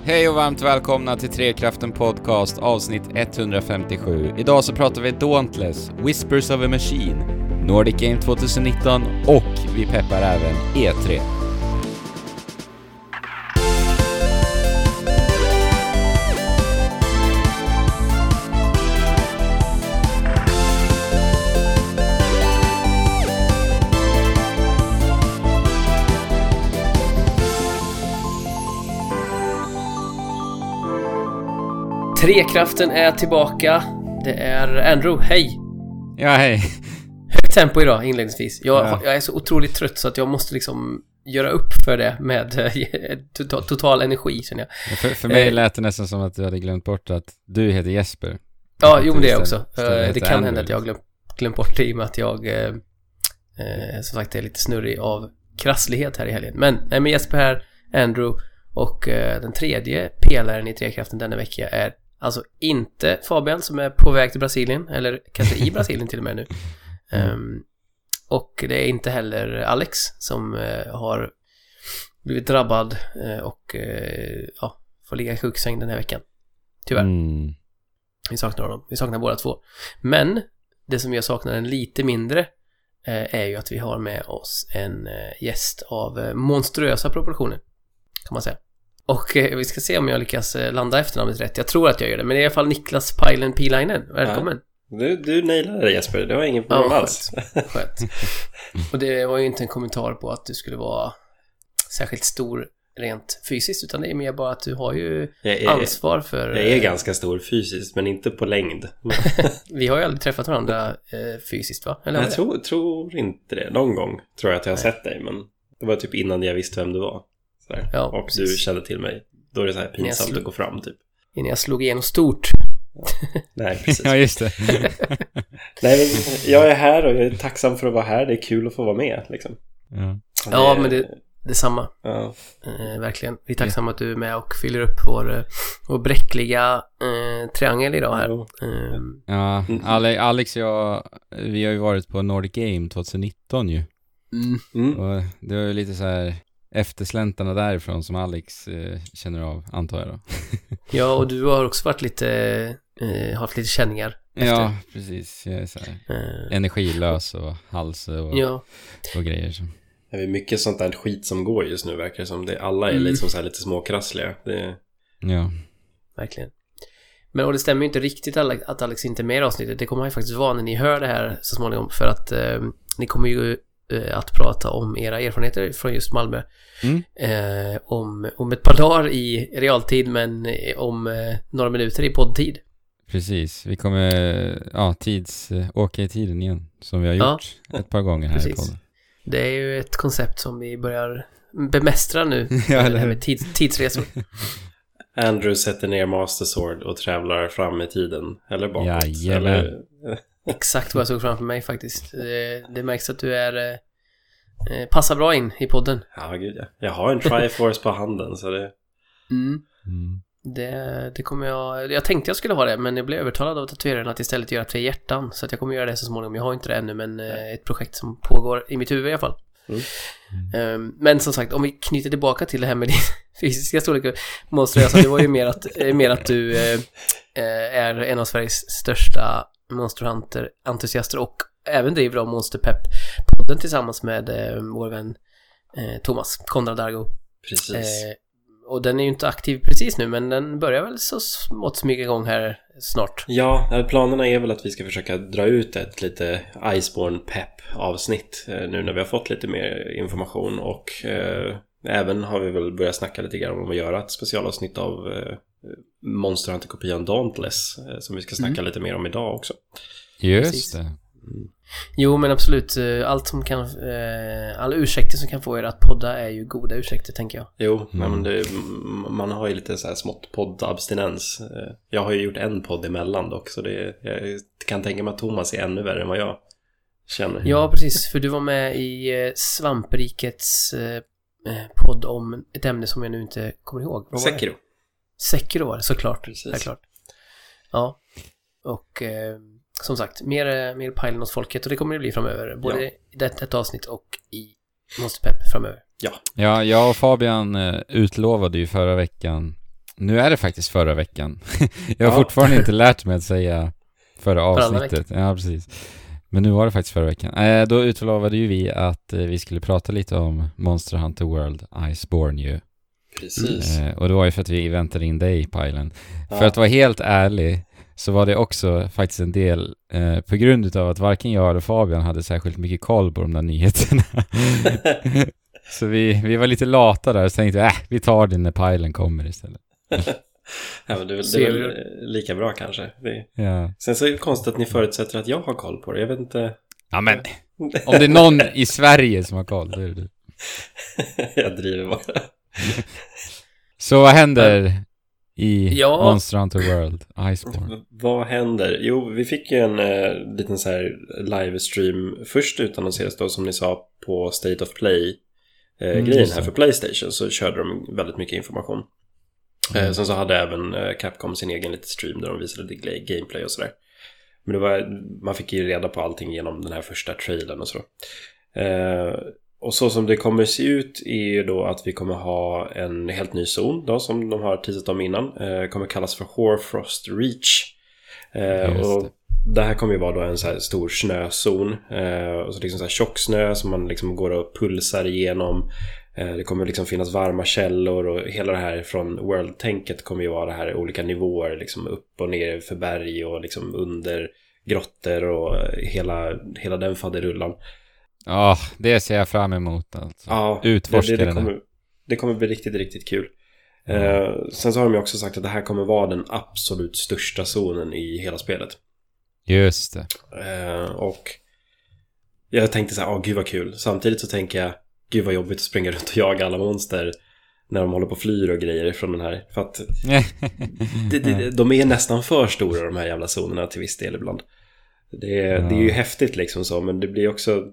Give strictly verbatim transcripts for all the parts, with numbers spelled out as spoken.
Hej och varmt välkomna till Trekraften Podcast avsnitt etthundrafemtiosju. Idag så pratar vi Dauntless, Whispers of a Machine, Nordic Game tjugonitton och vi peppar även E tre. Trekraften är tillbaka. Det är Andrew, hej. Ja, hej. Högt tempo idag inledningsvis. Jag, ja. jag är så otroligt trött så att jag måste liksom göra upp för det med total, total energi, känner jag. För, för mig lät det nästan som att du hade glömt bort att du heter Jesper. Ja, jo, det är också. Det kan Andrew. hända att jag har glömt, glömt bort det i och med att jag eh, eh, som sagt är lite snurrig av krasslighet här i helgen. Men, nej, men Jesper här, Andrew och eh, den tredje pelaren i Trekraften denna vecka är alltså inte Fabian som är på väg till Brasilien, eller kanske i Brasilien till och med nu. Mm. Um, och det är inte heller Alex som uh, har blivit drabbad uh, och uh, ja, får ligga i sjuksäng den här veckan. Tyvärr. Mm. Vi saknar honom. Vi saknar båda två. Men det som jag saknar en lite mindre uh, är ju att vi har med oss en uh, gäst av uh, monstruösa proportioner, kan man säga. Och eh, vi ska se om jag lyckas eh, landa efternamnet rätt. Jag tror att jag gör det. Men det är i alla fall Niklas Pajlen Pilainen. Välkommen. Ja. Du, du nailade det, Jesper. Det var ingen problem ja, alls. Skönt. Skönt. Och det var ju inte en kommentar på att du skulle vara särskilt stor rent fysiskt. Utan det är mer bara att du har ju är, ansvar för... Jag är ganska stor fysiskt, men inte på längd. Vi har ju aldrig träffat varandra eh, fysiskt, va? Eller jag tror, tror inte det. Någon gång tror jag att jag har Nej. sett dig. Men det var typ innan jag visste vem du var. Ja, och precis. Du kände till mig. Då är det så här pinsamt slog... att gå fram typ. Innan jag slog igenom stort. Ja. Nej, precis. Ja, just det. Nej, men jag är här och jag är tacksam för att vara här. Det är kul att få vara med liksom. Ja, det... ja men det, det är samma. Ja. Eh, verkligen. Vi är tacksamma att du är med och fyller upp vår, vår bräckliga eh, triangel idag här. Ja, eh. ja Alex och jag, vi har ju varit på Nordic Game tjugonitton ju. Mm. Mm. Och det var ju lite så här eftersläntarna därifrån som Alex eh, känner av, antar jag då. Ja, och du har också varit lite eh, haft lite känningar efter. Ja, precis. Jag är så här uh. energilös och hals och, ja. och grejer som. Det är mycket sånt där skit som går just nu, verkar som det. Alla är mm. liksom så här lite småkrassliga. Det... Ja. Verkligen. Men och det stämmer ju inte riktigt att Alex inte är med i avsnittet. Det kommer han ju faktiskt vara när ni hör det här så småningom. För att eh, ni kommer ju att prata om era erfarenheter från just Malmö mm. eh, om, om ett par dagar i realtid, men om eh, några minuter i poddtid. Precis, vi kommer ja, tids, åka i tiden igen som vi har gjort ja. ett par gånger här Precis. i podden. Det är ju ett koncept som vi börjar bemästra nu ja, det här med tids, tidsresor. Andrew sätter ner Master Sword och trävlar fram i tiden eller bakåt. Ja, eller... Exakt vad jag såg framför mig faktiskt. Det, det märks att du är eh, passar bra in i podden. Ja, gud ja. Jag har en Triforce på handen så det... Mm. Mm. Det, det kommer jag... Jag tänkte jag skulle ha det, men jag blev övertalad av tatueraren att istället göra tre hjärtan. Så att jag kommer göra det så småningom. Jag har inte det ännu, men eh, ett projekt som pågår i mitt huvud i alla fall. Mm. Mm. Um, men som sagt, om vi knyter tillbaka till det här med din fysiska storlek, monstruösa, det var ju mer att, mer att du eh, är en av Sveriges största Monster Hunter-entusiaster och även driver av Monster Pep-podden tillsammans med eh, vår vän eh, Thomas Konrad Dargo. Precis. Eh, och den är ju inte aktiv precis nu, men den börjar väl så smått smyga igång här snart. Ja, planerna är väl att vi ska försöka dra ut ett lite Iceborne Pep-avsnitt eh, nu när vi har fått lite mer information och eh, även har vi väl börjat snacka lite grann om att göra ett specialavsnitt av eh, Monster Hunter-kopian Dauntless eh, som vi ska snacka mm. lite mer om idag också. Just Precis. det. Mm. Jo, men absolut. Allt som kan eh, alla ursäkter som kan få er att podda är ju goda ursäkter, tänker jag. Jo, mm. men det, man har ju lite så här smått poddabstinens. Jag har ju gjort en podd emellan dock, så det, jag kan tänka mig att Thomas är ännu värre än vad jag känner. Ja, precis. För du var med i Svamprikets eh, podd om ett ämne som jag nu inte kommer ihåg. Vad Sekiro. Var Sekiro var det, såklart. Precis. Det är klart. Ja. Och eh, som sagt, mer, mer pajlen åt folket. Och det kommer det bli framöver. Både ja. i detta ett avsnitt och i Monster Pep framöver. Ja. Ja, jag och Fabian eh, utlovade ju förra veckan Nu är det faktiskt förra veckan. Jag har ja. fortfarande inte lärt mig att säga förra avsnittet. Ja, precis. Men nu var det faktiskt förra veckan. Eh, då utlovade ju vi att eh, vi skulle prata lite om Monster Hunter World Iceborne ju. Precis. Eh, och det var ju för att vi väntade in dig, Pajlen. Ja. För att vara helt ärlig så var det också faktiskt en del eh, på grund av att varken jag eller Fabian hade särskilt mycket koll på de där nyheterna. Så vi, vi var lite lata där och tänkte äh, vi tar det när Pajlen kommer istället. Ja, men det, det är väl lika bra kanske. Det, ja. Sen så är det konstigt att ni förutsätter att jag har koll på det. Jag vet inte. Ja, men om det är någon i Sverige som har koll, då är det du. Jag driver bara. Så vad händer i ja. Monster Hunter World Iceborne? V- vad händer? Jo, vi fick ju en eh, liten så här livestream först utannonseras då, som ni sa, på State of Play eh, mm, grejen här för PlayStation, så körde de väldigt mycket information. Mm. Eh, sen så hade även eh, Capcom sin egen liten stream där de visade gameplay och sådär. Men det var, man fick ju reda på allting genom den här första trailern och så. Eh, och så som det kommer se ut är ju då att vi kommer ha en helt ny zon då, som de har teasat om innan. Eh, kommer kallas för Hoarfrost Reach. Eh, och det här kommer ju vara då en så här stor snözon. Eh, och så liksom så här tjock snö som man liksom går och pulsar igenom. Eh, det kommer liksom finnas varma källor och hela det här från World-tänket kommer ju vara det här olika nivåer, liksom upp och ner för berg och liksom under grottor och hela, hela den faderullan. Ja, det ser jag fram emot alltså. Ja, utforska det, det, det, kommer, det kommer bli riktigt, riktigt kul. Mm. Eh, sen så har de ju också sagt att det här kommer vara den absolut största zonen i hela spelet. Just det. Eh, och jag tänkte så här, åh gud vad kul. Samtidigt så tänker jag, gud vad jobbigt att springa runt och jaga alla monster när de håller på och flyr och grejer från den här. För att det, det, de är nästan för stora, de här jävla zonerna, till viss del ibland. Det är, ja. det är ju häftigt liksom så, men det blir också,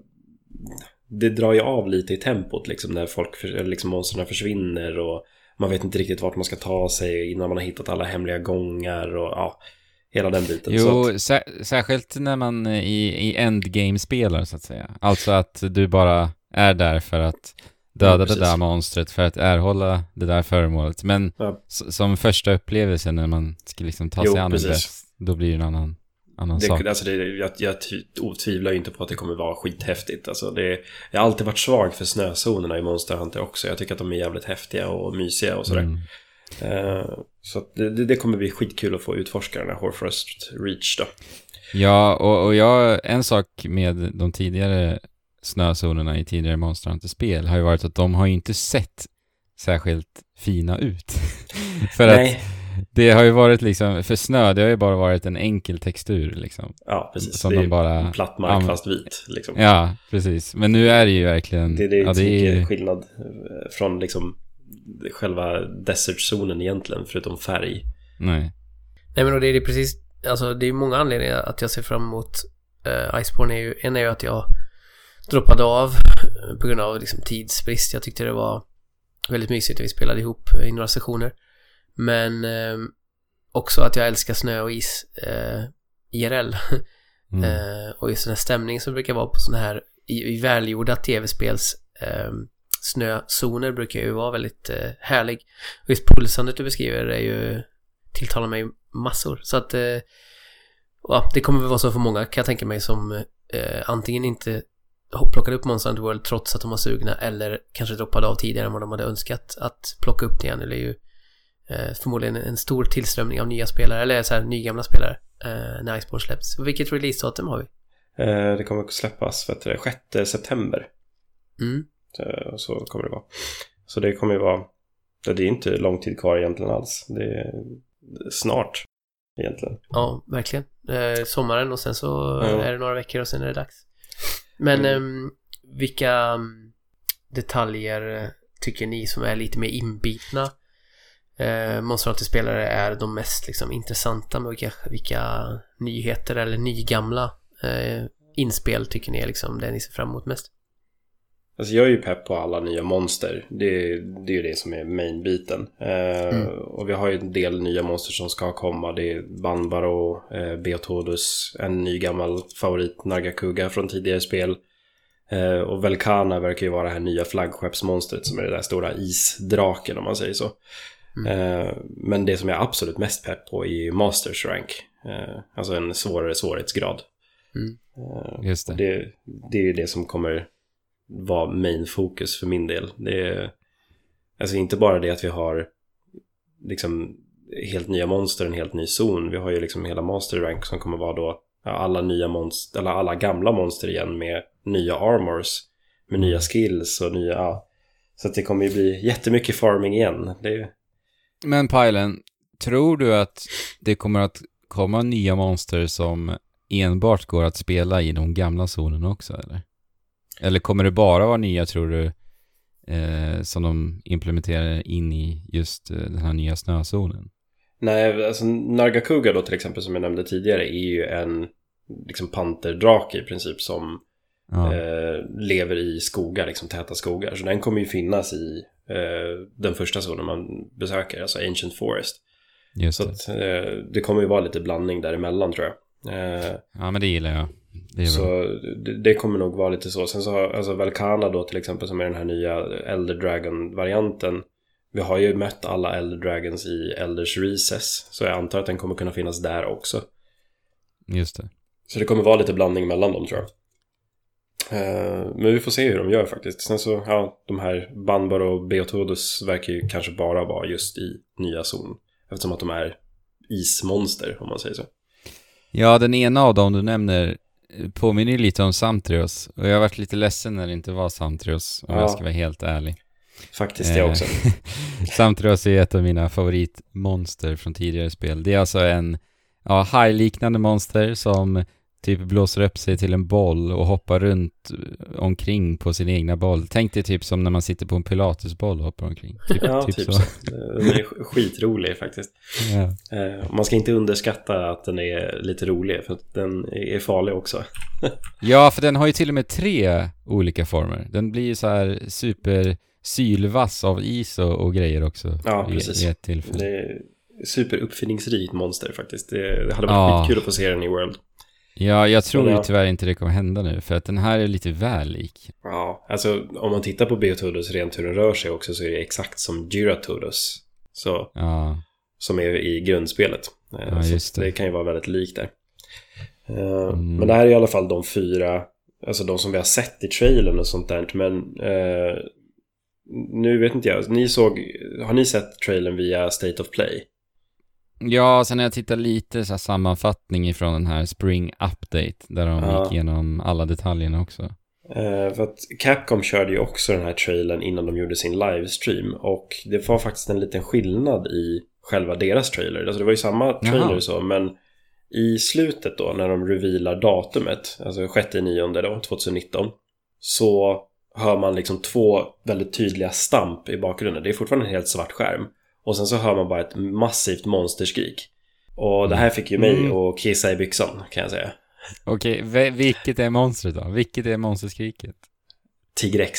det drar ju av lite i tempot liksom, när folk för, liksom monsterna försvinner och man vet inte riktigt vart man ska ta sig innan man har hittat alla hemliga gångar och ja, hela den biten. Jo, så att, sär- särskilt när man i, i endgame spelar så att säga. Alltså att du bara är där för att döda ja, det där monstret för att erhålla det där föremålet. Men ja. s- som första upplevelse när man ska liksom ta sig jo, an det, då blir det en annan, annan det, sak. Alltså det, jag, jag tvivlar ju inte på att det kommer vara skithäftigt. Alltså det, jag har alltid varit svag för snözonerna i Monster Hunter också. Jag tycker att de är jävligt häftiga och mysiga och sådär. Mm. Uh, så det, det, det kommer bli skitkul att få utforska den här Hoarfrost Reach då. Ja, och, och jag, en sak med de tidigare snözonerna i tidigare Monster Hunter-spel har ju varit att de har ju inte sett särskilt fina ut. För Nej. att det har ju varit liksom, för snö, det har ju bara varit en enkel textur liksom. Ja, precis. Som det är de bara, platt mark fast vit liksom. Ja, precis. Men nu är det ju verkligen... Det, det är ja, det är ju skillnad från liksom själva desertzonen egentligen, förutom färg. Nej. Nej, men det är det precis, alltså det är många anledningar att jag ser fram emot uh, Iceborne. Är ju, en är ju att jag droppade av på grund av liksom tidsbrist. Jag tyckte det var väldigt mysigt att vi spelade ihop i några sessioner. Men eh, också att jag älskar snö och is eh, I R L. Mm. eh, och just den här stämningen som brukar vara på såna här i, i välgjorda tv-spels eh, snözoner brukar ju vara väldigt eh, härlig. Och just pulsandet du beskriver är ju, tilltalar mig massor. Så att eh, ja, det kommer väl vara så för många, kan jag tänka mig, som eh, antingen inte plockade upp Monster Hunter World trots att de var sugna, eller kanske droppade av tidigare än vad de hade önskat att plocka upp det igen. Eller ju eh, förmodligen en stor tillströmning av nya spelare, eller så här nygamla spelare eh, när Iceborne släpps. Och vilket release-datum har vi? Eh, det kommer att släppas vet du, sjätte september. Mm. Så, så kommer det vara. Så det kommer ju vara, det är inte lång tid kvar egentligen alls. Det är snart egentligen. Ja, verkligen. Eh, sommaren och sen så ja. är det några veckor och sen är det dags. Men mm. um, vilka um, detaljer tycker ni som är lite mer inbitna uh, Monster Hunter-spelare är de mest liksom intressanta, med vilka, vilka nyheter eller nygamla uh, inspel tycker ni är liksom det ni ser fram emot mest? Alltså jag är ju pepp på alla nya monster. Det, det är ju det som är main-biten. Eh, mm. Och vi har ju en del nya monster som ska komma. Det är Banbaro, eh, Beotodus, en ny gammal favorit Nargacuga från tidigare spel. Eh, och Velkhana verkar ju vara det här nya flaggskeppsmonstret som är det där stora isdraken, om man säger så. Mm. Uh, men det som jag är absolut mest pepp på är Masters rank. Uh, alltså en svårare svårighetsgrad. Mm. Uh, Just det. det. Det är ju det som kommer vara main fokus för min del. Det är alltså inte bara det att vi har liksom helt nya monster, en helt ny zon. Vi har ju liksom hela Master rank som kommer vara då alla nya monster, eller alla gamla monster igen med nya armors, med nya skills och nya, ja. Så att det kommer ju bli jättemycket farming igen. Det är... Men Pajlen, tror du att det kommer att komma nya monster som enbart går att spela i de gamla zonerna också, eller? Eller kommer det bara vara nya, tror du, eh, som de implementerar in i just eh, den här nya snözonen? Nej, alltså Nargacuga då till exempel, som jag nämnde tidigare, är ju en liksom panterdrake i princip som ja. eh, lever i skogar, liksom täta skogar. Så den kommer ju finnas i eh, den första zonen man besöker, alltså Ancient Forest. Just så det. Att, eh, det kommer ju vara lite blandning däremellan, tror jag. Eh, ja, men det gillar jag. Det så det, det kommer nog vara lite så. Sen så har alltså Velkhana då till exempel, som är den här nya Elder Dragon-varianten. Vi har ju mött alla Elder Dragons i Elders Recess, så jag antar att den kommer kunna finnas där också. Just det. Så det kommer vara lite blandning mellan dem, tror jag. Uh, men vi får se hur de gör faktiskt. Sen så, ja, de här Banbar och Beotodus verkar ju kanske bara vara just i nya zon, eftersom att de är ismonster, om man säger så. Ja, den ena av dem du nämner påminner lite om Samtrios. Och jag har varit lite ledsen när det inte var Samtrios, om ja. jag ska vara helt ärlig. Faktiskt det också. Samtrios är ett av mina favoritmonster från tidigare spel. Det är alltså en ja, haj-liknande monster som typ blåser upp sig till en boll och hoppar runt omkring på sin egna boll. Tänk dig typ som när man sitter på en pilatesboll och hoppar omkring. Typ, ja, typ, typ så. så. Den är skitrolig faktiskt. Ja. Man ska inte underskatta att den är lite rolig, för att den är farlig också. Ja, för den har ju till och med tre olika former. Den blir ju så här super sylvass av is och, och grejer också. Ja, precis. I, i ett tillfälle. Det är superuppfinningsrikt monster faktiskt. Det, det hade varit ja. kul att få se den i World. Ja, jag tror ju tyvärr inte det kommer hända nu, för att den här är lite väl lik. Ja, alltså om man tittar på Beotodus rent hur den rör sig också, så är det exakt som Gyratodus. Så, ja. Som är i grundspelet. Ja, just det. det kan ju vara väldigt likt där. Mm. Men det här är i alla fall de fyra, alltså de som vi har sett i trailern och sånt där. Men eh, nu vet inte jag, ni såg, har ni sett trailern via State of Play? Ja, sen har jag tittat lite så här sammanfattning ifrån den här Spring Update, där de ja. gick igenom alla detaljerna också. Uh, för att Capcom körde ju också den här trailern innan de gjorde sin livestream, och det var faktiskt en liten skillnad i själva deras trailer. Alltså det var ju samma trailer så, men i slutet då, när de revealar datumet, alltså sjätte nionde då, tjugonitton, så hör man liksom två väldigt tydliga stamp i bakgrunden. Det är fortfarande en helt svart skärm. Och sen så hör man bara ett massivt monsterskrik. Och det här fick ju mig mm. att kissa i byxan, kan jag säga. Okej, v- vilket är monstret då? Vilket är monsterskriket? Tigrex.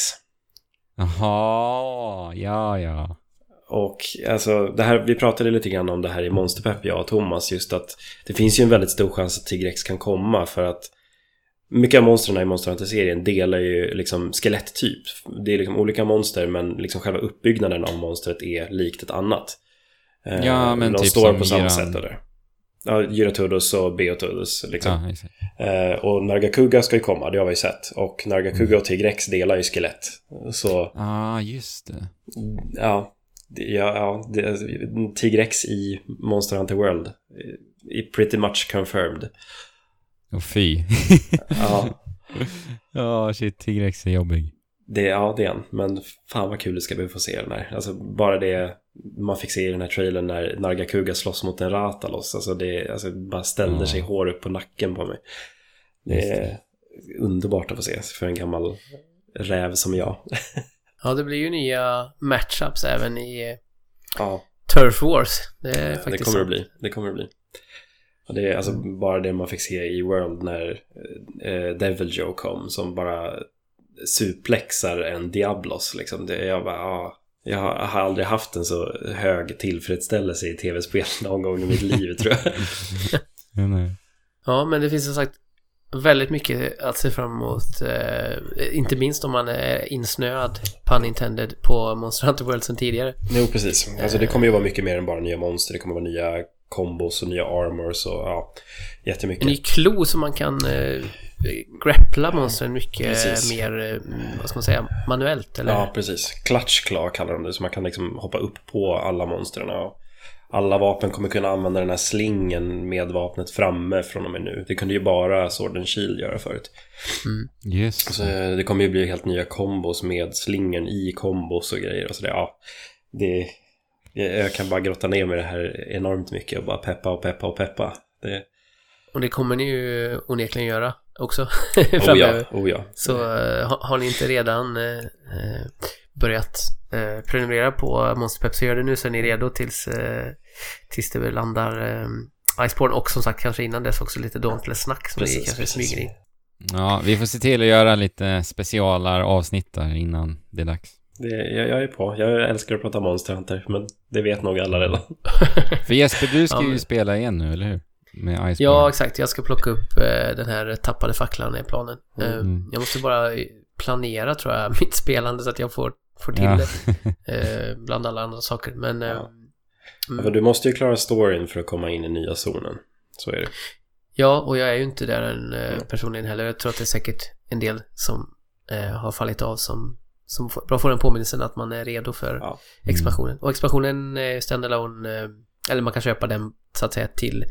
Jaha, ja, ja. Och alltså, det här, vi pratade lite grann om det här i Monsterpepp, jag och Thomas. Just att det finns ju en väldigt stor chans att Tigrex kan komma, för att mycket av monstren i Monster Hunter-serien delar ju liksom skeletttyp. Det är liksom olika monster, men liksom själva uppbyggnaden av monstret är likt ett annat. Ja, men de typ står som på samma Giran. sätt eller? Ja, Gyratodus och Beotodus liksom. Ja, eh, och Nargacuga ska ju komma, det har vi sett. Och Nargacuga mm. och Tigrex delar ju skelett. Så ah, just det. Ja, det, ja, ja det, Tigrex i Monster Hunter World är pretty much confirmed. Och fy. Ja. Ja, oh, shit, Tigrex är jobbig. Det, ja, det är en. Men fan vad kul det ska bli få se den här. Alltså bara det man fick se i den här trailern när Nargacuga slåss mot en Ratalos. Alltså det alltså, bara ställde ja. sig hår upp på nacken på mig. Det är det. Underbart att få se för en gammal räv som jag. Ja, det blir ju nya matchups även i ja. Turf Wars. Det är faktiskt det kommer det bli. Det kommer det bli. Och det är alltså mm. bara det man fick se i World när eh, Devil Joe kom, som bara suplexar en Diablos liksom. Det, jag bara, ah, jag har aldrig haft en så hög tillfredsställelse i tv-spel någon gång i mitt liv, tror jag. Ja, men det finns som sagt väldigt mycket att se fram emot, eh, inte minst om man är insnöad, pun intended, på Monster Hunter World sen tidigare. Jo, precis. Alltså det kommer ju vara mycket mer än bara nya monster. Det kommer vara nya kombos och nya armors och ja, jättemycket. En ny klo som man kan eh, grappla monstren mycket precis. Mer, eh, vad ska man säga, manuellt, eller? Ja, precis. Clutch claw kallar de det, så man kan liksom hoppa upp på alla monstren och alla vapen kommer kunna använda den här slingen med vapnet framme från och med nu. Det kunde ju bara Sword and Shield göra förut. Mm. Yes. Så det kommer ju bli helt nya kombos med slingen i kombos och grejer. Och så det, ja, det, jag kan bara grotta ner med det här enormt mycket och bara peppa och peppa och peppa. Det... Och det kommer ni ju onekligen göra också oh ja, oh ja. Så uh, har, har ni inte redan uh, börjat uh, prenumerera på Monsterpepp, så gör det nu, så är ni redo tills, uh, tills det landar um, Iceborne, och som sagt kanske innan dess också lite Dauntless-snack som precis, vi kanske precis. smyger in. Ja, vi får se till att göra lite specialar avsnitt där innan det är dags. Det, jag, jag är på. Jag älskar att prata Monster Hunter, men det vet nog alla redan. För Jesper, du ska ja, men... ju spela igen nu, eller hur? Med Iceborne. Ja, exakt. Jag ska plocka upp uh, den här tappade facklan i planen. Uh, mm. Jag måste bara planera, tror jag, mitt spelande så att jag får, får till ja. det. Uh, bland alla andra saker. Men, uh, ja. Mm. Ja, du måste ju klara storyn för att komma in i nya zonen. Så är det. Ja, och jag är ju inte där en uh, personligen heller. Jag tror att det är säkert en del som uh, har fallit av som, som får, bra får en påminnelse att man är redo för ja. expansionen. Mm. Och expansionen är standalone, uh, eller man kan köpa den så att säga till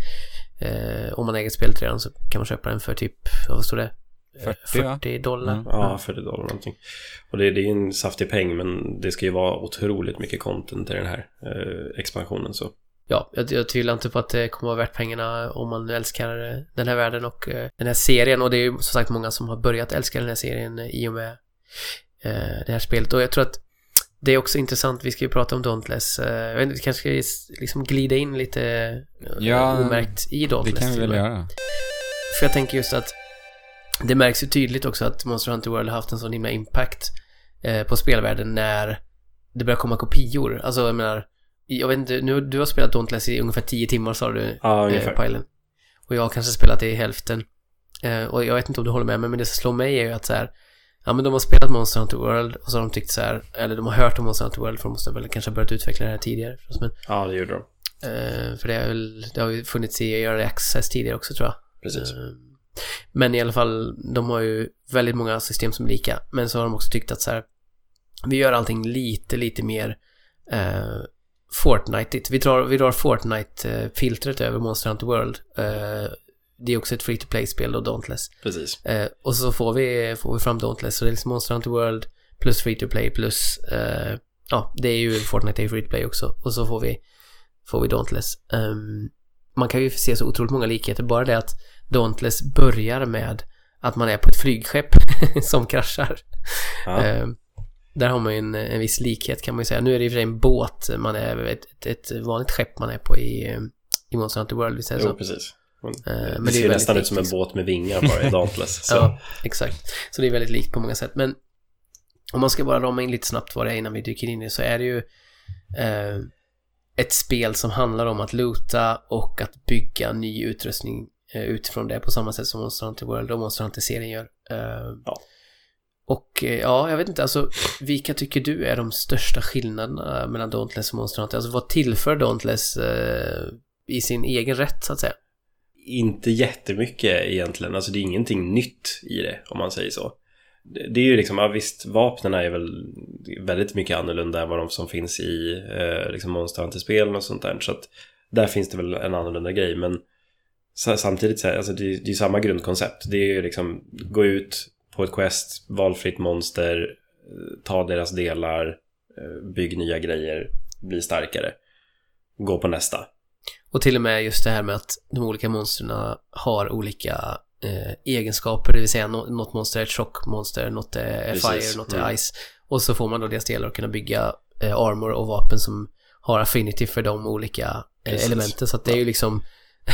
eh, om man äger spelet redan, så kan man köpa den för typ, vad står det? fyrtio, fyrtio dollar. Mm. Ja, fyrtio dollar någonting. Och det, det är en saftig peng, men det ska ju vara otroligt mycket content i den här eh, expansionen så. Ja, jag, jag tvivlar inte på att det kommer vara värt pengarna om man älskar den här världen och eh, den här serien, och det är ju som sagt många som har börjat älska den här serien i och med eh, det här spelet, och jag tror att det är också intressant, vi ska ju prata om Dauntless. Jag vet inte, vi kanske ska liksom glida in lite ja, omärkt i Dauntless. Det kan vi väl göra. För jag tänker just att det märks ju tydligt också att Monster Hunter World har haft en sån himla impact eh, på spelvärlden när det börjar komma kopior. Alltså jag menar, jag vet inte, nu, du har spelat Dauntless i ungefär tio timmar, sa du, ja, ungefär. Eh, Pilen. Och jag har kanske spelat det i hälften. Eh, och jag vet inte om du håller med mig, men det som slår mig är ju att så här, ja, men de har spelat Monster Hunter World och så har de tyckt så här, eller de har hört om Monster Hunter World, för de måste väl kanske ha börjat utveckla det här tidigare. Men, ja, det gjorde de. Uh, för det, är väl, det har ju funnits i Early Access tidigare också, tror jag. Precis. Uh, men i alla fall, de har ju väldigt många system som är lika. Men så har de också tyckt att så här, vi gör allting lite, lite mer uh, Fortnite-igt. Vi drar, vi drar Fortnite-filtret över Monster Hunter World. Uh, Det är också ett free-to-play-spel och Dauntless. Precis. Eh, och så får vi, får vi fram Dauntless. Så det är liksom Monster Hunter World plus free-to-play plus... Eh, ja, det är ju Fortnite är free-to-play också. Och så får vi, får vi Dauntless. Um, man kan ju se så otroligt många likheter. Bara det att Dauntless börjar med att man är på ett flygskepp som kraschar. Ja. Eh, där har man ju en, en viss likhet, kan man ju säga. Nu är det i och för sig en båt. Man är ett, ett, ett vanligt skepp man är på i, i Monster Hunter World. Vi säger jo, så. precis. Men, det, men det ser nästan ut som en båt med vingar bara i Dauntless. Så. Ja, exakt. Så det är väldigt likt på många sätt. Men om man ska bara rama in lite snabbt vad det är innan vi dyker in i, så är det ju eh, ett spel som handlar om att loota och att bygga ny utrustning eh, utifrån det, på samma sätt som Monster Hunter World och Monster Hunter-serien gör. Eh, ja. Och eh, ja, jag vet inte, alltså vilka tycker du är de största skillnaderna mellan Dauntless och Monster Hunter? Alltså vad tillför Dauntless eh, i sin egen rätt, så att säga? Inte jättemycket egentligen. Alltså det är ingenting nytt i det, om man säger så. Det är ju liksom, ja, visst, vapnen är väl väldigt mycket annorlunda än vad de som finns i eh, liksom Monster Hunter-spelen och sånt där. Så att där finns det väl en annorlunda grej. Men samtidigt så här, alltså det, det är samma grundkoncept. Det är ju liksom gå ut på ett quest, valfritt monster, ta deras delar, bygg nya grejer, bli starkare, gå på nästa. Och till och med just det här med att de olika monsterna har olika eh, egenskaper, det vill säga no- något monster är ett chockmonster, något är Precis. fire, något är mm. ice. Och så får man då deras delar och kunna bygga eh, armor och vapen som har affinity för de olika eh, elementen. Så att det är ju liksom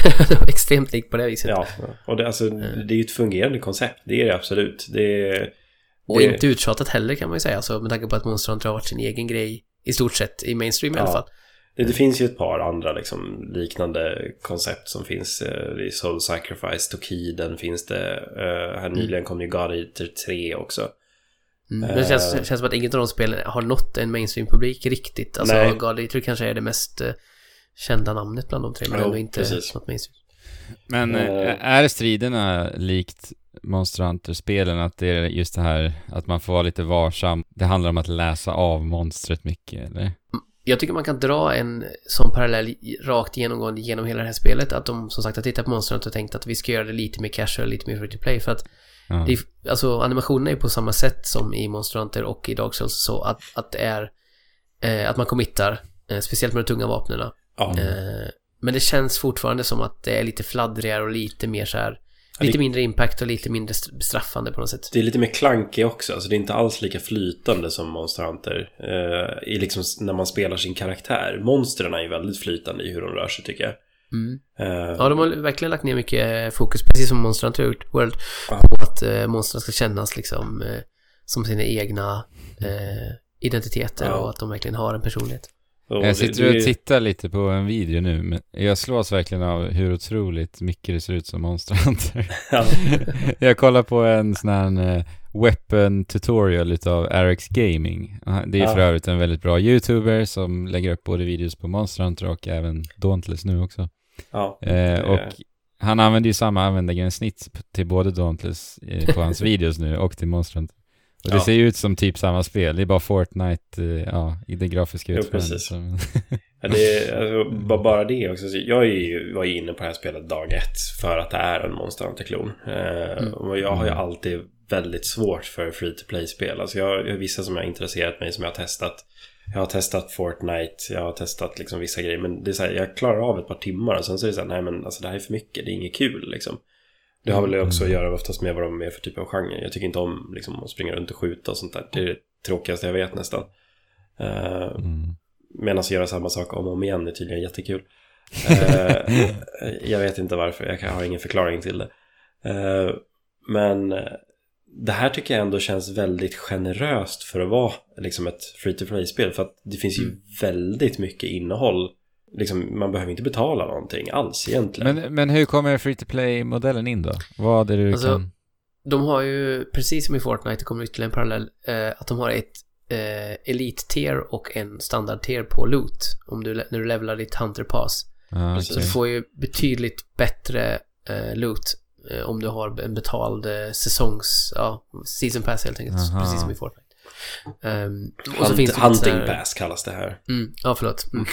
extremt likt på det viset. Ja, och det, alltså, det är ju ett fungerande koncept, det är det absolut. Det är, och det... inte uttjatat heller, kan man ju säga, alltså, med tanke på att Monster Hunter har varit sin egen grej i stort sett i mainstream i ja. alla fall. Det, det finns ju ett par andra liksom, liknande koncept som finns uh, i Soul Sacrifice, Tokiden finns det. Uh, här nyligen kom ju God Eater tre också. Mm. Det känns, uh, känns som att inget av de spelen har nått en mainstream-publik riktigt. Alltså nej. God Eater kanske är det mest uh, kända namnet bland de tre, men oh, ändå inte precis. Något mainstream. Men uh, är striderna likt Monster Hunter-spelen, att det är just det här att man får vara lite varsam? Det handlar om att läsa av monstret mycket, eller? Jag tycker man kan dra en sån parallell rakt genomgående genom hela det här spelet, att de som sagt har tittat på Monster Hunter och tänkt att vi ska göra det lite mer casual, lite mer free to play, för att ja. det är, alltså animationen är på samma sätt som i Monster Hunter och i Dark Souls, så att, att det är eh, att man committar, eh, speciellt med de tunga vapnena. Ja. Eh, men det känns fortfarande som att det är lite fladdrigare och lite mer så här, lite mindre impact och lite mindre straffande på något sätt. Det är lite mer klankig också. Alltså det är inte alls lika flytande som Monster Hunter eh, i liksom när man spelar sin karaktär. Monstren är ju väldigt flytande i hur de rör sig, tycker jag. Mm. Uh, ja, de har verkligen lagt ner mycket fokus, precis som Monster Hunter har gjort World, uh. på att uh, monstren ska kännas liksom uh, som sina egna uh, identiteter uh. och att de verkligen har en personlighet. Oh, jag sitter det, det... och tittar lite på en video nu, men jag slås verkligen av hur otroligt mycket det ser ut som Monster Hunter. Ja. Jag kollar på en sån här uh, weapon tutorial utav R X Gaming. Det är ja. för övrigt en väldigt bra YouTuber som lägger upp både videos på Monster Hunter och även Dauntless nu också. Ja, eh, och han använder ju samma användargränssnitt till både Dauntless eh, på hans videos nu och till Monster Hunter. Och det ja. ser ju ut som typ samma spel. Det är bara Fortnite uh, ja, i det grafiska utförandet. Ja, det är alltså, bara det också. Jag är ju, var ju inne på det här spelet dag ett för att det är en Monster Hunter-klon. Uh, mm. Och jag har ju alltid väldigt svårt för free-to-play-spel. Alltså jag, jag har vissa som jag har intresserat mig, som jag har testat. Jag har testat Fortnite, jag har testat liksom vissa grejer. Men det är så här, jag klarar av ett par timmar och sen så är det så här, nej men alltså det här är för mycket, det är inget kul liksom. Det har väl också att göra oftast med vad de är för typ av genre. Jag tycker inte om liksom, att springa runt och skjuta och sånt där. Det är det tråkigaste jag vet nästan. Uh, mm. Men alltså göra samma sak om och om igen är tydligen jättekul. Uh, jag vet inte varför. Jag har ingen förklaring till det. Uh, men det här tycker jag ändå känns väldigt generöst för att vara liksom ett free-to-play-spel. För att det finns ju mm. väldigt mycket innehåll. Liksom, man behöver inte betala någonting alls egentligen. Men, men hur kommer free-to-play-modellen in då? Vad är det du alltså, kan... De har ju, precis som i Fortnite, det kommer ytterligare en parallell, eh, att de har ett eh, elite-tier och en standard-tier på loot. Om du, när du levlar ditt Hunter Pass. Ah, så okay. Du får ju betydligt bättre eh, loot eh, om du har en betald eh, säsongs, ja, season pass helt enkelt. Aha. Precis som i Fortnite. Um, och Hunt, så finns det hunting här, pass kallas det här. Mm, ja, förlåt. Mm.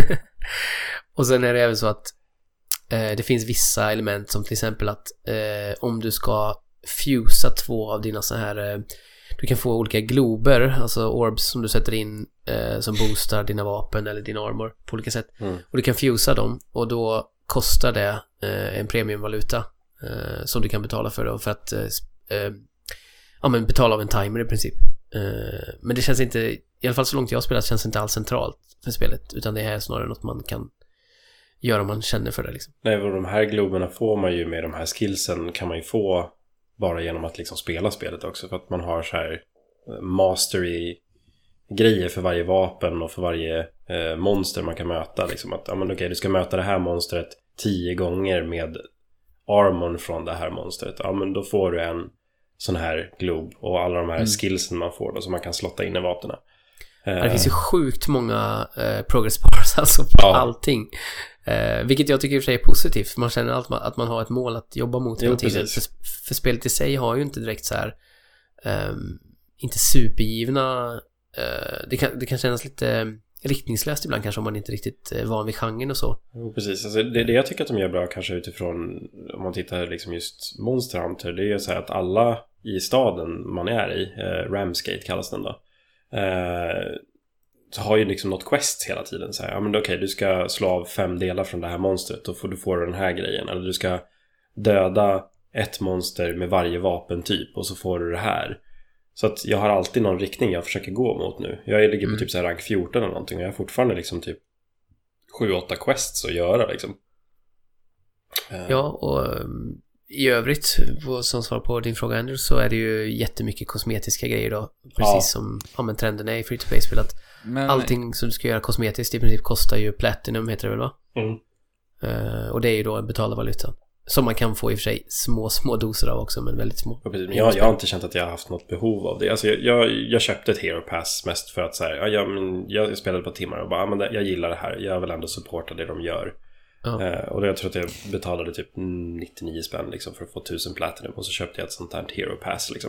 Och sen är det även så att eh, det finns vissa element som till exempel att eh, om du ska fusa två av dina så här eh, du kan få olika glober, alltså orbs som du sätter in eh, som boostar dina vapen eller din armor på olika sätt. Mm. Och du kan fusa dem och då kostar det eh, en premiumvaluta eh, som du kan betala för då, för att eh, eh, ja, men betala av en timer i princip. Eh, men det känns inte, i alla fall så långt jag har spelat, känns inte alls centralt för spelet, utan det är snarare något man kan göra om man känner för det liksom. Nej, och de här globerna får man ju med de här skillsen, kan man ju få bara genom att liksom spela spelet också, för att man har så här mastery grejer för varje vapen och för varje eh, monster man kan möta liksom. Att, ja men okej, okay, du ska möta det här monstret tio gånger med armorn från det här monstret. Ja men då får du en sån här glob och alla de här mm. skillsen man får då, som man kan slotta in i vapnen. Ja, det finns ju sjukt många eh, progress bars alltså på ja. allting. Eh, vilket jag tycker i och för sig är positivt. Man känner att man, att man har ett mål att jobba mot hela tiden. För, för spelet i sig har ju inte direkt så här eh, inte supergivna eh, det, kan, det kan kännas lite riktningslöst ibland kanske om man inte riktigt är van vid genren och så. Jo, precis. Alltså, det, det jag tycker att de gör bra kanske utifrån, om man tittar liksom just Monster Hunter, det är ju så här att alla i staden man är i, eh, Ramsgate kallas den då, eh, så har ju liksom något quest hela tiden. Så här, ja men okej, okay, du ska slå av fem delar från det här monstret och får du får den här grejen. Eller du ska döda ett monster med varje vapentyp och så får du det här. Så att jag har alltid någon riktning jag försöker gå mot nu. Jag ligger på mm. typ så här rank fjorton eller någonting och jag har fortfarande liksom typ sju åtta quests att göra liksom. Ja, och um, i övrigt, som svar på din fråga Andrew, så är det ju jättemycket kosmetiska grejer då. Precis ja. som ja, men trenden är i free-to-play-spel, att Men... allting som du ska göra kosmetiskt i princip kostar ju Platinum, heter det väl, va? Mm. Uh, och det är ju då en betalda valuta som man kan få i och för sig små, små doser av också, men väldigt små. Ja, precis. Men jag, jag har inte känt att jag har haft något behov av det. Alltså jag, jag, jag köpte ett Hero Pass mest för att så här, ja, jag, men, jag spelade på timmar och bara, ja, men det, jag gillar det här. Jag vill ändå supporta det de gör. Ja. Uh, och då jag tror att jag betalade typ nittionio spänn liksom, för att få tusen Platinum. Och så köpte jag ett sånt här Hero Pass liksom.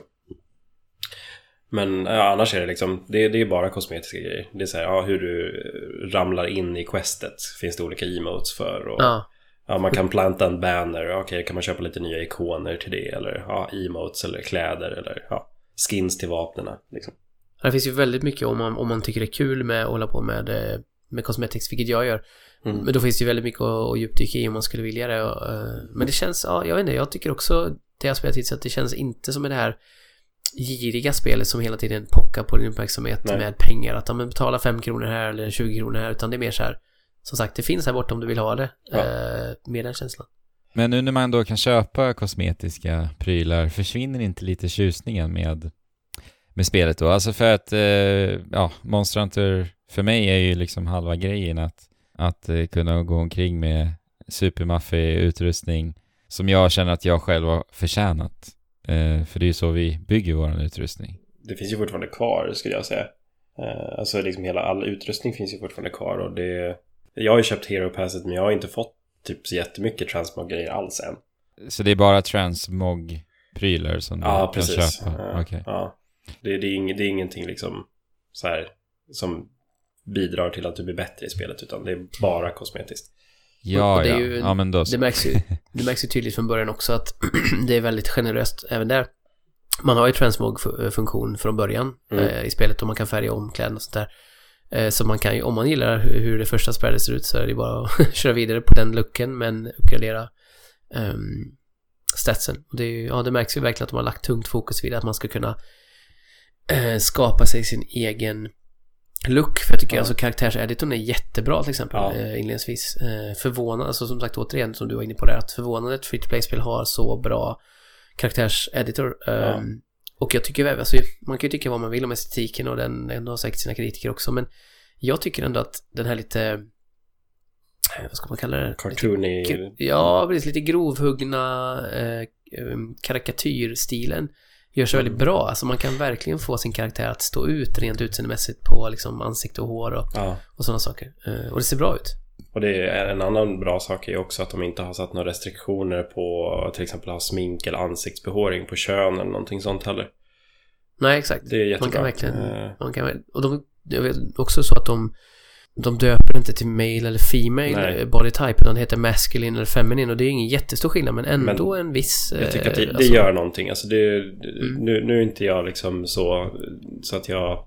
Men ja, annars är det liksom, det, det är bara kosmetiska grejer. Det är så här, ja, hur du ramlar in i questet finns det olika emotes för. Och ja. Ja, man kan planta en banner. Okej, okay, kan man köpa lite nya ikoner till det? Eller ja, emotes eller kläder eller ja, skins till vapnena liksom. Det finns ju väldigt mycket om man, om man tycker det är kul med att hålla på med, med cosmetics, vilket jag gör. Mm. Men då finns det ju väldigt mycket att, att djupdyka i om man skulle vilja det. Och, men det känns, ja, jag vet inte, jag tycker också det jag spelat hittills att det känns inte som det här giriga spelet som hela tiden pockar på din uppmärksamhet. Nej. Med pengar. Att man betalar fem kronor här eller tjugo kronor här, utan det är mer så här, som sagt, det finns här borta om du vill ha det. Ja. Eh, med den känslan. Men nu när man då kan köpa kosmetiska prylar, försvinner inte lite tjusningen med, med spelet då? Alltså för att, eh, ja, Monster Hunter för mig är ju liksom halva grejen att, att eh, kunna gå omkring med supermaffig utrustning som jag känner att jag själv har förtjänat. Eh, för det är ju så vi bygger vår utrustning. Det finns ju fortfarande kvar, skulle jag säga. Eh, alltså liksom hela, all utrustning finns ju fortfarande kvar och det... Jag har ju köpt Hero Passet, men jag har inte fått typ så jättemycket transmog-grejer alls än. Så det är bara transmog-prylar som du ja, kan precis. köpa? Ja, okay. ja. Det, det, är ing, det är ingenting liksom så här, som bidrar till att du blir bättre i spelet, utan det är bara kosmetiskt. Ja, det, ja. Är ju, ja men då det, märks ju, det märks ju tydligt från början också att det är väldigt generöst även där. Man har ju transmog-funktion från början mm. eh, i spelet och man kan färga om kläderna och sånt där. Eh, så man kan ju, om man gillar hur det första spreadet ser ut, så är det bara att köra vidare på den looken men uppgradera um, statsen. Och det, är ju, ja, det märks ju verkligen att de har lagt tungt fokus vid att man ska kunna eh, skapa sig sin egen look, för jag tycker ja. alltså karaktärseditorn är jättebra till exempel ja. eh, inledningsvis. Eh, förvånad, alltså som sagt återigen som du var inne på där, att förvånande ett free-to-play-spel har så bra karaktärseditor. Eh, ja. Och jag tycker, alltså, man kan ju tycka vad man vill om estetiken och den, den har säkert sina kritiker också, men jag tycker ändå att den här lite, vad ska man kalla det? Cartoony. Lite, ja, precis, lite grovhuggna eh, karikatyrstilen gör sig väldigt bra. Alltså man kan verkligen få sin karaktär att stå ut rent utseendemässigt på liksom ansikte och hår och, ja. och sådana saker. Uh, och det ser bra ut. Och det är en annan bra sak är också att de inte har satt några restriktioner på till exempel ha smink eller ansiktsbehåring på kön eller någonting sånt heller. Nej, exakt. Det är jättebra. Man kan verkligen, uh. man kan, och de, jag vet också så att de de döper inte till male eller female body type, utan det heter masculine eller feminine, och det är ingen jättestor skillnad, men ändå men, en viss... Jag tycker att det, det alltså, gör någonting. Alltså det, mm. nu, nu är inte jag liksom så, så att jag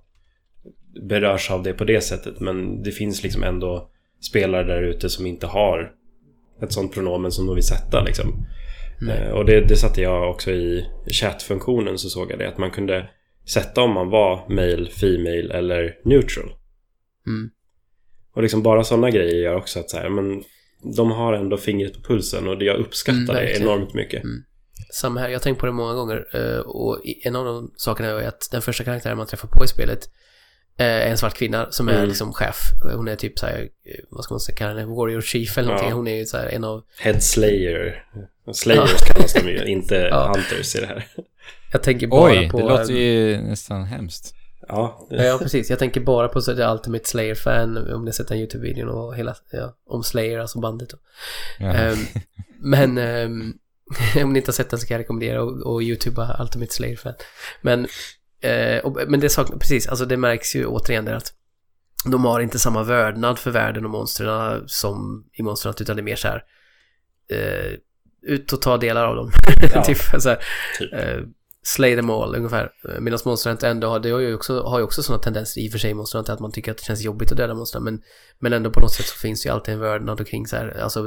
berörs av det på det sättet, men det finns liksom ändå spelare där ute som inte har ett sånt pronomen som de vill sätta liksom. Mm. Och det, det satte jag också i chattfunktionen, så såg jag det, att man kunde sätta om man var male, female eller neutral. Mm. Och liksom bara sådana grejer gör också att så här, men de har ändå fingret på pulsen, och det jag uppskattar mm, det enormt mycket. Mm. Samma här, jag har tänkt på det många gånger, och en av de sakerna är att den första karaktären man träffar på i spelet är en svart kvinna som är mm. liksom chef. Hon är typ så här, vad ska man säga, kalla henne Warrior Chief eller någonting. Ja. Hon är ju så här en av Head Slayer. Slayers ja. kallas de ju, inte ja. Hunters i det här. Jag tänker bara Oj, på... det låter ju nästan hemskt. Ja, ja, precis. Jag tänker bara på så det Ultimate Slayer-fan, om ni sett en YouTube-videon och hela, ja, om Slayer, alltså bandet. Ja. Um, men um, om ni inte har sett den så kan jag rekommendera och, och YouTubea Ultimate Slayer-fan. Men, uh, och, men det saknar, precis, alltså det märks ju återigen där att de har inte samma värdnad för världen och monstren som i monstren, utan det är mer så här uh, ut och ta delar av dem. Ja, typ, så här, typ. Uh, slay them all ungefär. Medan Monster Hunter ändå har, det har ju också, har ju också sådana tendenser i och för sig, Monster Hunter, att man tycker att det känns jobbigt att döda monster, men, men ändå på något sätt så finns det ju alltid en värdnad omkring så här, alltså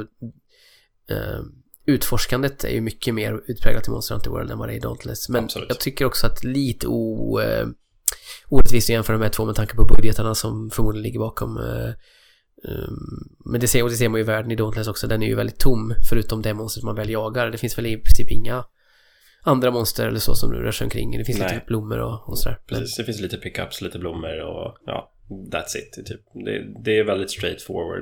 uh, utforskandet är ju mycket mer utpräglat i Monster Hunter World än vad det är i Dauntless. Men absolut. Jag tycker också att lite o, uh, orättvist att jämföra med två med tanke på budgetarna som förmodligen ligger bakom. Uh, um, men det ser, och det ser man ju i världen i Dauntless också, den är ju väldigt tom förutom det monstret man väl jagar. Det finns väl i princip inga andra monster eller så som du rör sig omkring. Det finns Nej. lite blommor och, och sådär. Precis, det finns lite pickups, lite blommor och ja, that's it. Typ. Det, det är väldigt straightforward.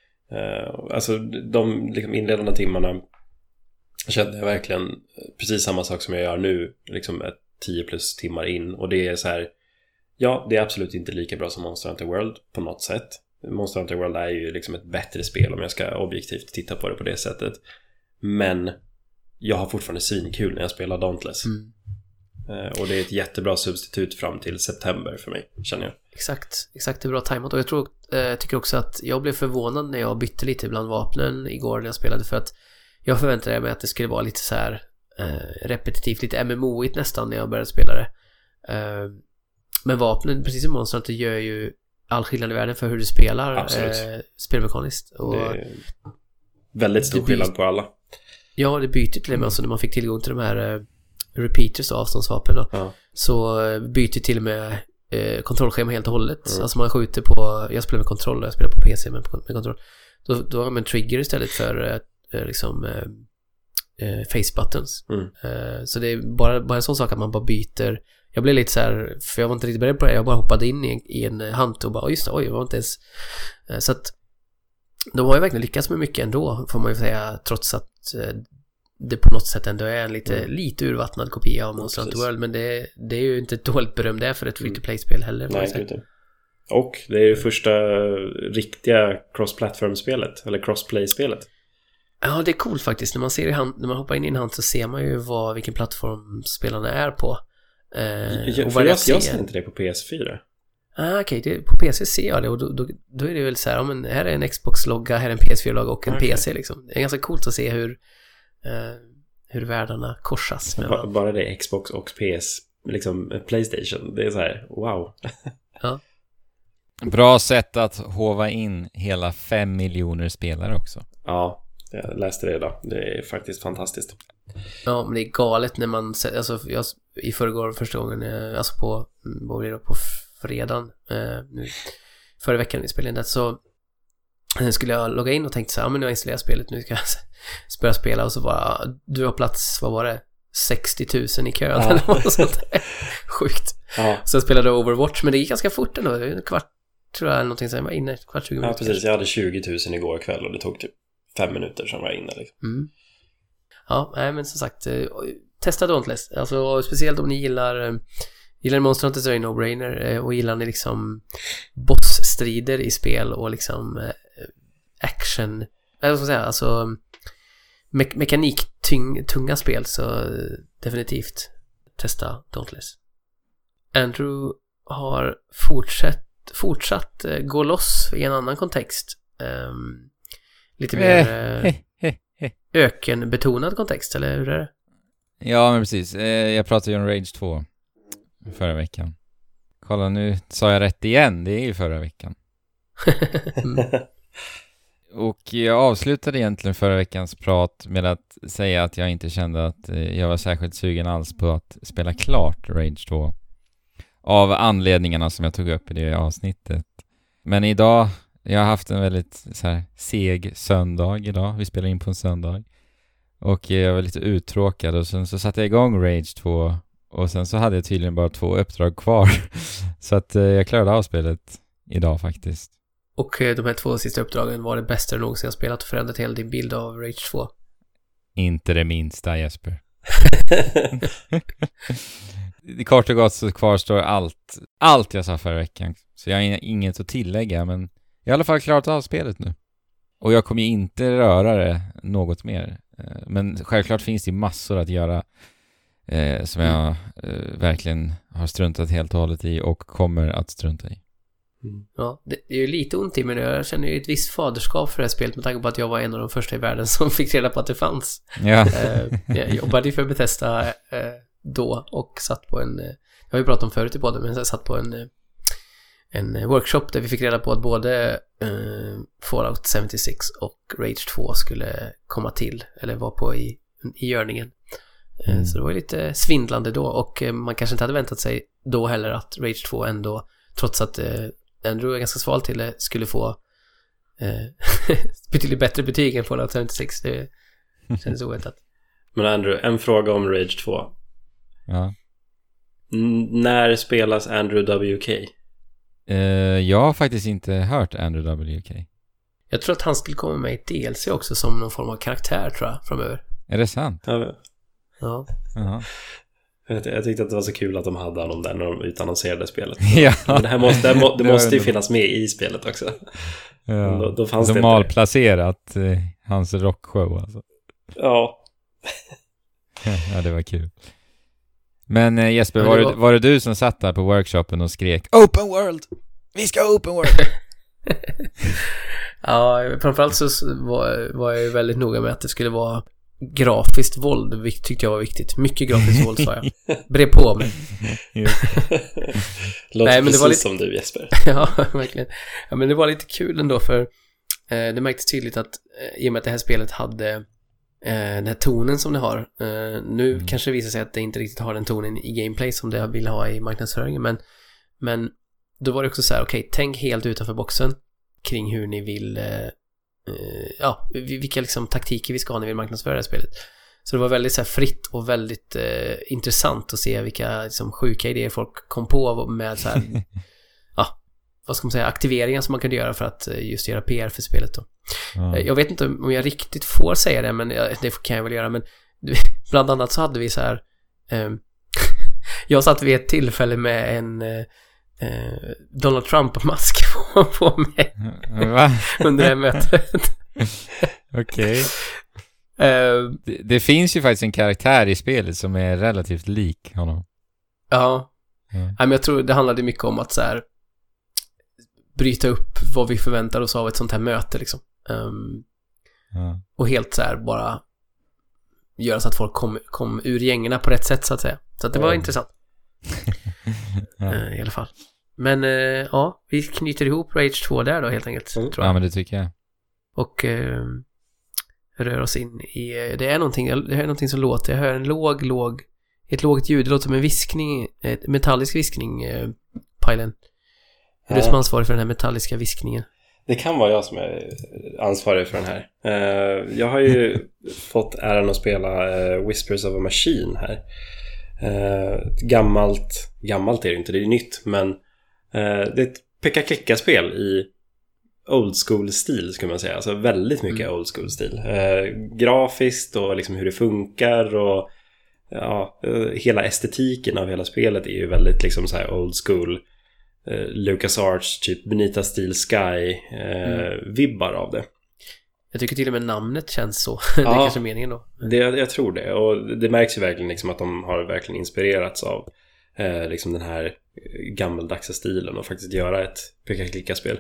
Uh, alltså de liksom, inledande timmarna kände jag verkligen precis samma sak som jag gör nu, liksom ett tio plus timmar in. Och det är så här, ja, det är absolut inte lika bra som Monster Hunter World på något sätt. Monster Hunter World är ju liksom ett bättre spel om jag ska objektivt titta på det på det sättet. Men jag har fortfarande svinkul när jag spelar Dauntless. Mm. Och det är ett jättebra substitut fram till september för mig, känner jag. Exakt, exakt, det är bra tajmat. Och jag tror, eh, tycker också att jag blev förvånad när jag bytte lite bland vapnen igår när jag spelade, för att jag förväntade mig att det skulle vara lite så här eh, repetitivt, lite M M O-igt nästan när jag började spela det. Eh, men vapnen, precis som Monster Hunter, gör ju all skillnad i världen för hur du spelar eh, spelmekaniskt. Och det är väldigt stor skillnad på alla. Ja, det byter till och med, alltså när man fick tillgång till de här eh, repeaters och avståndsvapen då, ja. så eh, byter till och med eh, kontrollschema helt och hållet. Mm. Alltså man skjuter på, jag spelar med kontroll och jag spelar på P C med, med kontroll. Då, då har man en trigger istället för eh, liksom eh, eh, face buttons. Mm. Eh, så det är bara, bara en sån sak att man bara byter. Jag blev lite så här, för jag var inte riktigt beredd på det. Jag bara hoppade in i en, i en hunt och bara, just det, oj, jag var inte ens... Eh, så att de har ju verkligen lyckats med mycket ändå, får man ju säga, trots att eh, det på något sätt ändå är en lite, mm. lite urvattnad kopia av Monster Hunter World, men det, det är ju inte ett dåligt beröm det för ett free-to-play-spel heller. Nej, inte. Och det är ju första riktiga cross-platform-spelet, eller cross-play-spelet. Ja, det är coolt faktiskt. När man ser i hand, när man hoppar in i en hand så ser man ju vad, vilken plattform spelarna är på. Eh, jag, och för jag, ser... jag ser inte det på P S fyra. Ah, okej, okay. På P C ser jag det, och då, då, då är det väl så här, ja, men här är en Xbox-logga, här är en P S fyra-logga och en okay. P C liksom. Det är ganska coolt att se hur eh, hur världarna korsas med bara, bara det är Xbox och P S, liksom PlayStation, det är så här, wow. Ja. Bra sätt att hova in hela fem miljoner spelare också. Ja, jag läste det idag. Det är faktiskt fantastiskt. Ja, men det är galet när man, alltså jag, i förrgår första gången, alltså på, vad blir det, på fredagen eh, nu, förra veckan vi spelade in det, så skulle jag logga in och tänkte så här, ja, men nu har jag installerat spelet, nu ska jag börja spela, och så bara, du har plats, vad var det, sextio tusen i kön, ja. Eller något sånt där. Sjukt. Ja. Så jag spelade Overwatch, men det gick ganska fort ändå, en kvart tror jag, eller någonting som jag var inne, kvart, tjugo minuter. Ja, precis, jag hade tjugo tusen igår kväll och det tog typ fem minuter som var inne liksom. Mm. Ja, nej, men som sagt, testa Dauntless, alltså speciellt om ni gillar gillar Monster Hunter så är det no-brainer, och gillar ni liksom bossstrider i spel och liksom action, eller vad ska jag säga, alltså me- mekaniktunga spel, så definitivt testa Dauntless. Andrew har fortsatt, fortsatt gå loss i en annan kontext, um, lite mer uh, ökenbetonad kontext, eller hur är det? Ja, men precis, jag pratade ju om Rage två förra veckan. Kolla, nu sa jag rätt igen. Det är ju förra veckan. mm. Och jag avslutade egentligen förra veckans prat med att säga att jag inte kände att jag var särskilt sugen alls på att spela klart Rage två. Av anledningarna som jag tog upp i det avsnittet. Men idag, jag har haft en väldigt så här seg söndag idag. Vi spelar in på en söndag. Och jag var lite uttråkad, och sen så satte jag igång Rage två. Och sen så hade jag tydligen bara två uppdrag kvar. Så att eh, jag klarade av spelet idag faktiskt. Och eh, de här två sista uppdragen var det bästa du någonsin har spelat och förändrat hela din bild av Rage två? Inte det minsta, Jesper. I kort och gott så kvarstår allt, allt jag sa förra veckan. Så jag har inget att tillägga, men jag har i alla fall klarat av spelet nu. Och jag kommer inte röra det något mer. Men självklart finns det massor att göra eh, som jag eh, verkligen har struntat helt och hållet i och kommer att strunta i. Mm. Ja, det är ju lite ont i mig nu. Jag känner ju ett visst faderskap för det här spelet med tanke på att jag var en av de första i världen som fick reda på att det fanns. Ja. eh, jag jobbade ju för Bethesda eh, då och satt på en, jag har ju pratat om förut i podden, men jag satt på en en workshop där vi fick reda på att både eh, Fallout sjuttiosex och Rage två skulle komma till, eller var på i, i görningen. Eh, mm. Så det var lite svindlande då, och eh, man kanske inte hade väntat sig då heller att Rage två ändå, trots att eh, Andrew är ganska sval till det, skulle få eh, betydligt bättre betyg än Fallout sjuttiosex. Det kändes oväntat. Men Andrew, en fråga om Rage två. Ja. N- när spelas Andrew W K? Uh, jag har faktiskt inte hört Andrew W K. Jag tror att han skulle komma med i D L C också som någon form av karaktär, tror jag, framöver. Är det sant? Ja. Ja. Uh-huh. Jag, jag tyckte att det var så kul att de hade honom där när de utannonserade spelet. Ja. Men det här måste, det, må, det måste ju finnas med i spelet också. Ja. Då, då fanns de det malplacerat eh, hans rockshow alltså. Ja. Ja, det var kul. Men eh, Jesper, ja, var, det var... Det, var det du som satt där på workshopen och skrek Open World! Vi ska Open World! Ja, framförallt så var, var jag ju väldigt noga med att det skulle vara grafiskt våld, vilket tyckte jag var viktigt. Mycket grafiskt våld, sa jag. Brev på mig. Låter Nej, men precis det var lite... som du, Jesper. Ja, verkligen. Ja, men det var lite kul ändå, för eh, det märktes tydligt att eh, i och med att det här spelet hade eh, den här tonen som det har. Eh, nu mm. kanske det visar sig att det inte riktigt har den tonen i gameplay som det vill ha i marknadsföringen, men, men då var det också så här, okej, okay, tänk helt utanför boxen kring hur ni vill eh, eh, ja, vilka liksom taktiker vi ska ha när vi marknadsför det här spelet. Så det var väldigt så här fritt och väldigt eh, intressant att se vilka liksom, sjuka idéer folk kom på med så här, ja, vad ska man säga, aktiveringar som man kunde göra för att just göra P R för spelet då. Mm. Jag vet inte om jag riktigt får säga det, men det kan jag väl göra, men bland annat så hade vi så här eh, jag satt vid ett tillfälle med en eh, Donald Trump-mask på, på mig under det här mötet. Okej. Uh, det, det finns ju faktiskt en karaktär i spelet som är relativt lik honom. Ja. Mm. Ja, men jag tror det handlade mycket om att så här, bryta upp vad vi förväntar oss av ett sånt här möte liksom. Um, ja. Och helt så här bara göra så att folk kom, kom ur gängerna på rätt sätt, så att säga. Så att det var mm. intressant. Ja. Uh, I alla fall. Men uh, ja, vi knyter ihop Rage två där då helt enkelt, mm. tror jag. Ja, men det tycker jag. Och uh, rör oss in i, det är någonting, det är någonting som låter, jag hör en låg, låg ett lågt ljud, det låter som en viskning, ett metallisk viskning, uh, Pajlen. Är du som ansvarig för den här metalliska viskningen? Det kan vara jag som är ansvarig för den här. Uh, jag har ju fått äran att spela uh, Whispers of a Machine här. Uh, gammalt, gammalt är det inte, det är nytt, men uh, det är ett peka-klicka-spel i old school-stil, skulle man säga. Alltså väldigt mycket mm. old school-stil. Uh, grafiskt och liksom hur det funkar och ja, uh, hela estetiken av hela spelet är ju väldigt liksom så här old school. Uh, LucasArts, typ Benita Steel Sky uh, mm. vibbar av det. Jag tycker till och med namnet känns så. Det är ja, kanske meningen då. Det, jag tror det. Och det märks ju verkligen liksom att de har verkligen inspirerats av eh, liksom den här gammaldags stilen och faktiskt göra ett peka-klicka-spel.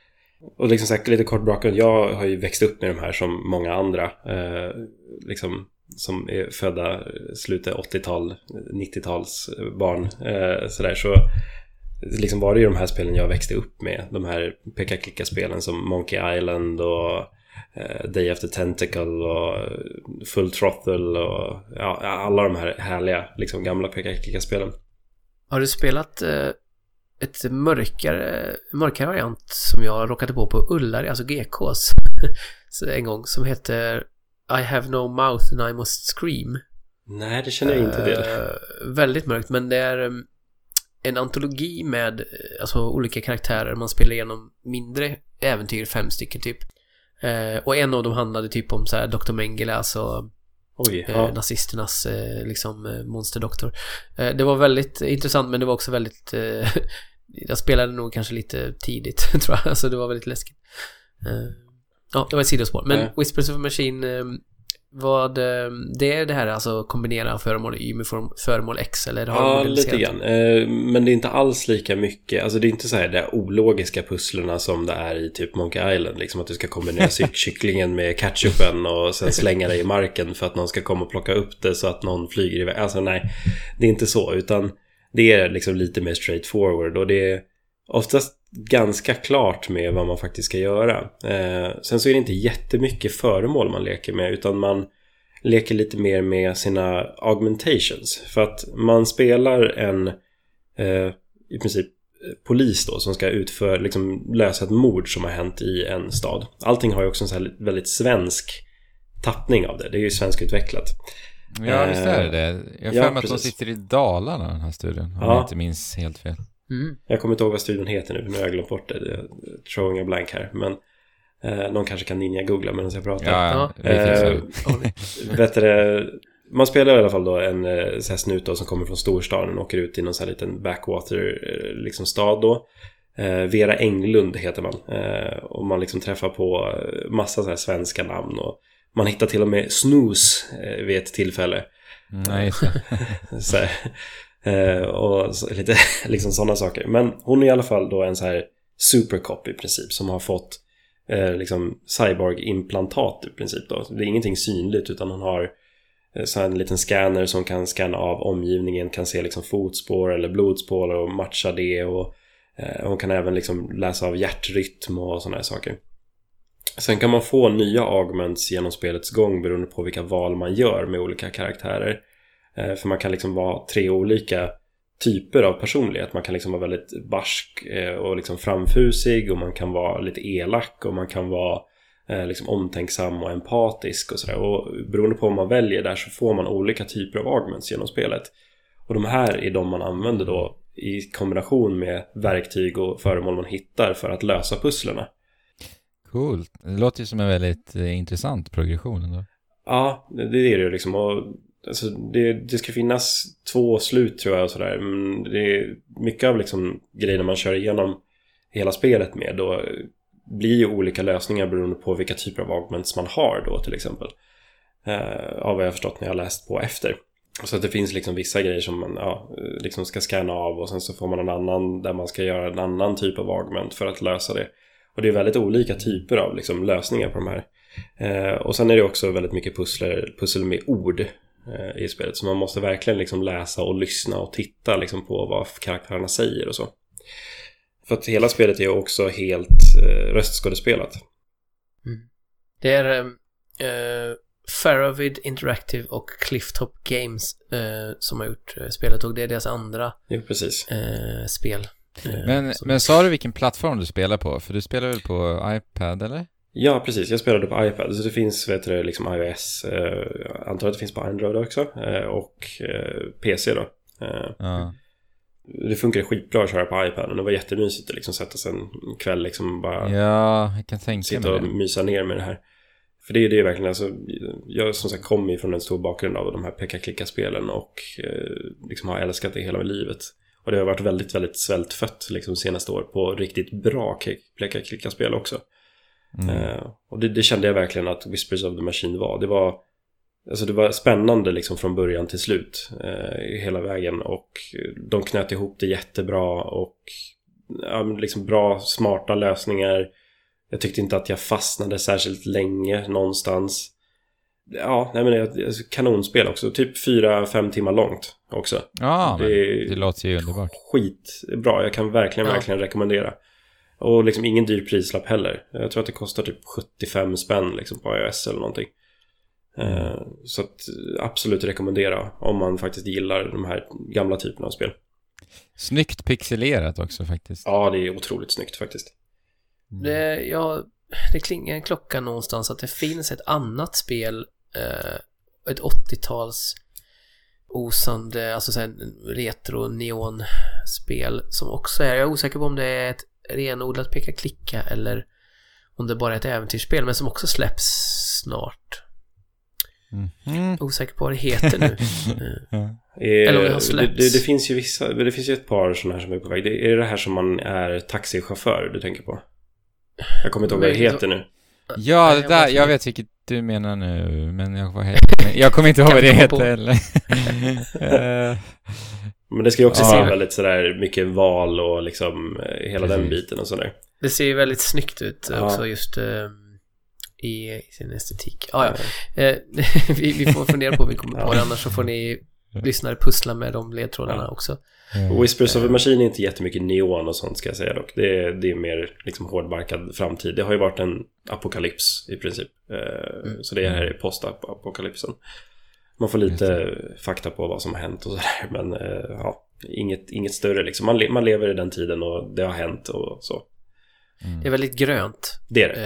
Och liksom sagt lite kort bakgrund. Jag har ju växt upp med de här som många andra. Eh, liksom som är födda slutet åttiotal, nittio-tals barn. Eh, sådär. Så liksom var det ju de här spelen jag växte upp med. De här peka-klicka-spelen som Monkey Island och Uh, Day After Tentacle och Full Throttle och ja, alla de här härliga liksom gamla peka-klicka-spelen. Har du spelat uh, ett mörkare mörkare variant som jag råkade på på Ullari, alltså G K:s en gång, som heter I Have No Mouth and I Must Scream? Nej, det känner jag inte till. Uh, väldigt mörkt, men det är um, en antologi med alltså olika karaktärer. Man spelar igenom mindre äventyr, fem stycken typ. Eh, och en av dem handlade typ om så här doktor Mengele, alltså Oj, ja. eh, nazisternas eh, liksom eh, monsterdoktor. Eh, det var väldigt intressant, men det var också väldigt eh, jag spelade nog kanske lite tidigt tror jag, alltså det var väldigt läskigt. Eh, ja, det var ett sidospår. Men mm. Whispers of a Machine, eh, vad eh, det är det här, alltså kombinera föremål Y med föremål X, eller har ja, lite grann. Eh, men det är inte alls lika mycket, alltså det är inte så här det ologiska pusslerna som det är i typ Monkey Island, liksom att du ska kombinera kycklingen med ketchupen och sen slänga det i marken för att någon ska komma och plocka upp det så att någon flyger iväg. Alltså nej, det är inte så, utan det är liksom lite mer straightforward och det är oftast ganska klart med vad man faktiskt ska göra. Eh, sen så är det inte jättemycket föremål man leker med, utan man leker lite mer med sina augmentations. För att man spelar en eh, i princip polis då som ska utföra, liksom, lösa ett mord som har hänt i en stad. Allting har ju också en så här väldigt svensk tappning av det. Det är ju svenskutvecklat. Ja, visst är det. Jag har ja, för mig att de sitter i Dalarna, den här studion. Om ja. jag inte minns helt fel. Mm. Jag kommer inte ihåg vad studion heter nu, nu har jag glömt bort det. Jag tror inga blank här. Men eh, någon kanske kan ninja-googla medan jag pratar. Ja, ja. Eh, vet du, man spelar i alla fall då en så här snut då, som kommer från storstaden och åker ut i någon så här liten backwater liksom stad då. Eh, Vera Englund heter man. Eh, och man liksom träffar på massa så här svenska namn. Och man hittar till och med Snus eh, vid ett tillfälle. Nej, så här, eh, och så, lite liksom sådana saker. Men hon är i alla fall då en så här supercop i princip, som har fått eh, liksom cyborg-implantat i princip då. Det är ingenting synligt, utan hon har eh, så här en liten scanner som kan scanna av omgivningen, kan se liksom fotspår eller blodspår och matcha det, och eh, hon kan även liksom läsa av hjärtrytm och sådana här saker. Sen kan man få nya augments genom spelets gång beroende på vilka val man gör med olika karaktärer. Eh, för man kan liksom vara tre olika typer av personlighet. Man kan liksom vara väldigt barsk eh, och liksom framfusig, och man kan vara lite elak, och man kan vara eh, liksom omtänksam och empatisk och sådär. Och beroende på vad man väljer där så får man olika typer av augments genom spelet. Och de här är de man använder då i kombination med verktyg och föremål man hittar för att lösa pusslerna. Coolt. Det låter ju som en väldigt eh, intressant progression ändå. Ja, det, det är det ju liksom. Och, alltså, det, det ska finnas två slut tror jag och sådär. Men det är mycket av liksom grejerna man kör igenom hela spelet med. Då blir ju olika lösningar beroende på vilka typer av augments man har då till exempel. Eh, av vad jag har förstått när jag har läst på efter. Så att det finns liksom vissa grejer som man ja, liksom ska scanna av, och sen så får man en annan där man ska göra en annan typ av augment för att lösa det. Och det är väldigt olika typer av liksom lösningar på de här. Eh, och sen är det också väldigt mycket pussler, pussel med ord eh, i spelet. Så man måste verkligen liksom läsa och lyssna och titta liksom på vad karaktärerna säger och så. För att hela spelet är också helt eh, röstskådespelat. Mm. Det är eh, Faravid Interactive och Clifftop Games eh, som har gjort eh, spelet, och det är deras andra jo, precis. Eh, spel. Men, men sa du vilken plattform du spelar på? För du spelar väl på iPad, eller? Ja, precis. Jag spelade på iPad. Så det finns, vet du, liksom iOS. Eh, antar att det finns på Android också. Eh, och eh, P C då. Eh, ja. Det funkar skitbra att köra på iPad. Och det var jättemysigt att liksom sätta sig en kväll liksom bara ja, jag kan tänka sitta och det. mysa ner med det här. För det är det verkligen, alltså, jag som sagt kommer ju från en stor bakgrund av de här peka-klicka-spelen och eh, liksom har älskat det hela livet. Och det har varit väldigt, väldigt svältfött liksom senaste år på riktigt bra peka-klicka-spel också. Mm. Eh, och det, det kände jag verkligen att Whispers of the Machine var. Det var, alltså det var spännande liksom från början till slut eh, hela vägen. Och de knöt ihop det jättebra och ja, liksom bra, smarta lösningar. Jag tyckte inte att jag fastnade särskilt länge någonstans. Ja, nej men det är ett kanonspel också. Typ fyra fem timmar långt också. Ja, det, det låter ju underbart. Skitbra, jag kan verkligen, ja. verkligen rekommendera. Och liksom ingen dyr prislapp heller. Jag tror att det kostar typ sjuttiofem spänn liksom på iOS eller någonting. Mm. Så att absolut rekommendera om man faktiskt gillar de här gamla typerna av spel. Snyggt pixelerat också faktiskt. Ja, det är otroligt snyggt faktiskt. Det, ja, det klingar en klocka någonstans att det finns ett annat spel, eh, ett åttio-tals osande, alltså så här retro neon spel som också är, jag är osäker på om det är ett renodlat peka-klicka eller om det bara är ett äventyrsspel, men som också släpps snart. Mm. Osäker på vad det heter nu. Eh, Eller om det har släppts. Det, det, det finns ju vissa, det finns ju ett par sådana här som är på väg. Det är det här som man är taxichaufför du tänker på. Jag kommer inte ihåg vad det heter nu. Ja, det där, jag vet vilket du menar nu, men jag, vad jag kommer inte ihåg vad det heter heller. Men det ska ju också ja. se väldigt sådär mycket val och liksom hela Precis. den biten och sådär. Det ser ju väldigt snyggt ut ja. också just uh, i, i sin estetik. Ah, ja. Ja. Uh, vi, vi får fundera på om vi kommer på det, annars så får ni lyssnare pussla med de ledtrådarna ja. också. Mm. Whispers of the Machine är inte jättemycket neon och sånt ska jag säga dock. Det är, det är mer liksom hårdbarkad framtid. Det har ju varit en apokalyps i princip. Uh, mm. Så det här är post-apokalypsen. Man får lite fakta på vad som har hänt och sådär. Men uh, ja, inget, inget större liksom. Man, le- man lever i den tiden och det har hänt och så. Mm. Det är väldigt grönt. Det är det.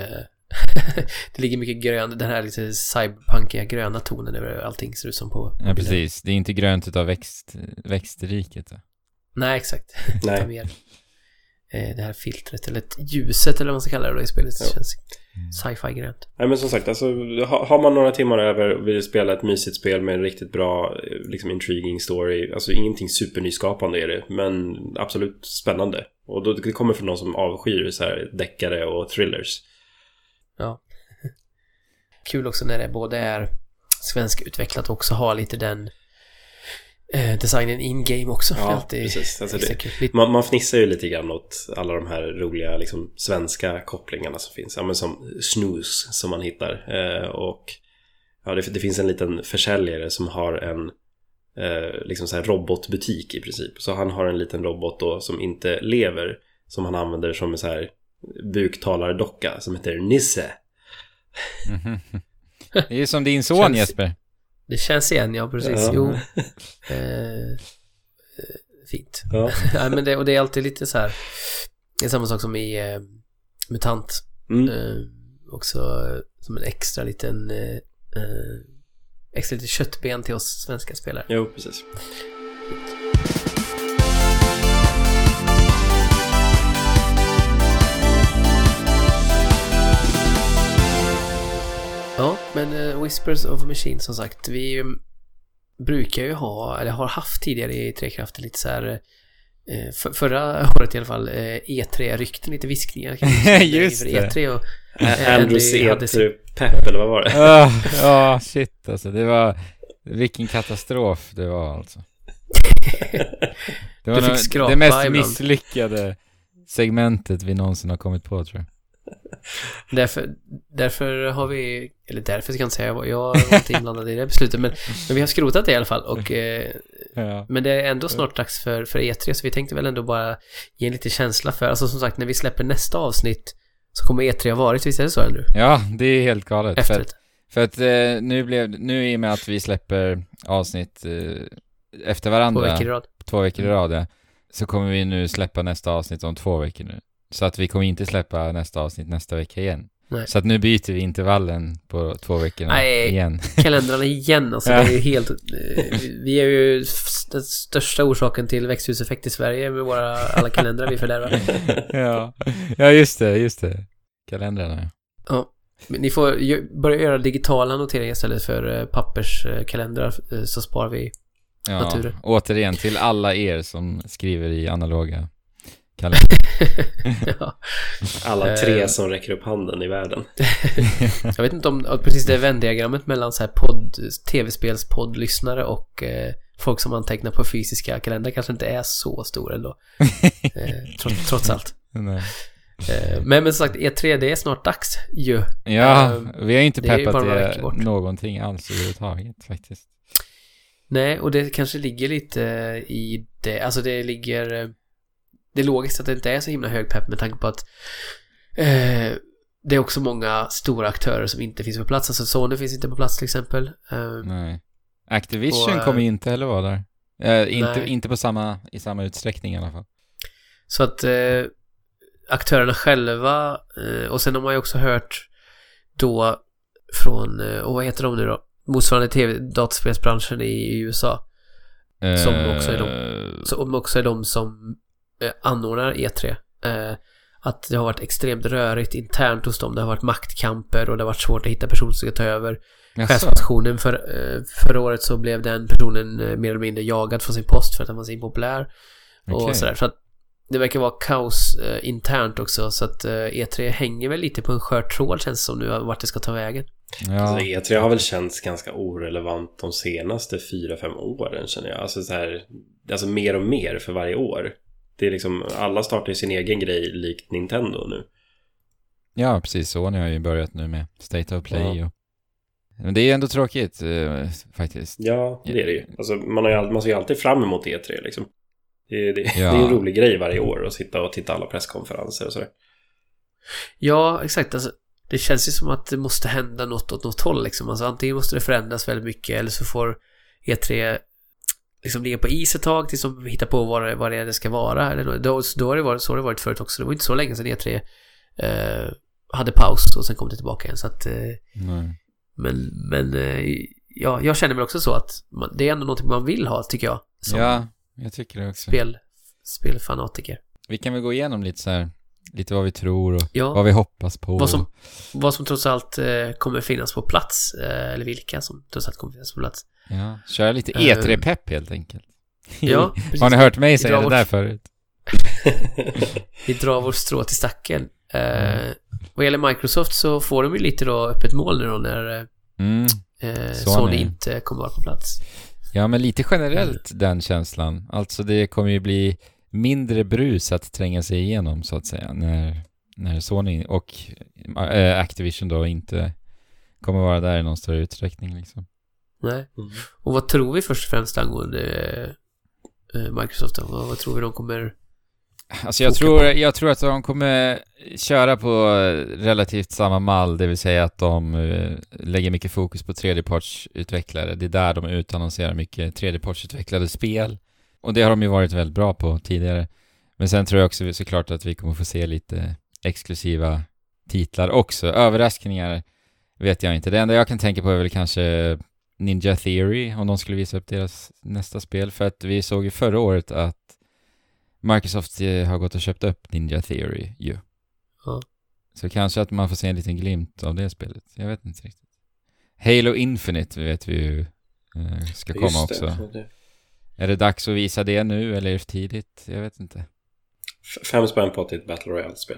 Det ligger mycket grön, den här lite cyberpunkiga gröna tonen över allting ser ut som på. Ja, precis. Det är inte grönt utav växt, växtriket då. Nej, exakt. Nej. Mer, eh, det här filtret eller ljuset eller vad man ska kalla det då i spelet. Det känns sci-fi grönt. Nej, men som sagt, alltså, har man några timmar över och vill spela ett mysigt spel med en riktigt bra liksom intriguing story, alltså ingenting supernyskapande är det, men absolut spännande. Och då, det kommer från någon som avskyr så här deckare och thrillers. Ja. Kul också när det både är svenskutvecklat och också har lite den eh, designen in-game också. Ja, alltid precis. Alltså det, lite... man, man fnissar ju lite grann åt alla de här roliga liksom, svenska kopplingarna som finns. Ja, men som snus som man hittar. Eh, och ja, det, det finns en liten försäljare som har en eh, liksom så här robotbutik i princip. Så han har en liten robot då som inte lever, som han använder som en så här buktalardocka som heter Nisse. Mm-hmm. Det är ju som din son, känns... Jesper. Det känns igen, ja precis. Ja. Jo. Eh, fint. Ja. Ja, men det, och det är alltid lite så här. Det är samma sak som i eh, Mutant. Mm. Eh, också eh, som en extra liten eh, eh, extra lite köttben till oss svenska spelare. Jo, precis. Ja, men uh, Whispers of Machine som sagt, vi um, brukar ju ha, eller har haft tidigare i Trekraften lite så här uh, för, förra året i alla fall uh, E tre-rykten, lite viskningar just det. E tre och uh, Andrews E tre-pepp eller vad var det? Ja, uh, uh, shit alltså, det var vilken katastrof det var alltså. Det var nog, det mest ibland. Misslyckade segmentet vi någonsin har kommit på, tror jag. Därför, därför har vi, eller därför ska jag inte säga, jag, jag var inte inblandad i det beslutet, men, men vi har skrotat det i alla fall och, eh, ja. Men det är ändå snart dags för, för E tre, så vi tänkte väl ändå bara ge en lite känsla för, alltså som sagt, när vi släpper nästa avsnitt så kommer E tre ha varit, visst är det så, Andrew? Ja, det är helt galet. Efter för att, för att eh, nu, blev, nu i och med att vi släpper avsnitt eh, efter varandra två veckor i rad, två veckor i rad ja, så kommer vi nu släppa nästa avsnitt om två veckor nu. Så att vi kommer inte släppa nästa avsnitt nästa vecka igen. Nej. Så att nu byter vi intervallen på två veckor Nej, igen. Kalendrarna igen. Alltså, ja. Det är ju helt, vi är ju den största orsaken till växthuseffekt i Sverige med våra alla kalendrar vi fördärvar. Ja. Ja, just det, just det. Kalendrarna. Ja. Men ni får ju börja göra digitala noteringar istället för papperskalendrar, så sparar vi ja, naturen. Återigen till alla er som skriver i analoga ja. Alla tre som räcker upp handen i världen. Jag vet inte om precis det Venn-diagrammet mellan så här podd, tv-spelspoddlyssnare och eh, folk som antecknar på fysiska kalendrar kanske inte är så stor ändå. eh, trots, trots allt. Nej. Eh, men men som sagt, E tre, det är snart dags ju. Ja, eh, vi har inte peppat det, det någonting alls överhuvudtaget faktiskt. Nej, och det kanske ligger lite i det, alltså det ligger, det är logiskt att det inte är så himla hög pepp med tanke på att eh, det är också många stora aktörer som inte finns på plats. Alltså Sony finns inte på plats till exempel. Eh, nej. Activision och, kommer inte heller vara där. Eh, inte, nej. inte på samma, i samma utsträckning i alla fall. Så att eh, aktörerna själva, eh, och sen har man ju också hört då från, eh, och vad heter de nu då? Motsvarande tv-dataspelsbranschen i U S A. Uh, som också är de som också är de som eh, anordnar E tre. Eh, att det har varit extremt rörigt internt hos dem. Det har varit maktkamper och det har varit svårt att hitta personer som ska ta över chefspositionen. För, eh, förra året så blev den personen eh, mer eller mindre jagad från sin post för att han var så impopulär. Okay. Och sådär. Så att det verkar vara kaos eh, internt också. Så att eh, E tre hänger väl lite på en skör tråd, känns som nu, vart det ska ta vägen. Ja. Alltså, E tre har väl känts ganska orelevant de senaste fyra fem åren, känner jag. Alltså, så här, alltså mer och mer för varje år. Det är liksom, alla startar sin egen grej likt Nintendo nu. Ja, precis så. Ni har ju börjat nu med State of Play. Ja. Och... Men det är ändå tråkigt eh, faktiskt. Ja, det är det ju. Alltså, man, har ju, man ser ju alltid fram emot E tre liksom. Det, det, ja. det är en rolig grej varje år att sitta och titta alla presskonferenser och sådär. Ja, exakt. Alltså, det känns ju som att det måste hända något åt något håll liksom. Alltså, antingen måste det förändras väldigt mycket, eller så får E tre liksom ligga på is ett tag tills de hittar på vad det, vad det är det ska vara. Eller då, då har det varit så det varit förut också. Det var inte så länge sedan E tre eh, hade paus och sen kom det tillbaka igen. Så att, eh, Nej. men men eh, ja, jag känner mig också så att man, det är ändå något man vill ha, tycker jag. Som Ja, jag tycker det också. Spel, spelfanatiker. Vi kan väl gå igenom lite så här, lite vad vi tror och ja. vad vi hoppas på. Vad som, vad som trots allt eh, kommer finnas på plats, eh, eller vilka som trots allt kommer finnas på plats. Ja, köra lite E tre-pepp helt enkelt. Ja, precis. Har ni hört mig säga det vårt, där förut? Vi drar vår strå till stacken. Eh, mm. Vad gäller Microsoft så får de ju lite då öppet mål nu då när mm. eh, Sony. Sony inte kommer vara på plats. Ja, men lite generellt mm. den känslan. Alltså det kommer ju bli mindre brus att tränga sig igenom så att säga när, när Sony och äh, Activision då inte kommer vara där i någon större utsträckning liksom. Nej. Mm. Och vad tror vi först och främst angående eh, Microsoft då? Vad, vad tror vi de kommer Alltså jag tror, jag tror att de kommer köra på relativt samma mall, det vill säga att de uh, lägger mycket fokus på tredjepartsutvecklare. Det är där de utannonserar mycket tredjepartsutvecklade spel. Och det har de ju varit väldigt bra på tidigare. Men sen tror jag också såklart att vi kommer få se lite exklusiva titlar också. Överraskningar vet jag inte. Det enda jag kan tänka på är väl kanske Ninja Theory, om de skulle visa upp deras nästa spel. För att vi såg ju förra året att Microsoft har gått och köpt upp Ninja Theory ju. Ja. Så kanske att man får se en liten glimt av det spelet. Jag vet inte riktigt. Halo Infinite vet vi ju eh, ska komma Just också. Det, det. Är det dags att visa det nu eller är det för tidigt? Jag vet inte. F- fem spänn på ett Battle Royale-spel.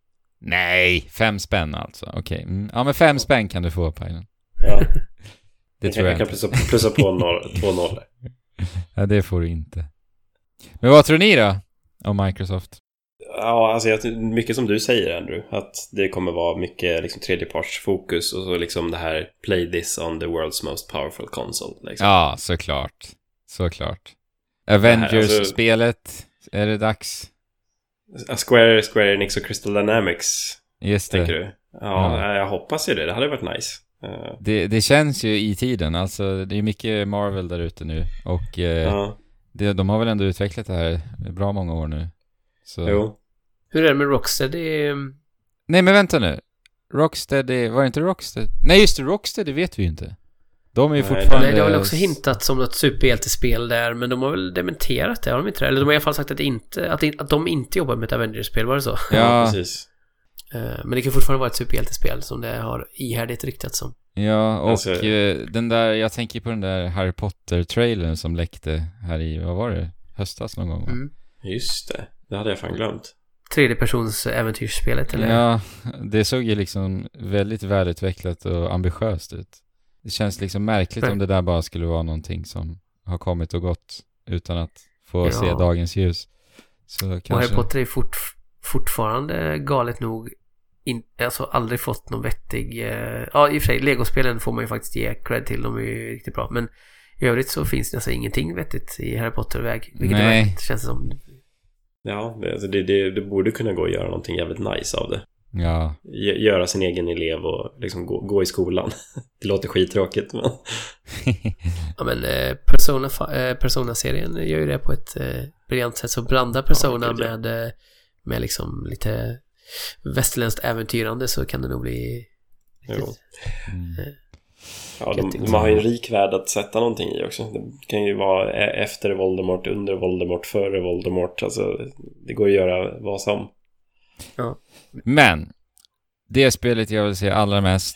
Nej, fem spänn alltså. Okej. Okay. Mm. Ja, men fem spänn kan du få på den. Ja. Det jag tror jag, jag kan plussa, plussa på noll, två noll. Ja, det får du inte. Men vad tror ni då om Microsoft? Ja, alltså jag, mycket som du säger Andrew, att det kommer vara mycket liksom tredjepartsfokus och så liksom det här play this on the world's most powerful console liksom. Ja, såklart. Såklart. Avengers-spelet, alltså, är det dags? Square, Square Enix och Crystal Dynamics. Just det. Tänker du? Ja, ja, jag hoppas ju det. Det hade varit nice. Uh. Det, det känns ju i tiden. Alltså, det är mycket Marvel där ute nu. Och eh, ja. det, de har väl ändå utvecklat det här bra många år nu. Så. Jo. Hur är det med Rocksteady? Nej, men vänta nu. Rocksteady, var det inte Rocksteady? Nej, just det, Rocksteady vet vi ju inte. De är ju Nej, fortfarande... Nej, det har väl också hintat som något superhjältespel där, men de har väl dementerat det, har de inte det? Eller de har i alla fall sagt att, det inte, att, det, att de inte jobbar med ett Avengers-spel, var det så? Ja, precis. Men det kan fortfarande vara ett superhjältespel som det har ihärdigt ryktats som. Ja, och alltså, den där, jag tänker på den där Harry Potter-trailern som läckte här i, vad var det? Höstas någon gång, va? Mm. Just det, det hade jag fan glömt. Tredje persons äventyrsspelet, eller? Ja, det såg ju liksom väldigt välutvecklat och ambitiöst ut. Det känns liksom märkligt Nej. om det där bara skulle vara någonting som har kommit och gått utan att få ja. se dagens ljus. Så kanske... Och Harry Potter är fort, fortfarande galet nog in, alltså aldrig fått någon vettig... Eh, ja, i och för sig, Lego-spelen får man ju faktiskt ge cred till, de är ju riktigt bra. Men i övrigt så finns det nästan ingenting vettigt i Harry Potter-väg. Vilket Nej. är väldigt, känns som... Ja, det, alltså det, det, det borde kunna gå att göra någonting jävligt nice av det. Ja. Göra sin egen elev och liksom gå, gå i skolan. Det låter skittråkigt, men... Ja, men eh, Persona, eh, Persona-serien gör ju det på ett eh, briljant sätt. Så blanda Persona ja, med, eh, med liksom lite västerländskt äventyrande, så kan det nog bli riktigt, mm. eh, ja, de, de har ju en rik värld att sätta någonting i också. Det kan ju vara efter Voldemort, under Voldemort, före Voldemort. Alltså, det går att göra vad som. Ja. Men det spelet jag vill se allra mest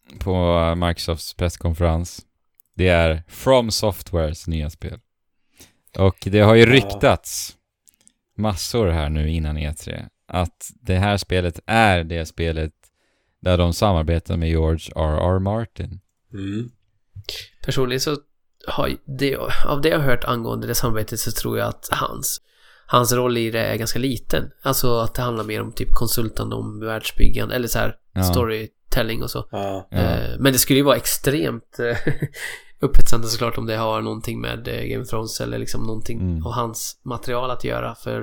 på Microsofts presskonferens, det är From Softwares nya spel. Och det har ju ryktats massor här nu innan E tre att det här spelet är det spelet där de samarbetar med George R R. Martin. Mm. Personligen så har det, av det jag har hört angående det samarbetet, så tror jag att hans hans roll i det är ganska liten. Alltså att det handlar mer om typ konsultande om världsbyggan eller så här ja. storytelling och så. Ja. Uh, men det skulle ju vara extremt uh, upphetsande såklart om det har någonting med uh, Game of Thrones eller liksom någonting mm. av hans material att göra, för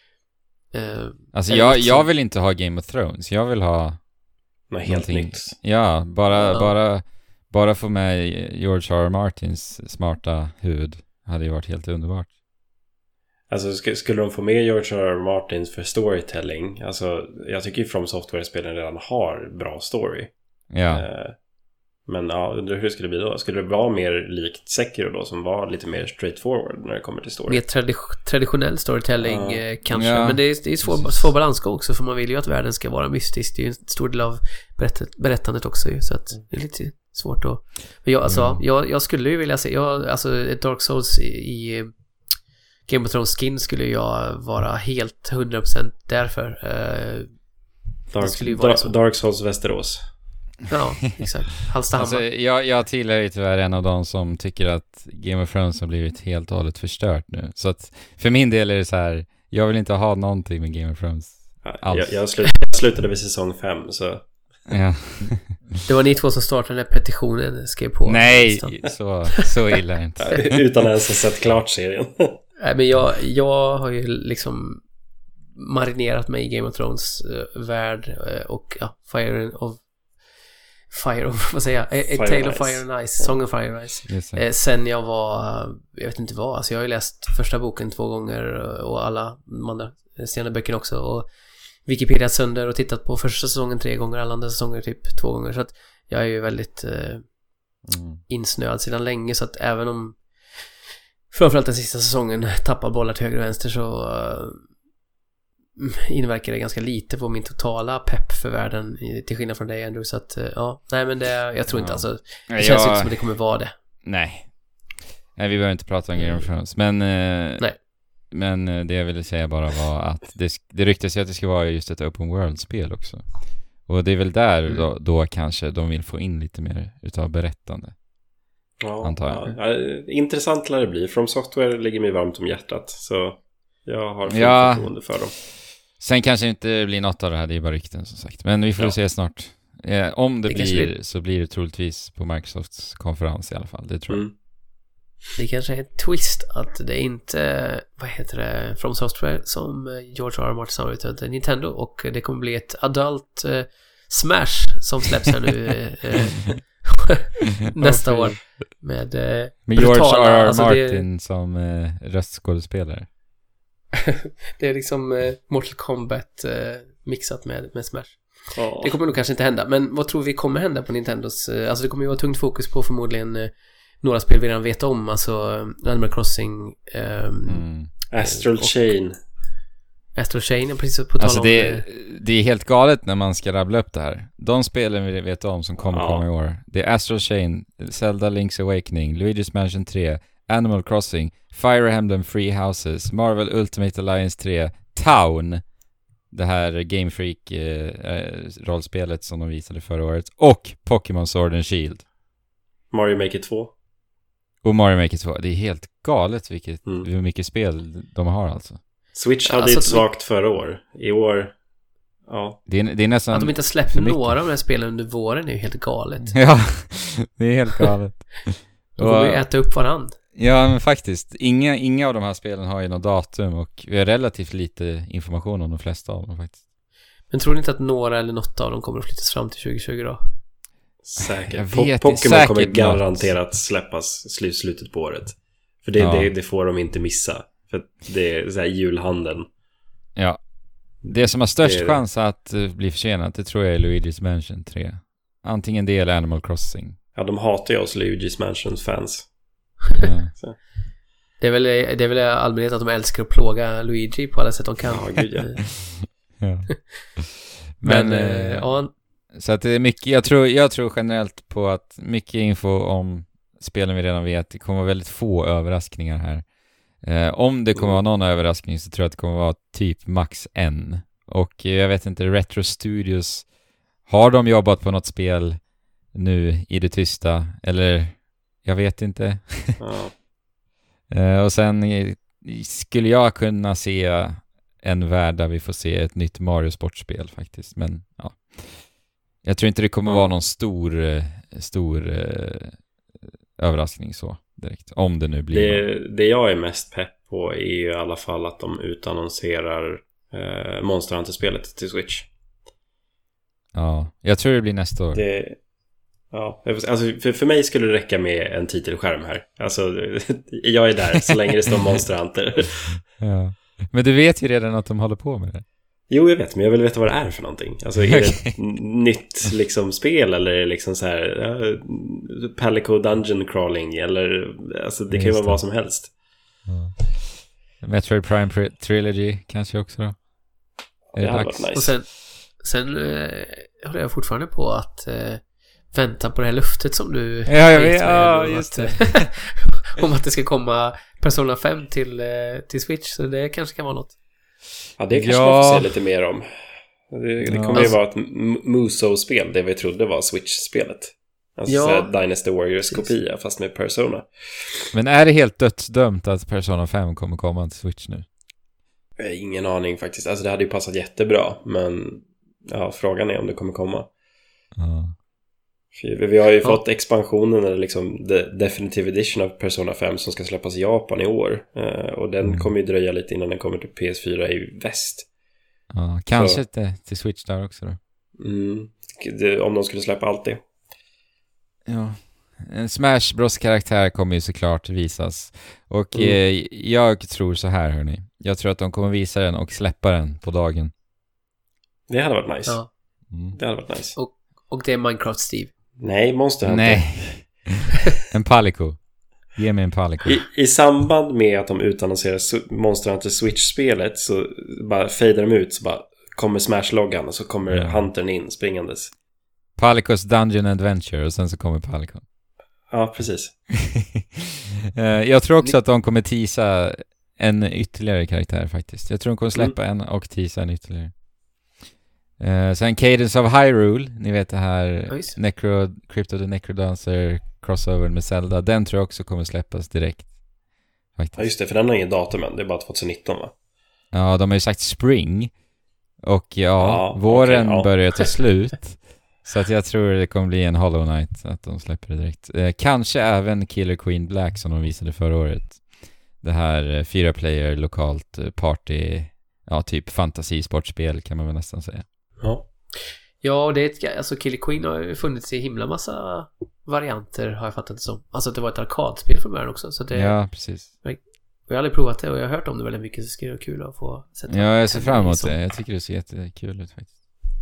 uh, alltså jag, jag vill inte ha Game of Thrones. Jag vill ha något helt nytt. Ja, bara, ja. bara bara få med George R R. Martins smarta huvud hade ju varit helt underbart. Alltså sk- skulle de få med George R. R. Martin för storytelling? Alltså jag tycker ju From Software-spelen redan har bra story. Ja. Eh, men ja, hur skulle det bli då? Skulle det vara mer likt Sekiro då, som var lite mer straightforward när det kommer till story? Mer tradi- traditionell storytelling ja. eh, kanske. Ja. Men det är, det är svår, svår balansgång också, för man vill ju att världen ska vara mystisk. Det är ju en stor del av berätt- berättandet också ju, så att det är lite svårt att... Men jag, alltså, Mm. jag, jag skulle ju vilja se... Jag, alltså ett Dark Souls i, i Game of Thrones skin skulle jag vara helt hundra procent därför. Eh, Dark, skulle ju vara så. Dark Souls Västerås. ja, exakt. Hallstahammar. Alltså, jag, jag tillhör ju tyvärr en av de som tycker att Game of Thrones har blivit helt och hållet förstört nu. Så att för min del är det så här, jag vill inte ha någonting med Game of Thrones alls. Jag, jag, slut, jag slutade vid säsong fem, så... Ja. Det var ni två som startade den här petitionen, skrev på. Nej, så, så illa är det inte. Utan ens ha sett klart serien. Nej, men jag, jag har ju liksom marinerat mig i Game of Thrones uh, värld uh, och ja, Fire of Fire of, vad säger jag? A, A Tale of Fire and Ice, Song of Fire and Ice. Eh, sen jag var, jag vet inte vad, alltså jag har ju läst första boken två gånger och alla de andra senare böckerna också, och Wikipedia sönder och tittat på första säsongen tre gånger, alla andra säsonger typ två gånger, så att jag är ju väldigt eh, mm. insnöad sedan länge, så att även om framförallt den sista säsongen tappar bollar till höger och vänster, så uh, inverkar det ganska lite på min totala pepp för världen, till skillnad från dig, Andrew, så att uh, ja, nej men det, jag tror inte, ja. alltså det känns jag... inte som att det kommer vara det. Nej, nej vi behöver inte prata om Game of Thrones, men uh, nej. Men det jag ville säga bara var att det, det ryktas ju att det ska vara just ett open world-spel också. Och det är väl där mm. då, då kanske de vill få in lite mer utav berättande. Ja, antar jag. Ja, intressant lär det bli. From Software ligger mig varmt om hjärtat, så jag har full ja. förtroende för dem. Sen kanske det inte blir något av det här, det är bara rykten som sagt. Men vi får ja. se snart. Eh, om det, det blir blir så blir det troligtvis på Microsofts konferens i alla fall, det tror jag. Mm. Det kanske är en twist att det är inte, vad heter det, From Software som George R. R. Martin samarbetar utan Nintendo, och det kommer bli ett adult uh, Smash som släpps här nu uh, nästa år med, uh, med George R. R. Alltså Martin det, som uh, röstskådespelare. Det är liksom uh, Mortal Kombat uh, mixat med, med Smash. Oh. Det kommer nog kanske inte hända, men vad tror vi kommer hända på Nintendos? Uh, alltså det kommer ju vara tungt fokus på förmodligen uh, några spel vi redan vet om, alltså Animal Crossing, um, mm. Astral Chain. Astral Chain, precis på tal alltså om... det, är, det är helt galet när man ska rabbla upp det här. De spelen vi vet om som kommer ja. komma i år. Det är Astral Chain, Zelda Link's Awakening, Luigi's Mansion tre, Animal Crossing, Fire Emblem Free Houses, Marvel Ultimate Alliance tre, Town, det här Game Freak eh, rollspelet som de visade förra året, och Pokémon Sword and Shield. Mario Maker två. Och Mario Maker två. Det är helt galet vilket, mm. hur mycket spel de har alltså. Switch hade alltså, ett svagt vi... förra år. I år, ja. Det är, det är nästan... Att de inte släppt några av de här spelen under våren är ju helt galet. Ja, det är helt galet. De kommer ju äta upp varandra. Ja, men faktiskt. Inga, inga av de här spelen har ju något datum, och vi har relativt lite information om de flesta av dem faktiskt. Men tror ni inte att några eller något av dem kommer att flyttas fram till tjugo tjugo då? Säkert. Po- Pokémon säkert kommer garanterat något. släppas sl- slutet på året. För det, ja. det, det får de inte missa. För det är så här julhandeln. Ja. Det som har störst det chans att uh, bli försenat, det tror jag är Luigi's Mansion tre. Antingen det eller Animal Crossing. Ja, de hatar ju oss Luigi's Mansions fans. Ja. det, är väl, det är väl allmänhet att de älskar att plåga Luigi på alla sätt de kan. Ja, gud ja. ja. Men, Men äh, ja... Så att det är mycket, jag tror, jag tror generellt på att mycket info om spelen vi redan vet, det kommer vara väldigt få överraskningar här. Eh, om det kommer vara någon överraskning så tror jag att det kommer vara typ max en. Och jag vet inte, Retro Studios, har de jobbat på något spel nu i det tysta? Eller, jag vet inte. Ja. eh, och sen skulle jag kunna se en värld där vi får se ett nytt Mario-sportspel faktiskt. Men ja. Jag tror inte det kommer vara någon stor stor uh, överraskning så direkt, om det nu blir det, det jag är mest pepp på är ju i alla fall att de utannonserar uh, Monster Hunter-spelet till Switch. Ja, jag tror det blir nästa år. Det, ja, alltså för, för mig skulle det räcka med en titelskärm här. Alltså, jag är där så länge det står Monster Hunter. Ja. Men du vet ju redan att de håller på med det. Jo, jag vet, men jag vill veta vad det är för någonting. Alltså, är det ett nytt liksom spel, eller är det liksom så här uh, Palico Dungeon Crawling, eller alltså det kan ju vara vad som helst. Ja. Metroid Prime Pri- Trilogy kanske också då. Ja, det hade varit nice. Och sen, sen uh, håller jag fortfarande på att uh, vänta på det här luftet som du ja, jag vet, ja, just att, det. om att det ska komma Persona fem till, uh, till Switch, så det kanske kan vara något. Ja, det kanske ja. man får se lite mer om. Det, det kommer ja. ju vara ett Musou-spel, det vi trodde var Switch-spelet. Alltså ja. såhär Dynasty Warriors-kopia, fast med Persona. Men är det helt dödsdömt att Persona fem kommer komma till Switch nu? Ingen aning faktiskt. Alltså det hade ju passat jättebra, men ja, frågan är om det kommer komma. Ja. För vi har ju ja. fått expansionen, eller liksom the definitive edition av Persona fem som ska släppas i Japan i år. Uh, och den mm. kommer ju dröja lite innan den kommer till P S fyra i väst. Ja, kanske inte till Switch där också då. Mm, det, om de skulle släppa allt det. Ja. En Smash Bros-karaktär kommer ju såklart visas. Och mm. eh, jag tror så här, hörni. Jag tror att de kommer visa den och släppa den på dagen. Det hade varit nice. Ja. Mm. Det hade varit nice. Och, och det är Minecraft Steve. Nej, Monster Hunter. Nej. En Palico. Ge mig en Palico. I, I samband med att de utannonserar Monster Hunter Switch-spelet, så bara fejdar de ut, så bara kommer Smash-loggan och så kommer mm. Huntern in springandes. Palicos Dungeon Adventure, och sen så kommer Palico. Ja, precis. Jag tror också att de kommer teasa en ytterligare karaktär faktiskt. Jag tror de kommer släppa mm. en och teasa en ytterligare. Uh, sen Cadence of Hyrule, ni vet det här nice. Necro, Crypt of the Necrodancer crossover med Zelda, den tror jag också kommer släppas direkt faktiskt. Ja just det, för den har ingen datum än, det är bara tjugonitton va? Ja, de har ju sagt spring. Och ja, ja våren okay, ja. börjar ta slut. Så att jag tror det kommer bli en Hollow Knight, att de släpper det direkt. eh, Kanske även Killer Queen Black som de visade förra året. Det här eh, fyra player lokalt eh, party, ja typ fantasisportspel kan man väl nästan säga. Ja, ja det är ett, alltså Killer Queen har ju funnits i himla massa varianter, har jag fattat det som. Alltså att det var ett arkadspel från början också, så det, ja, precis. Jag, jag har aldrig provat det och jag har hört om det väldigt mycket, så det ska vara kul att få sätta. Ja, jag ser fram emot det. Jag tycker det ser jättekul ut faktiskt.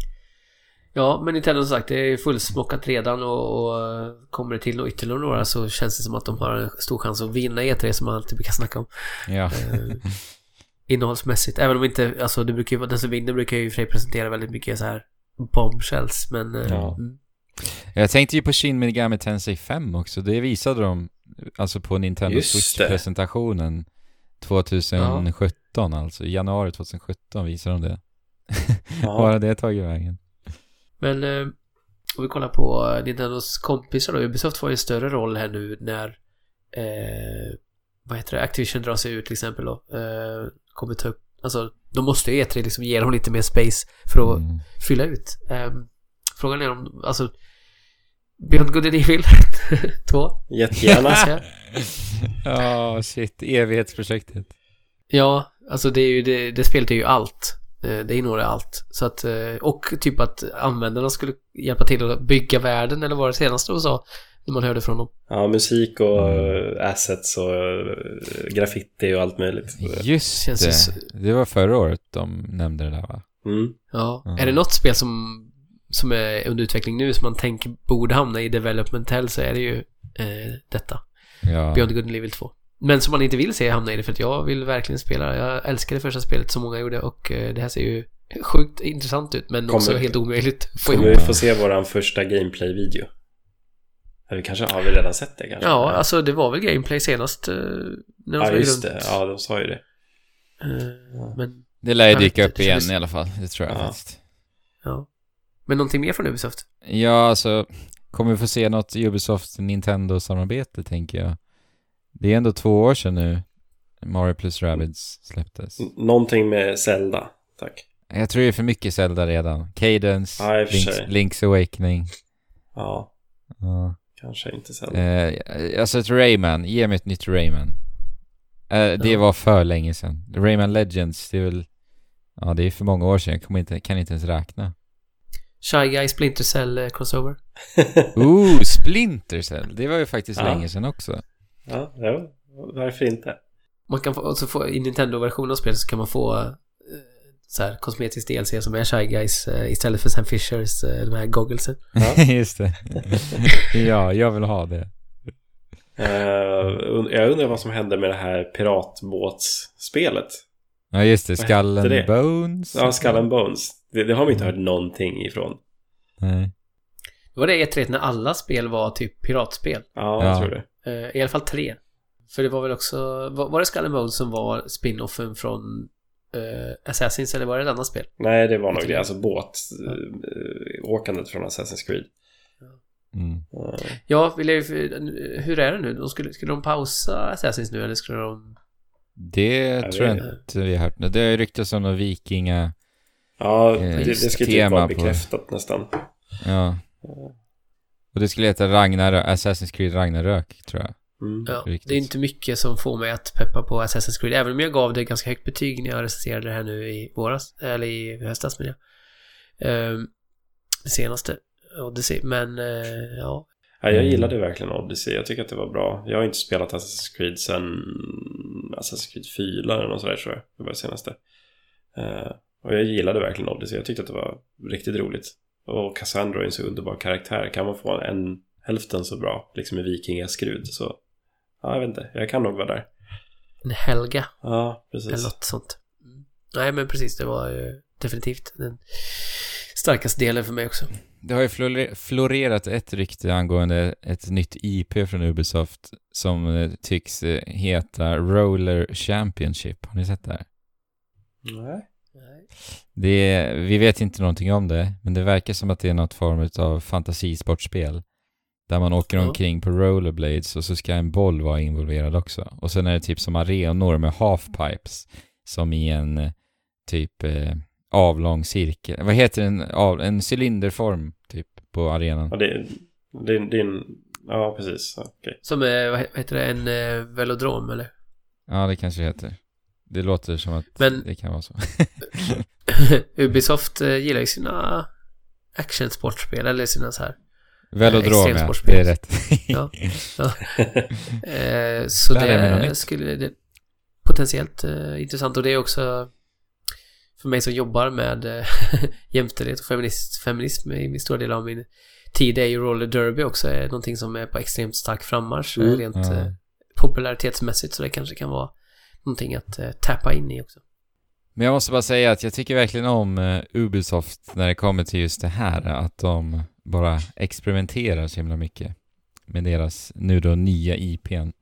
Ja, men Nintendo som sagt, det är fullsmockat redan, och, och kommer det till något ytterligare några, så känns det som att de har en stor chans att vinna E tre, som man alltid brukar snacka om. Ja. Eh, innehållsmässigt. Även om inte, alltså det brukar ju, den som vinner brukar ju för presentera väldigt mycket så här bombshells, men eh, ja. mm. Jag tänkte ju på Shin Megami Tensei fem också. Det visade de alltså på Nintendo Switch-presentationen tjugohundrasjutton, ja. Alltså i januari tjugohundrasjutton visade de det. Ja. Bara det tagit vägen. Men eh, om vi kollar på Nintendos kompisar då, Ubisoft får ju en större roll här nu när eh, vad heter det, Activision drar sig ut till exempel då, eh, kommer ta upp, alltså de måste ju E tre liksom ge dem lite mer space för att mm. fylla ut. eh, Frågan är om, alltså Beyond Good and Evil två. Jättegärna. Ja, oh, shit, evighetsprojektet. Ja, alltså det är ju det, det spelet är ju allt. Det innehåller allt. Så att, och typ att användarna skulle hjälpa till att bygga världen, eller vad det senaste de sa när man hörde från dem. Ja, musik och assets och graffiti och allt möjligt. Just det. Så... Det var förra året de nämnde det där, va? Mm. Ja. Mm. Är det något spel som som är under utveckling nu som man tänker borde hamna i development hell, så är det ju eh, detta. Ja. Beyond Good and Evil två. Men som man inte vill se hamna i det, för att jag vill verkligen spela. Jag älskar det första spelet som många gjorde, och eh, det här ser ju sjukt intressant ut, men kommer, också helt omöjligt. Kommer vi få se våran första gameplay-video? Eller kanske har vi redan sett det kanske? Ja, alltså det var väl gameplay senast eh, när de ja, just runt. det. Ja, de sa ju det. Eh, men det lär ju dyka upp igen i alla fall, det tror jag ja. faktiskt. Ja. Men någonting mer från Ubisoft? Ja, alltså kommer vi få se något Ubisoft Nintendo-samarbete, tänker jag. Det är ändå två år sedan nu Mario plus Rabbids släpptes. N- någonting med Zelda, tack. Jag tror det är för mycket Zelda redan. Cadence, ja, Link's, Link's Awakening. Ja, ja. Kanske inte Zelda. Eh, alltså ett Rayman, ge mig ett nytt Rayman. Eh, det ja. var för länge sedan. Rayman Legends, det är väl... Ja, det är för många år sedan. Jag kommer inte, kan inte ens räkna. Shy Guy Splinter Cell uh, crossover. Ooh, Splinter Cell. Det var ju faktiskt ja. länge sedan också. Ja, ja, varför inte? man kan få, så få i Nintendo-versionen av spelet så kan man få eh, så här kosmetisk D L C som är Shy Guys eh, istället för Sam Fishers eh, de här gogglesen. Ja, just det. Ja, jag vill ha det. Uh, jag undrar vad som hände med det här piratbåtsspelet. Ja, just det. Skull and Bones. Ja, Skull and Bones. Det, det har vi inte hört någonting ifrån. Nej. Var det E tre när alla spel var typ piratspel? Ja, jag ja. tror det. Uh, I alla fall tre. För det var väl också... Var, var det Skull and Bones som var spin-offen från uh, Assassin's eller var det ett annat spel? Nej, det var nog det. Alltså båt. Ja. Uh, åkandet från Assassin's Creed. Mm. Uh. Ja, vill jag, hur är det nu? De skulle, skulle de pausa Assassin's nu eller skulle de... Det jag tror jag inte vi har hört. Det är ryktas om någon vikinga. Ja, det, det skulle typ vara bekräftat på. Nästan. Ja. Och det skulle heta Ragnarök, Assassin's Creed Ragnarök, tror jag. Mm. Ja, det är inte mycket som får mig att peppa på Assassin's Creed. Även om jag gav det ganska högt betyg när jag recenserade det här nu i våras. Eller i höstas, men ja. Um, det senaste. Odyssey, men uh, ja. Ja, jag gillade verkligen Odyssey. Jag tycker att det var bra. Jag har inte spelat Assassin's Creed sen Assassin's Creed fyra eller något sådär, tror jag. Det var det senaste. Uh, och jag gillade verkligen Odyssey. Jag tyckte att det var riktigt roligt. Och Cassandra är en så underbar karaktär. Kan man få en hälften så bra, liksom i vikingaskrud, så ja, jag vet inte. Jag kan nog vara där. En Helga. Ja, precis. Eller något sånt. Mm. Nej, men precis. Det var ju definitivt den starkaste delen för mig också. Det har ju florerat ett rykte angående ett nytt I P från Ubisoft som tycks heta Roller Championship. Har ni sett det här? Nej. Det, vi vet inte någonting om det, men det verkar som att det är något form av fantasisportspel där man åker ja. omkring på rollerblades och så ska en boll vara involverad också. Och sen är det typ som arenor med halfpipes som i en typ eh, avlång cirkel. Vad heter en av, en cylinderform typ på arenan? Ja, det, det, det är en... Ja, precis. Okay. Som är, vad heter det, en eh, velodrom eller? Ja, det kanske det heter. Det låter som att men, det kan vara så. Ubisoft eh, gillar ju sina actionsportspel eller sina så här velodrom, ja, det är rätt. Ja, ja. Eh, så det, det skulle det potentiellt eh, intressant, och det är också för mig som jobbar med eh, jämställdhet och feminist, feminism i min stora del av min tid är ju roller derby också är någonting som är på extremt stark frammarsch mm. rent ja. eh, popularitetsmässigt, så det kanske kan vara någonting att eh, tappa in i också. Men jag måste bara säga att jag tycker verkligen om uh, Ubisoft när det kommer till just det här, att de bara experimenterar så himla mycket med deras nu då nya I P:n.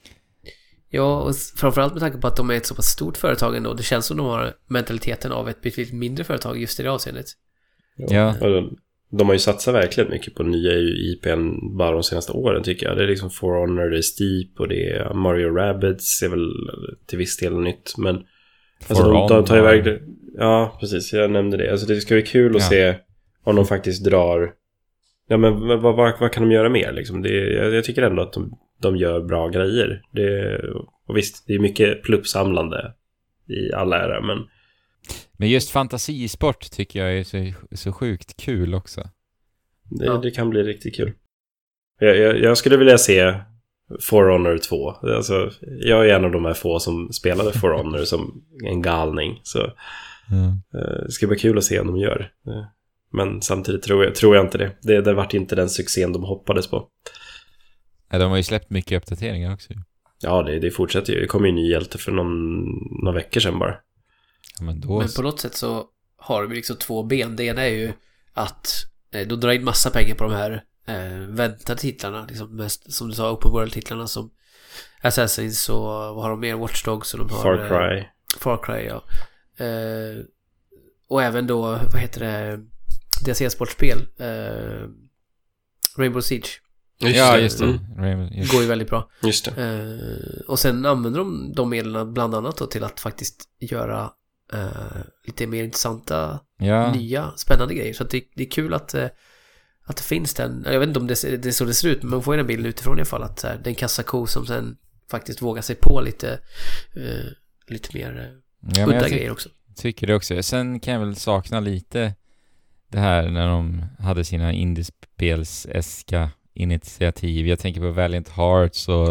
Ja, och framförallt med tanke på att de är ett så pass stort företag ändå. Det känns som de har mentaliteten av ett betydligt mindre företag just i det avseendet. Ja. ja. De, de har ju satsat verkligen mycket på nya I P:n bara de senaste åren, tycker jag. Det är liksom For Honor, det är Steep och det är Mario Rabbids är väl till viss del nytt, men alltså de, de tar ju verkligen... Ja, precis, jag nämnde det. Alltså det ska bli kul att ja. se om de faktiskt drar... Ja, men vad, vad, vad kan de göra mer liksom? Det, jag, jag tycker ändå att de, de gör bra grejer. Det, och visst, det är mycket pluppsamlande i alla ära, men... Men just fantasisport tycker jag är så, så sjukt kul också. Det, ja. det kan bli riktigt kul. Jag, jag, jag skulle vilja se For Honor två. Alltså, jag är en av de här få som spelade For Honor som en galning. Så mm. eh, det ska bli kul att se om de gör. Men samtidigt tror jag, tror jag inte det. Det, det vart inte den succén de hoppades på. Ja, de har ju släppt mycket uppdateringar också. Ja, det, det fortsätter ju. Det kom ju en ny hjälte för någon, några veckor sedan bara. Ja, men, då... men på något sätt så har de liksom två ben. Det ena är ju att eh, de drar in massa pengar på de här eh, väntade titlarna. Liksom mest, som du sa, Open World-titlarna som Assassin's och vad har de mer? Watch Dogs och de har... Far Cry. Eh, Far Cry, ja. Eh, och även då, vad heter det? D L C-sportspel. Eh, Rainbow Siege. Just ja, det. just det. Mm. Rainbow, just. Går ju väldigt bra. Just det. Eh, och sen använder de de medlen bland annat då till att faktiskt göra eh, lite mer intressanta, ja. nya, spännande grejer. Så att det, det är kul att, eh, att det finns den. Jag vet inte om det, det är så det ser ut, men man får ju en bild utifrån i alla fall att så här, det är en kassako som sen faktiskt vågar sig på lite eh, lite mer eh, ja, udda grejer också. Tycker det också. Sen kan jag väl sakna lite det här när de hade sina indiespels-eska initiativ. Jag tänker på Valiant Hearts och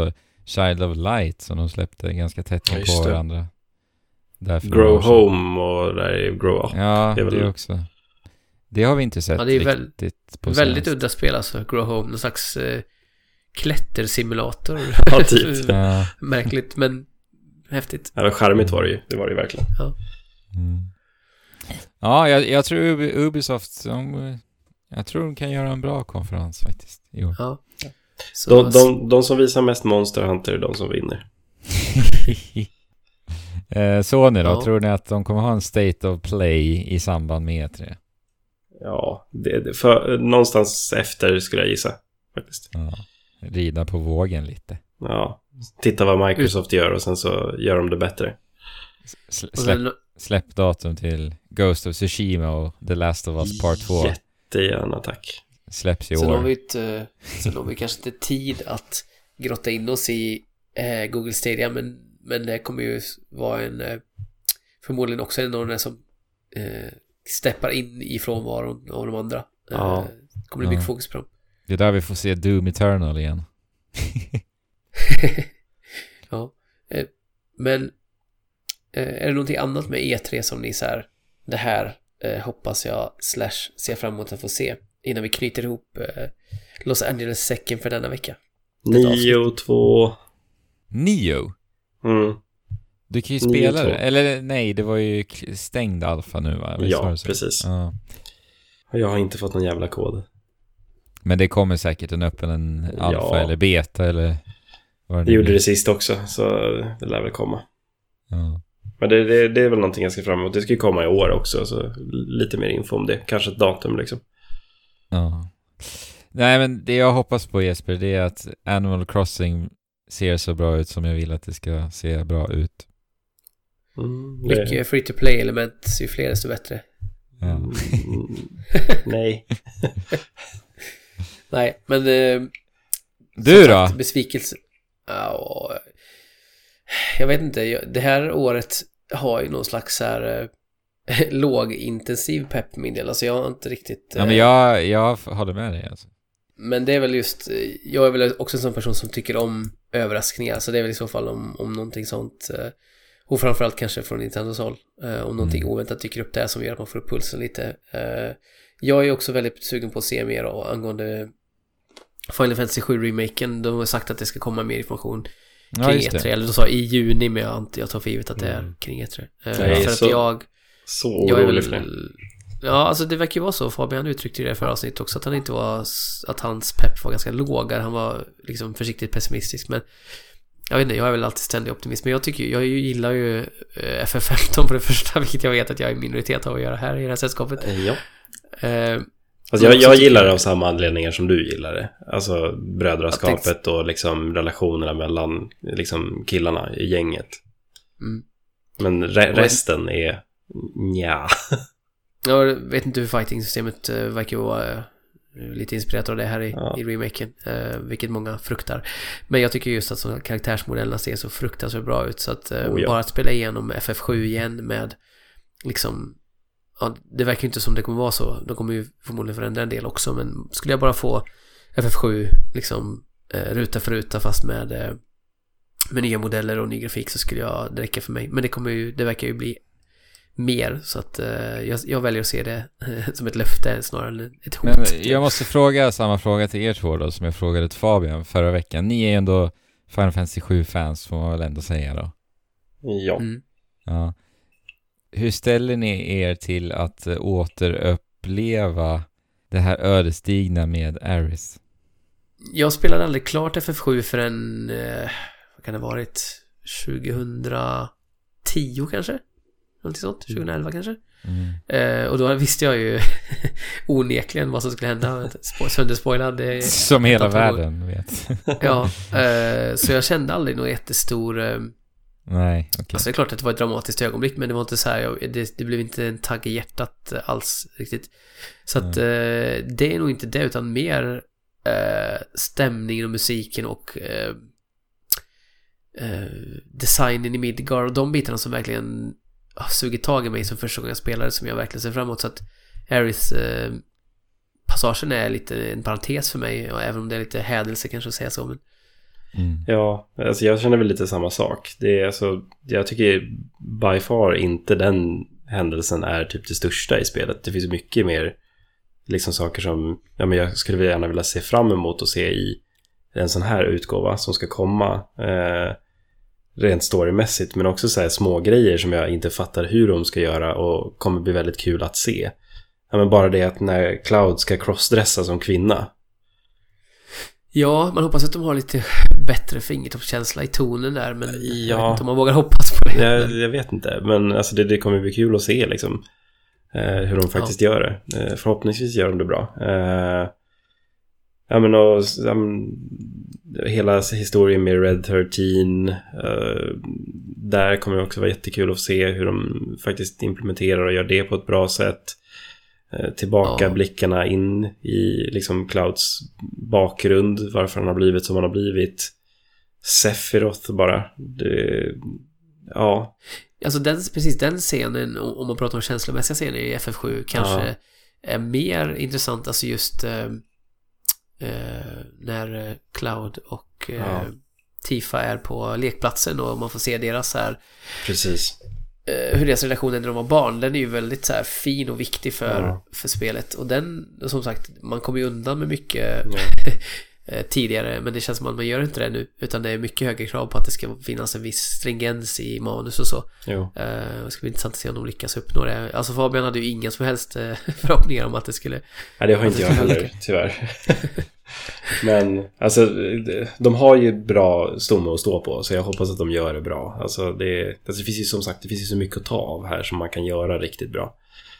Child of Light som de släppte ganska tätt på ja, varandra. Därför Grow Home och där är Grow Up. Ja, det, är väl... det också. Det har vi inte sett ja, det är riktigt på väldigt senast. udda spel alltså, Grow Home. Någon slags eh, klättersimulator. Ja, typ. Ja. Märkligt, men häftigt. Ja, charmigt var det ju. Det var det ju verkligen. Ja, mm. ja jag, jag tror Ubisoft de, jag tror de kan göra en bra konferens faktiskt. Jo. Ja. Så, De, de, de som visar mest Monster Hunter är de som vinner. eh, Sony då, ja. tror ni att de kommer ha en State of Play i samband med E tre? Ja, det, det, för, någonstans efter skulle jag gissa faktiskt. Ja. Rida på vågen lite. Ja, titta vad Microsoft gör och sen så gör de det bättre. S- släpp, släpp datum till Ghost of Tsushima och The Last of Us Part två. Jättegärna, tack. Släpps i sen år. har vi inte, sen har vi kanske inte tid att grotta in oss i eh, Google Stadia, men, men det kommer ju vara en eh, förmodligen också en av de som eh, steppar in i frånvaron av de andra. Ja. Eh, kommer det mycket Ja. fokus på dem. Det är där vi får se Doom Eternal igen. Ja. Eh, men eh, är det någonting annat med E tre som ni så här, det här eh, hoppas jag slash ser fram emot att få se innan vi knyter ihop eh, Los Angeles-säcken för denna vecka? nio två Nio? Mm. Du kan ju Nio spela två. det. Eller nej, det var ju k- stängd alfa nu va? Visst var Ja, det så? precis. Ja. Jag har inte fått någon jävla kod. Men det kommer säkert en öppen en alfa Ja. eller beta eller vad Det nu gjorde blir. det sist också, så det lär väl komma. Ja. Men det, det, det är väl någonting jag ska fram emot. Det ska ju komma i år också, så lite mer info om det. Kanske ett datum liksom. Ja. Nej, men det jag hoppas på Jesper, det är att Animal Crossing ser så bra ut som jag vill att det ska se bra ut. Mm, det... Mycket free-to-play-element, ju fler desto bättre. Ja. Mm, nej. Nej, men eh, Du som då? sagt, besvikelse. Ja, jag vet inte, jag- det här året har ju någon slags så här eh, lågintensiv pepp på min del. Alltså jag har inte riktigt Ja, men eh, jag, jag håller med dig alltså. Men det är väl just, jag är väl också en sån person som tycker om överraskningar, så det är väl i så fall om, om någonting sånt, eh, och framförallt kanske från Nintendos håll, eh, om någonting Mm. oväntat dyker upp där som gör att man får upp pulsen lite. Eh, jag är också väldigt sugen på att se mer av, angående Final Fantasy sju remaken. De har sagt att det ska komma mer information Ja, kring just E tre, det. eller de sa i juni, men jag, jag tar för givet att det är Mm. kring E tre. Eh, Nej, för att så- jag Så jag är orolig väl, för det. ja, alltså det verkar ju vara så. Fabian uttryckte ju det för avsnitt också, att han inte var, att hans pepp var ganska lågar. Han var liksom försiktigt pessimistisk, men jag vet inte, jag är väl alltid ständig optimist. Men jag tycker, jag gillar ju eh, F F femton för det första, vilket jag vet att jag är i minoritet av att göra här i det här sällskapet. Ja. Eh, Alltså jag, Men jag också gillar tycker- det av samma anledningar som du gillar det. Alltså brödraskapet och liksom relationerna mellan liksom killarna i gänget. mm. Men re- resten är nja. Jag vet inte hur fighting-systemet eh, verkar vara eh, lite inspirerat av det här i, Ja. i remaken, eh, vilket många fruktar. Men jag tycker just att så, karaktärsmodellerna ser så fruktansvärt bra ut, så att eh, Oh, ja. bara att spela igenom F F sju igen med liksom, ja, det verkar ju inte som det kommer vara så. De kommer ju förmodligen förändra en del också, men skulle jag bara få F F sju liksom eh, ruta för ruta fast med eh, med nya modeller och ny grafik, så skulle jag, det räcka för mig. Men det kommer ju, det verkar ju bli mer, så att eh, jag, jag väljer att se det eh, som ett löfte snarare än ett hot. Men jag måste fråga samma fråga till er två då, som jag frågade till Fabian förra veckan. Ni är ju ändå Final Fantasy sju-fans, får man väl ändå säga då. Ja. Mm. Ja. Hur ställer ni er till att uh, återuppleva det här ödesdigna med Aerith? Jag spelade aldrig klart F F sju förrän eh, vad kan det ha varit, tjugohundratio kanske? Någonting sånt, tjugohundraelva kanske? Mm. Eh, och då visste jag ju onekligen vad som skulle hända. Spo- Sönderspoilad. eh, Som hela ett antal år. världen vet. Ja, eh, så jag kände aldrig någon jättestor... Eh, Nej, okej. alltså det är klart att det var ett dramatiskt ögonblick, men det var inte så här, jag, det, det blev inte en tagg i hjärtat eh, alls riktigt. Så att eh, det är nog inte det, utan mer eh, stämningen och musiken och eh, eh, designen i Midgard och de bitarna som verkligen har sugit tag i mig som första gången jag spelade, som jag verkligen ser fram emot. Så att Aerith eh, passagen är lite en parentes för mig, och även om det är lite hädelse kanske att säga så, men Mm. Ja, alltså jag känner väl lite samma sak. Det är alltså, jag tycker by far inte den händelsen är typ det största i spelet. Det finns mycket mer liksom saker som ja, men jag skulle gärna vilja se fram emot och se i en sån här utgåva som ska komma eh, rent storymässigt, men också så här små grejer som jag inte fattar hur de ska göra och kommer bli väldigt kul att se. Ja, men bara det att när Cloud ska crossdressa som kvinna. Ja, man hoppas att de har lite bättre fingertoppskänsla i tonen där, men ja. Jag vet inte om man vågar hoppas på det. Jag, jag vet inte, men alltså det, det kommer bli kul att se liksom, eh, hur de faktiskt ja. gör det. Eh, förhoppningsvis gör de det bra. Eh, ja, men och, ja, men, hela historien med Red tretton, eh, där kommer det också vara jättekul att se hur de faktiskt implementerar och gör det på ett bra sätt. Tillbaka ja. blickarna in i liksom Clouds bakgrund, varför han har blivit som han har blivit. Sephiroth bara det, ja. Alltså den, precis den scenen, om man pratar om känslomässiga scener i F F sju kanske ja. är mer intressant, alltså just äh, när Cloud och äh, ja. Tifa är på lekplatsen och man får se deras här precis hur deras relation när de var barn, den är ju väldigt så här fin och viktig för, ja. för spelet. Och den, som sagt, man kommer ju undan med mycket ja. tidigare, men det känns som att man gör inte det nu, utan det är mycket högre krav på att det ska finnas en viss stringens i manus och så. Jo. Det ska bli intressant att se om de lyckas uppnå det. Alltså Fabian hade ju inga som helst förhoppningar om att det skulle... Nej, det har inte jag heller, tyvärr. Men alltså de har ju bra stomme att stå på, så jag hoppas att de gör det bra. Alltså det, alltså det finns ju som sagt det finns ju så mycket att ta av här som man kan göra riktigt bra.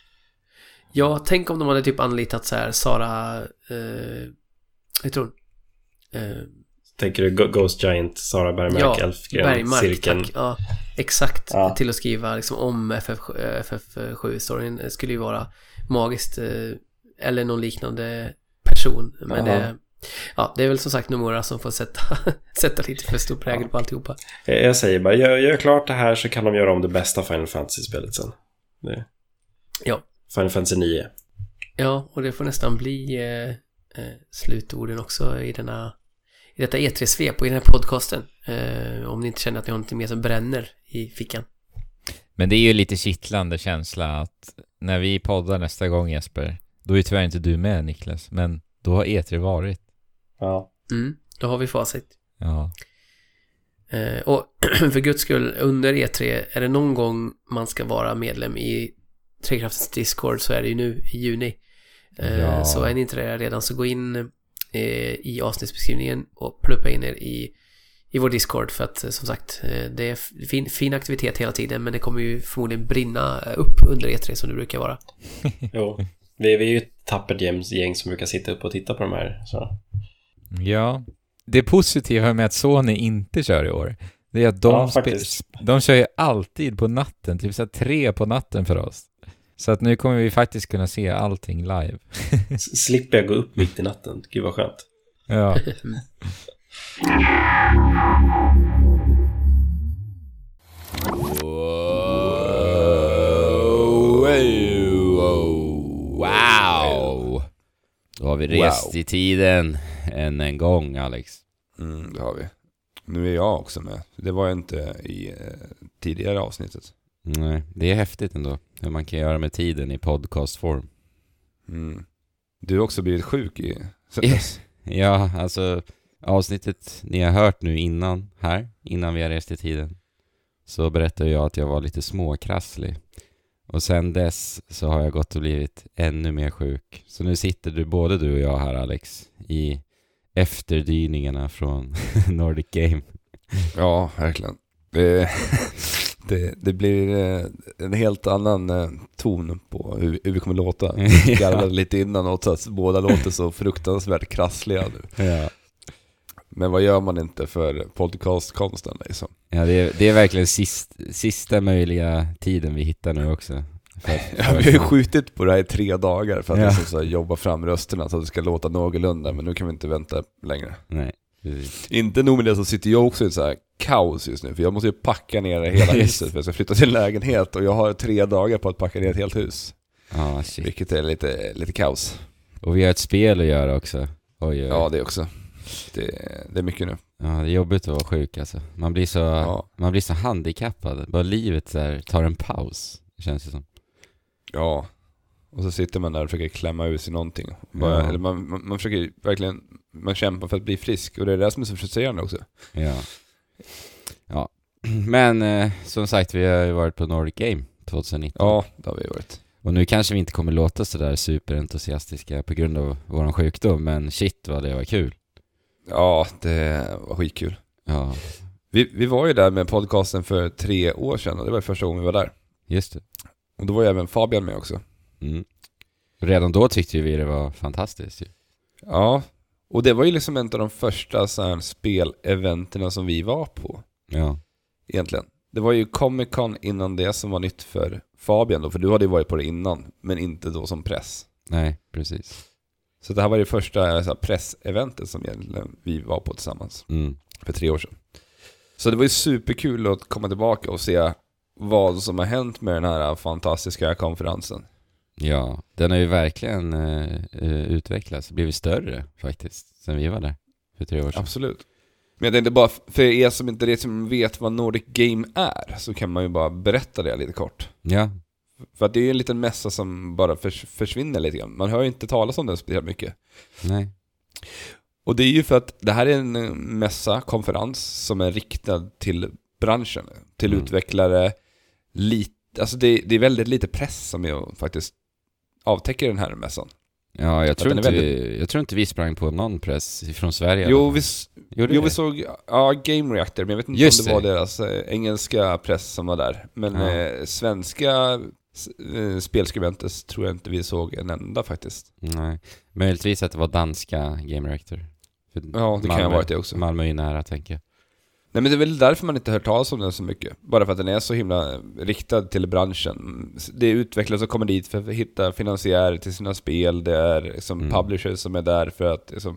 Ja, tänk om de hade typ anlitat så här Sara eh, jag tror eh, tänker du Ghost Giant, Sara Bergmark, ja, Elfgren, Bergmark, Cirkeln. Tack. Ja, exakt, ja. Till att skriva liksom om F F sju-storyn skulle ju vara magiskt eh, eller någon liknande person, men det, ja, det är väl som sagt Nomura som får sätta, sätta lite för stor prägel ja. på alltihopa. Jag säger bara, gör, gör klart det här så kan de göra om det bästa Final Fantasy-spelet sen. Det. Ja. Final Fantasy nio. Ja, och det får nästan bli eh, eh, slutorden också i denna i detta E tre-svep och i den här podcasten. Eh, om ni inte känner att ni har något mer som bränner i fickan. Men det är ju lite kittlande känsla att när vi poddar nästa gång, Jesper, då är tyvärr inte du med, Niklas, men då har E tre varit. Ja. Mm, då har vi facit. Ja. Eh, och för guds skull, under E tre, är det någon gång man ska vara medlem i Trekraftens Discord, så är det ju nu i juni. Eh, ja. Så är ni inte det redan, så gå in eh, i avsnittsbeskrivningen och pluppa in er i, i vår Discord, för att som sagt, eh, det är fin, fin aktivitet hela tiden, men det kommer ju förmodligen brinna upp under E tre som det brukar vara. Jo. Vi, vi är ju ett tappert gäng som brukar sitta upp och titta på de här. Så. Ja, det positiva med att Sony inte kör i år, det är att de, ja, spe- de kör ju alltid på natten, typ så här tre på natten för oss. Så att nu kommer vi faktiskt kunna se allting live. Slipper jag gå upp mitt i natten. Gud vad skönt. Ja. Wow. Då har vi rest wow. i tiden än en gång, Alex. Mm, det har vi. Nu är jag också med. Det var inte i eh, tidigare avsnittet. Nej, det är häftigt ändå hur man kan göra med tiden i podcastform. Mm. Du har också blivit sjuk i... Ja, alltså avsnittet ni har hört nu innan här, innan vi har rest i tiden, så berättade jag att jag var lite småkrasslig. Och sen dess så har jag gått och blivit ännu mer sjuk. Så nu sitter du, både du och jag här, Alex, i efterdyningarna från Nordic Game. Ja, verkligen. Det, det, det blir en helt annan ton på hur, hur vi kommer låta. Vi garvade lite innan och att båda låter så fruktansvärt krassliga nu. Ja. Men vad gör man inte för podcastkonsten liksom? Ja, det är, det är verkligen sist, sista möjliga tiden vi hittar nu också. För, för ja, vi har ju skjutit på det här i tre dagar för att ja. liksom, så här, jobba fram rösterna så att det ska låta någorlunda, men nu kan vi inte vänta längre. Nej. Inte nog med det, så sitter jag också i så här kaos just nu, för jag måste ju packa ner hela huset för jag ska flytta till en lägenhet och jag har tre dagar på att packa ner ett helt hus. Ah, shit. Vilket är lite, lite kaos. Och vi har ett spel att göra också. Oj, oj. Ja, det också. Det, det är mycket nu. Ja, det är jobbigt att vara sjuk alltså. Man blir så, ja. man blir så handikappad. Bara livet där tar en paus, känns det som. Ja, och så sitter man där och försöker klämma ur sig någonting. Bara, ja. Eller man, man, man försöker verkligen, man kämpar för att bli frisk. Och det är det som är så frustrerande också. Ja. Ja. Men eh, som sagt, vi har ju varit på Nordic Game tjugonitton. Ja, det har vi varit. Och nu kanske vi inte kommer låta så där superentusiastiska på grund av våran sjukdom. Men shit vad det var kul. Ja, det var skitkul. Ja. Vi, vi var ju där med podcasten för tre år sedan. Och det var första gången vi var där. Just det. Och då var ju även Fabian med också. Mm. Redan då tyckte vi det var fantastiskt. Ja, och det var ju liksom en av de första så här speleventerna som vi var på. Ja. Egentligen. Det var ju Comic-Con innan det som var nytt för Fabian då. För du hade ju varit på det innan, men inte då som press. Nej, precis. Så det här var det första så här, presseventet som vi var på tillsammans. Mm. För tre år sedan. Så det var ju superkul att komma tillbaka och se vad som har hänt med den här fantastiska konferensen. Ja, den har ju verkligen uh, uh, utvecklats. Blivit större faktiskt sen vi var där för tre år sedan. Absolut. Men jag tänkte bara, för er som inte vet, som vet vad Nordic Game är, så kan man ju bara berätta det lite kort. Ja. För att det är ju en liten mässa som bara förs- försvinner lite grann. Man hör ju inte talas om den speciellt mycket. Nej. Och det är ju för att det här är en mässa, konferens som är riktad till branschen, till mm. utvecklare. Lite, alltså det, det är väldigt lite press som jag faktiskt avtäcker den här mässan. Ja, jag tror, inte väldigt... vi, jag tror inte vi sprang på någon press från Sverige. Jo, vi, jo, vi såg ja, Game Reactor, men jag vet inte Just om det, det var deras eh, engelska press som var där. Men ja. eh, svenska eh, spelskribenter tror jag inte vi såg en enda faktiskt. Nej, möjligtvis att det var danska Game Reactor. För ja, det Malmö, kan ha varit det också. Malmö är ju nära, tänker jag. Nej, men det är väl därför man inte hört talas om den så mycket. Bara för att den är så himla riktad till branschen. Det är utvecklare som kommer dit för att hitta finansiärer till sina spel. Det är liksom mm. publishers som är där för att liksom,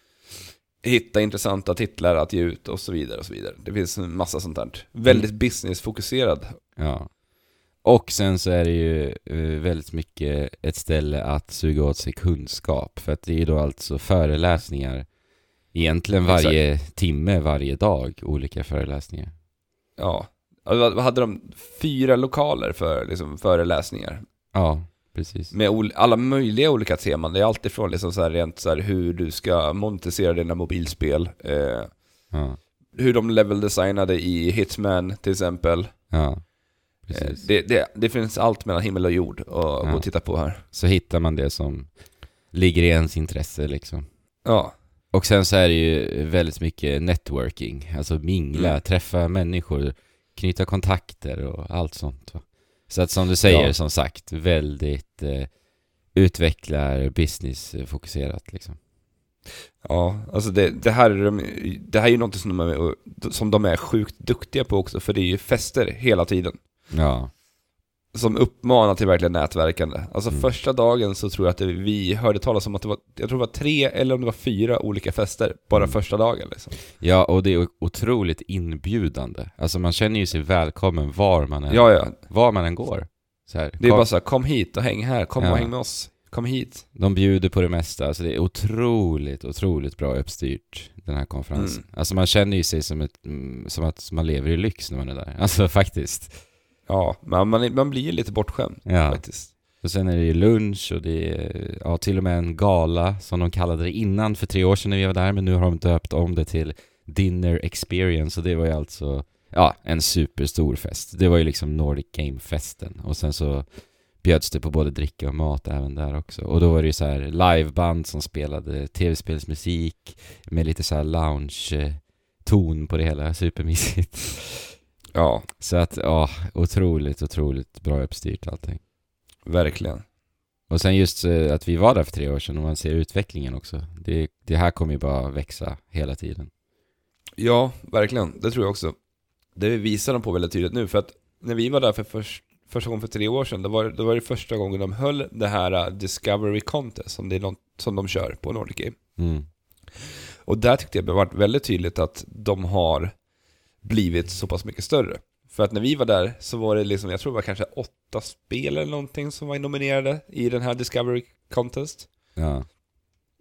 hitta intressanta titlar att ge ut och så vidare och så vidare. Det finns en massa sånt där. Väldigt mm. businessfokuserad. Ja. Och sen så är det ju väldigt mycket ett ställe att suga åt sig kunskap. För att det är ju då alltså föreläsningar. Egentligen varje Exakt. timme, varje dag, olika föreläsningar. Ja, vad hade de? Fyra lokaler för liksom, föreläsningar. Ja, precis. Med ol- alla möjliga olika teman. Det är alltid från liksom så här, rent så här, hur du ska monetisera dina mobilspel. Eh, ja. Hur de level-designade i Hitman till exempel. Ja, precis. Eh, det, det, det finns allt mellan himmel och jord att ja. gå och titta på här. Så hittar man det som ligger i ens intresse liksom. Ja. Och sen så är det ju väldigt mycket networking. Alltså mingla, mm. träffa människor, knyta kontakter och allt sånt. Va? Så att som du säger, ja. som sagt, väldigt eh, utvecklar business-fokuserat liksom. Ja, alltså det, det, här är de, det här är ju något som de är, som de är sjukt duktiga på också. För det är ju fester hela tiden. Ja. Som uppmanar till verkligen nätverkande. Alltså mm. första dagen så tror jag att det, vi hörde talas om att det var, jag tror det var tre eller om det var fyra olika fester bara mm. första dagen liksom. Ja, och det är otroligt inbjudande. Alltså man känner ju sig välkommen var man än, ja, ja. Var man än går. Så här, det är kom, bara så här, kom hit och häng här, kom ja. och häng med oss. Kom hit. De bjuder på det mesta. Alltså det är otroligt, otroligt bra uppstyrt, den här konferensen. Mm. Alltså man känner ju sig som, ett, som att man lever i lyx när man är där. Alltså faktiskt. Ja, man, man, man blir lite bortskämd ja. faktiskt. Och sen är det ju lunch och det är ja, till och med en gala som de kallade det innan för tre år sedan när vi var där. Men nu har de döpt om det till Dinner Experience och det var ju alltså ja, en superstor fest. Det var ju liksom Nordic Game-festen. Och sen så bjöds det på både dricka och mat även där också. Och då var det ju så här liveband som spelade tv-spelsmusik med lite så här lounge-ton på det hela. Supermysigt. Ja. Så att, ja, otroligt, otroligt bra uppstyrt allting. Verkligen. Och sen just uh, att vi var där för tre år sedan och man ser utvecklingen också. Det, det här kommer ju bara växa hela tiden. Ja, verkligen. Det tror jag också. Det visar de på väldigt tydligt nu. För att när vi var där för först, första gången för tre år sedan, då var, då var det första gången de höll det här uh, Discovery Contest som, det är något, som de kör på Nordic Game. Mm. Och där tyckte jag det var väldigt tydligt att de har blivit så pass mycket större. För att när vi var där så var det liksom, jag tror det var kanske åtta spel eller någonting som var nominerade i den här Discovery Contest. Ja.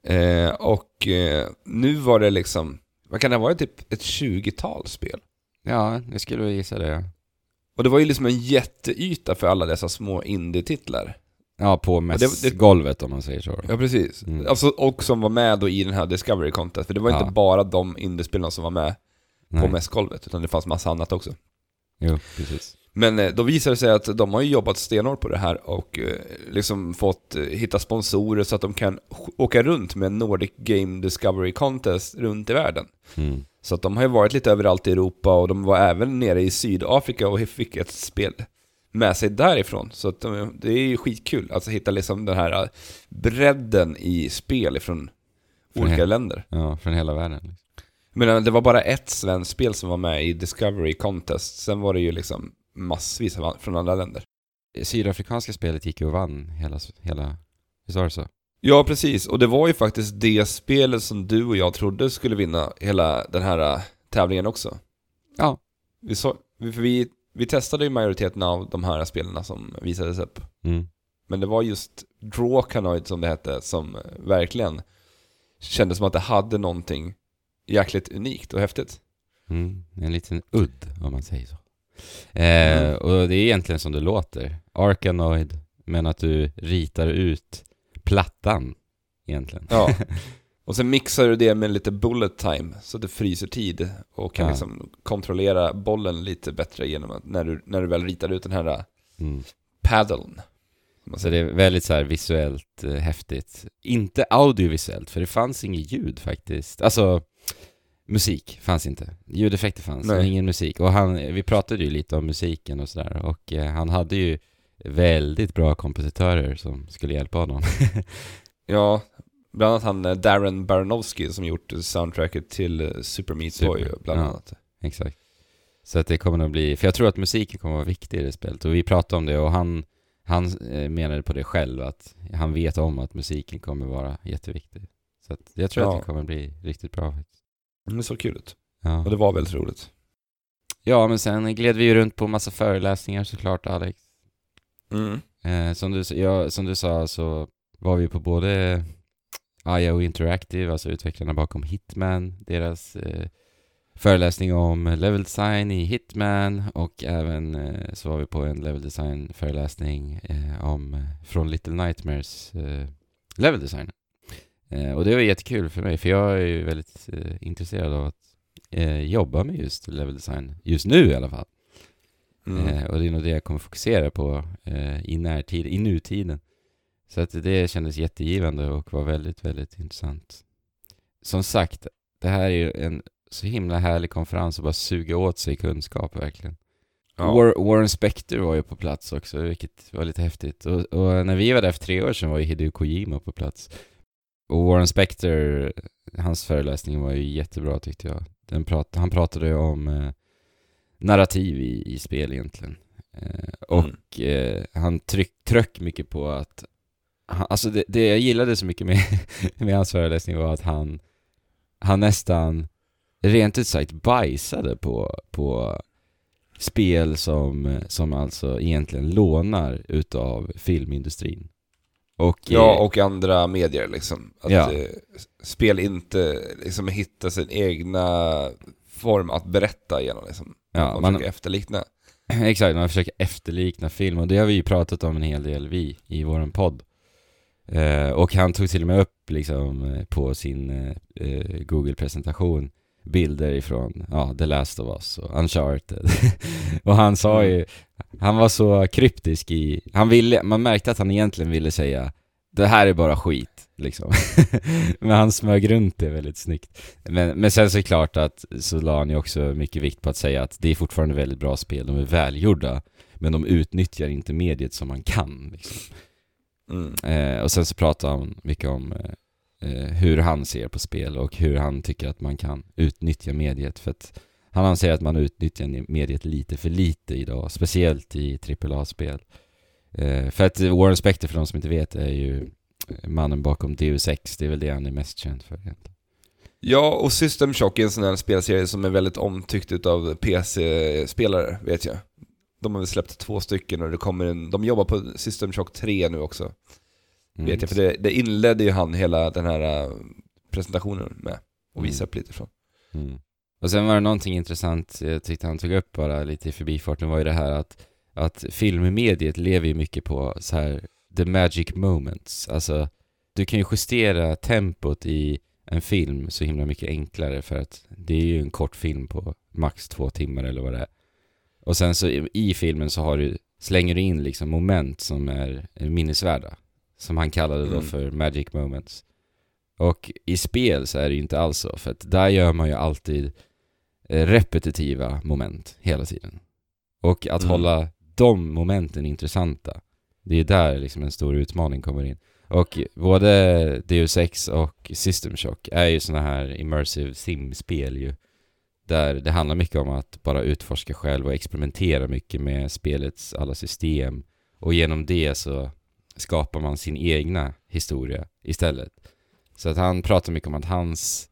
Eh, och eh, nu var det liksom, vad kan det ha varit, typ ett tjugotal spel? Ja, jag skulle gissa det. Och det var ju liksom en jätteyta för alla dessa små indie-titlar. Ja, på mässgolvet om man säger så. Ja, precis. Mm. Alltså, och som var med då i den här Discovery Contest. För det var Ja. inte bara de indiespelarna som var med Nej. på mässgolvet, utan det fanns massa annat också. Jo, precis. Men eh, då visade det sig att de har ju jobbat stenhårt på det här och eh, liksom fått eh, hitta sponsorer så att de kan åka runt med Nordic Game Discovery Contest runt i världen. Mm. Så att de har ju varit lite överallt i Europa och de var även nere i Sydafrika och fick ett spel med sig därifrån. Så att de, det är ju skitkul att hitta liksom den här bredden i spel från, från olika he- länder. Ja, från hela världen. Men det var bara ett svenskt spel som var med i Discovery Contest. Sen var det ju liksom massvis från andra länder. Sydafrikanska spelet gick ju och vann hela, hela visst var det så? Ja, precis. Och det var ju faktiskt det spelet som du och jag trodde skulle vinna hela den här tävlingen också. Ja. Vi, så, vi, vi, vi testade ju majoriteten av de här spelarna som visades upp. Mm. Men det var just Drawcanoid som det hette som verkligen kändes som att det hade någonting jäkligt unikt och häftigt. Mm. En liten udd om man säger så. Eh, mm. Och det är egentligen som det låter. Arkanoid, men att du ritar ut plattan egentligen. Ja. Och sen mixar du det med lite bullet time så att det fryser tid och kan ja. liksom kontrollera bollen lite bättre genom att när du, när du väl ritar ut den här mm. paddeln. Så det är väldigt så här visuellt eh, häftigt. Inte audiovisuellt, för det fanns inget ljud faktiskt. Alltså musik fanns inte. Ljudeffekter fanns, men ingen musik. Och han, vi pratade ju lite om musiken och sådär. Och eh, han hade ju väldigt bra kompositörer som skulle hjälpa honom. Ja, bland annat han Darren Baranowski som gjort soundtracket till Super Meat Boy Super. bland ja, annat. Exakt. Så att det kommer nog bli, för jag tror att musiken kommer vara viktig i det spelet. Och vi pratade om det och han, han eh, menade på det själv att han vet om att musiken kommer vara jätteviktig. Så att jag tror ja. att det kommer bli riktigt bra faktiskt. Det såg kul ut. Ja. Och det var väldigt roligt. Ja, men sen gled vi ju runt på massa föreläsningar såklart, Alex. Mm. Eh, som, du, ja, som du sa så var vi på både I O Interactive, alltså utvecklarna bakom Hitman, deras eh, föreläsning om level design i Hitman, och även eh, så var vi på en level design föreläsning eh, om från Little Nightmares eh, level design. Eh, och det var jättekul för mig, för jag är ju väldigt eh, intresserad av att eh, jobba med just level design, just nu i alla fall. Mm. Eh, och det är nog det jag kommer fokusera på eh, i närtid, i nutiden. Så att det kändes jättegivande och var väldigt, väldigt intressant. Som sagt, det här är ju en så himla härlig konferens och bara suga åt sig kunskap verkligen. Ja. War, Warren Spector var ju på plats också, vilket var lite häftigt. Och, och när vi var där för tre år sedan var ju Hideo Kojima på plats. Och Warren Spector, hans föreläsning var ju jättebra tyckte jag. Den prat, han pratade ju om eh, narrativ i, i spel egentligen. Eh, och mm. eh, han tryck, tryck mycket på att han, alltså det, det jag gillade så mycket med, med hans föreläsning var att han han nästan rent ut sagt bajsade på, på spel som, som alltså egentligen lånar utav filmindustrin. Och, ja, och andra medier liksom. Att ja. eh, spel inte liksom hittar sin egna form att berätta genom liksom. Ja, man, man försöker efterlikna. Exakt, man försöker efterlikna film, och det har vi ju pratat om en hel del vi i våran podd. Eh, och han tog till och med upp liksom på sin eh, Google-presentation bilder ifrån ja, The Last of Us och Uncharted. Och han sa ju, han var så kryptisk i, han ville, man märkte att han egentligen ville säga det här är bara skit liksom. Men han smög runt det väldigt snyggt. Men, men sen så är det klart att så la han ju också mycket vikt på att säga att det är fortfarande väldigt bra spel, de är välgjorda, men de utnyttjar inte mediet som man kan liksom. Mm. Eh, och sen så pratar han mycket om eh, hur han ser på spel och hur han tycker att man kan utnyttja mediet, för att han anser att man utnyttjar mediet lite för lite idag, speciellt i trippel A-spel. Eh, för att Warren Spector, för de som inte vet, är ju mannen bakom Deus Ex, det är väl det han är mest känd för egentligen. Ja, och System Shock är en sån här spelserie som är väldigt omtyckt av P C-spelare, vet jag. De har väl släppt två stycken och det kommer en, de jobbar på System Shock tre nu också. Mm. Vet jag, för det, det inledde ju han hela den här presentationen med och visade mm. upp lite från. Mm. Och sen var det någonting intressant jag tyckte han tog upp bara lite i förbifarten, var ju det här att, att filmmediet lever ju mycket på så här the magic moments. Alltså du kan ju justera tempot i en film så himla mycket enklare, för att det är ju en kort film på max två timmar eller vad det är. Och sen så i, i filmen så har du, slänger du in liksom moment som är minnesvärda, som han kallade då mm. för magic moments. Och i spel så är det ju inte alls så, för att där gör man ju alltid eh, repetitiva moment hela tiden. Och att mm. hålla de momenten intressanta, det är där liksom en stor utmaning kommer in. Och både Deus Ex och System Shock är ju såna här immersive sim-spel ju, där det handlar mycket om att bara utforska själv och experimentera mycket med spelets alla system, och genom det så skapar man sin egna historia istället. Så att han pratar mycket om att hans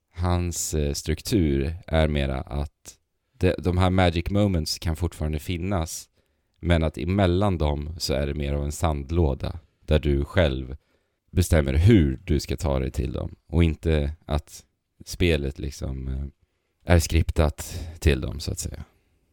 hans struktur är mera att de, de här magic moments kan fortfarande finnas, men att emellan dem så är det mer av en sandlåda där du själv bestämmer hur du ska ta dig till dem, och inte att spelet liksom är skriptat till dem så att säga.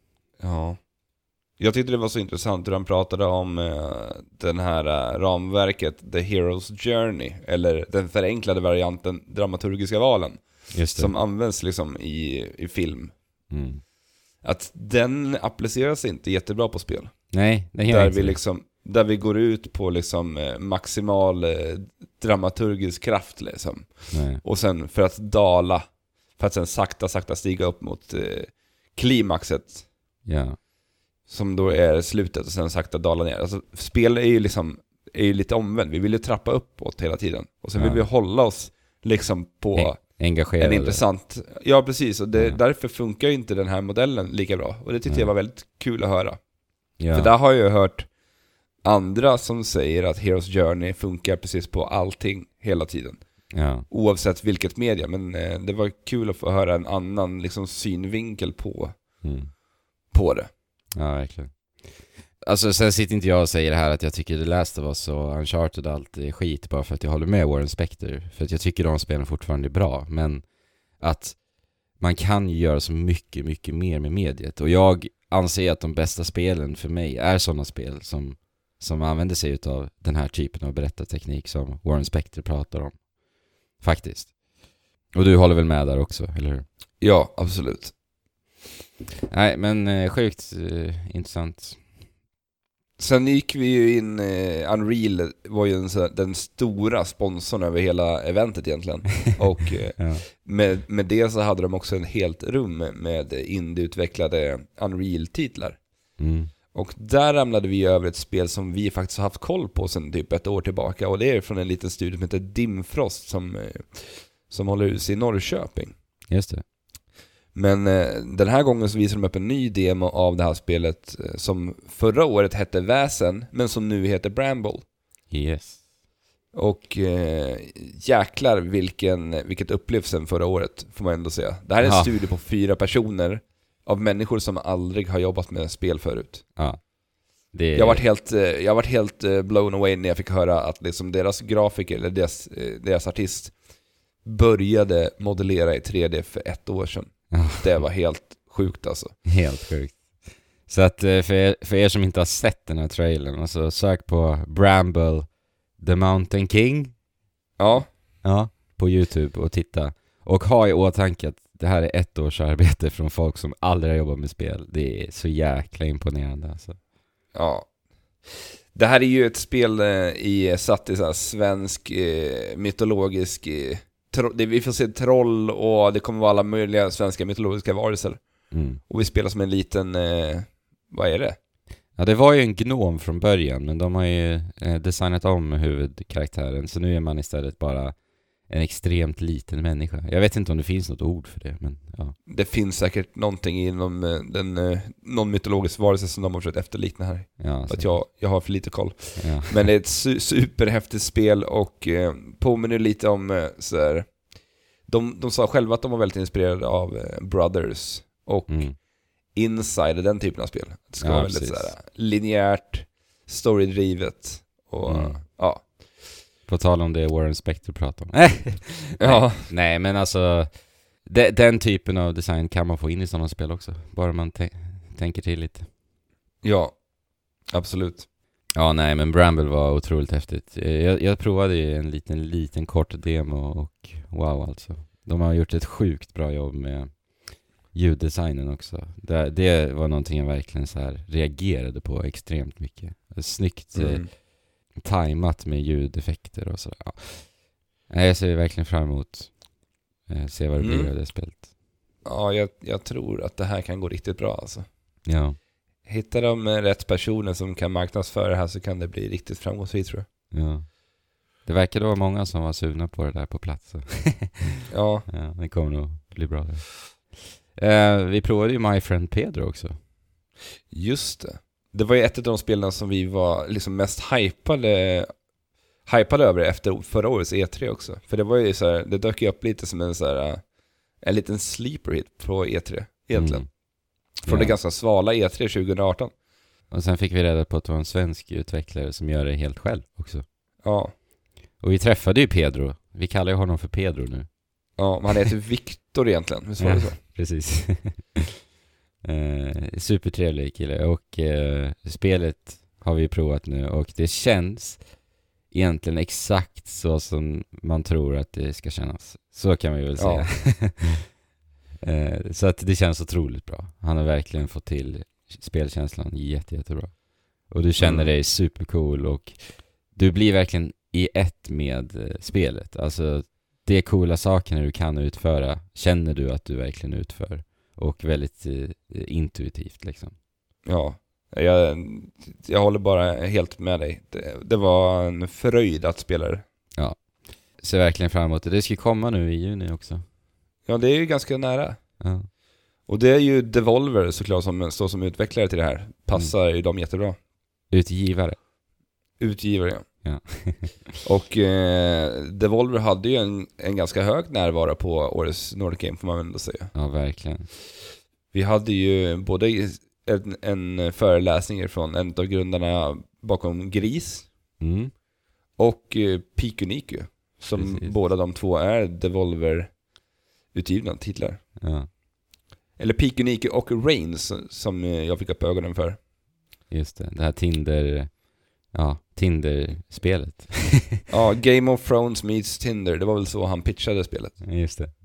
Ja. Jag tyckte det var så intressant hur han pratade om uh, den här uh, ramverket The Hero's Journey, eller den förenklade varianten dramaturgiska valen. Just det. Som används liksom i, i film. Mm. Att den appliceras inte jättebra på spel. Nej, det är där inte vi liksom där vi går ut på liksom eh, maximal eh, dramaturgisk kraft liksom. Nej. Och sen för att dala, för att sen sakta sakta stiga upp mot eh, klimaxet. Ja. Som då är slutet, och sen sakta dala ner. Alltså spel är ju liksom är ju lite omvänt. Vi vill ju trappa uppåt hela tiden, och sen ja. vill vi hålla oss liksom på engagerade. En intressant. Ja, precis, och det, ja. därför funkar ju inte den här modellen lika bra. Och det tyckte ja. jag var väldigt kul att höra. Ja. För där har jag ju hört andra som säger att Hero's Journey funkar precis på allting hela tiden. Ja. Oavsett vilket media. Men eh, det var kul att få höra en annan liksom synvinkel på, mm. på det. Ja, verkligen. Alltså sen sitter inte jag och säger det här att jag tycker The Last of Us och Uncharted allt är skit bara för att jag håller med Warren Spector. För att jag tycker de spelen fortfarande är bra. Men att man kan ju göra så mycket, mycket mer med mediet. Och jag anser att de bästa spelen för mig är sådana spel som, som använder sig av den här typen av berättarteknik som Warren Spector pratar om. Faktiskt. Och du håller väl med där också, eller hur? Ja, absolut. Nej, men eh, sjukt eh, intressant. Sen gick vi ju in, eh, Unreal var ju en, så, den stora sponsorn över hela eventet egentligen. Och eh, ja. med, med det så hade de också en helt rum med indieutvecklade Unreal-titlar. Mm. Och där ramlade vi över ett spel som vi faktiskt har haft koll på sedan typ ett år tillbaka. Och det är från en liten studio som heter Dimfrost som, eh, som håller hus i Norrköping. Just det. Men eh, den här gången så visar de upp en ny demo av det här spelet eh, som förra året hette Väsen, men som nu heter Bramble. Yes. Och eh, jäklar vilken, vilket upplevelsen förra året, får man ändå säga. Det här är en ja. studie på fyra personer av människor som aldrig har jobbat med spel förut. Ja. Det... Jag har varit helt, jag har varit helt blown away när jag fick höra att liksom deras grafiker, eller deras, deras artist började modellera i tre D för ett år sedan. Det var helt sjukt alltså. Helt sjukt. Så att för er, för er som inte har sett den här trailern, alltså sök på Bramble The Mountain King. Ja. Ja, på YouTube och titta. Och ha i åtanke att det här är ett års arbete från folk som aldrig har jobbat med spel. Det är så jäkla imponerande alltså. Ja. Det här är ju ett spel i, satt i så här svensk eh, mytologisk eh, Det, vi får se troll och det kommer vara alla möjliga svenska mytologiska varelser. Mm. Och vi spelar som en liten... Eh, vad är det? Ja, det var ju en gnom från början, men de har ju eh, designat om huvudkaraktären. Så nu är man istället bara en extremt liten människa. Jag vet inte om det finns något ord för det, men ja. Det finns säkert någonting inom den, eh, någon mytologisk varelse som de har försökt efterlikna här. Ja, att jag, jag har för lite koll. Ja. Men det är ett su- superhäftigt spel och eh, påminner lite om eh, så här, de, de sa själva att de var väldigt inspirerade av eh, Brothers och mm. Inside, den typen av spel. Det ska ja, vara väldigt så här, linjärt, storydrivet och mm. ja. På tal om det Warren Spector pratar om. ja. Nej, men alltså de, den typen av design kan man få in i sådana spel också. Bara man t- tänker till lite. Ja, absolut. Ja, nej, men Bramble var otroligt häftigt. Jag, jag provade ju en liten, liten kort demo och wow alltså. De har gjort ett sjukt bra jobb med ljuddesignen också. Det, det var någonting jag verkligen så här reagerade på extremt mycket. Snyggt mm. eh, tajmat med ljudeffekter och så. Ja. Jag ser verkligen fram emot eh, se vad det mm. blir av det spelet. Ja, jag, jag tror att det här kan gå riktigt bra alltså. Ja. Hittar de rätt personer som kan marknadsföra det här så kan det bli riktigt framgångsrikt, tror jag. Ja. Det verkar då vara många som var sugna på det där på plats. ja. ja. Det kommer nog bli bra där. Eh, vi provade ju My Friend Pedro också. Just det. Det var ju ett av de spelarna som vi var liksom mest hypade hypade över efter förra årets E tre också. För det var ju så här, det dök ju upp lite som en så här en liten sleeper hit på E tre egentligen. Mm. Från ja. det ganska svala E tre tjugo arton. Och sen fick vi reda på att det var en svensk utvecklare som gör det helt själv också. Ja. Och vi träffade ju Pedro. Vi kallar ju honom för Pedro nu. Ja, men han heter Victor egentligen. Visst var det så? Precis. eh, supertrevlig kille. Och eh, spelet har vi provat nu. Och det känns egentligen exakt så som man tror att det ska kännas. Så kan man ju väl säga. Ja. eh, så att det känns otroligt bra. Han har verkligen fått till spelkänslan jätte, jättebra. Och du känner mm. dig supercool. Och du blir verkligen i ett med eh, spelet. Alltså det coola sakerna du kan utföra känner du att du verkligen utför. Och väldigt eh, intuitivt liksom. Ja, jag, jag håller bara helt med dig. Det, det var en fröjd att spela det. Ja, ser verkligen fram emot det. Det ska komma nu i juni också. Ja, det är ju ganska nära. Ja. Och det är ju Devolver såklart som står som utvecklare till det här. Passar mm. ju dem jättebra. Utgivare. Utgivare, ja. Ja. Och eh, Devolver hade ju en, en ganska hög närvaro på årets Nordic Game, får man väl ändå säga. Ja, verkligen. Vi hade ju både en, en föreläsning från en av grundarna bakom Gris mm. och eh, Pikuniku, som Precis. båda de två är Devolver utgivna titlar. Ja. Eller Pikuniku och Reigns som jag fick upp ögonen för. Just det, det här Tinder... Ja, Tinder-spelet. ja, Game of Thrones meets Tinder. Det var väl så han pitchade spelet. Just det.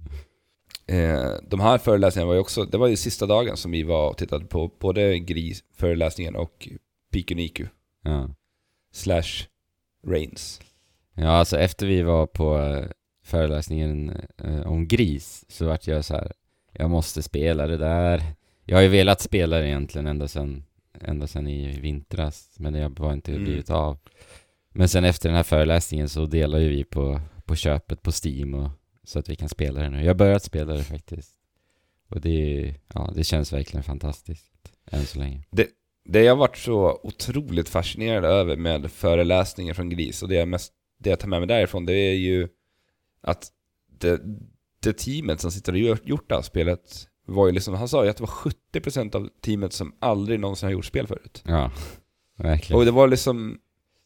Eh, de här föreläsningarna var ju också... Det var ju sista dagen som vi var och tittade på både Gris-föreläsningen och Pikuniku. Ja. Slash Reigns. Ja, alltså efter vi var på uh, föreläsningen uh, om Gris så vart jag så här... Jag måste spela det där. Jag har ju velat spela det egentligen ända sedan... ända sedan i vintras, men det var inte mm. blivit av. Men sen efter den här föreläsningen så delar ju vi på, på köpet på Steam och, så att vi kan spela det nu. Jag har börjat spela det faktiskt. Och det, ja, det känns verkligen fantastiskt än så länge. Det, det jag har varit så otroligt fascinerad över med föreläsningen från Gris och det jag, mest, det jag tar med mig därifrån, det är ju att det, det teamet som sitter och gjort, gjort det här spelet var ju liksom, han sa ju att det var sjuttio procent av teamet som aldrig någonsin har gjort spel förut. Ja, verkligen. Och det var liksom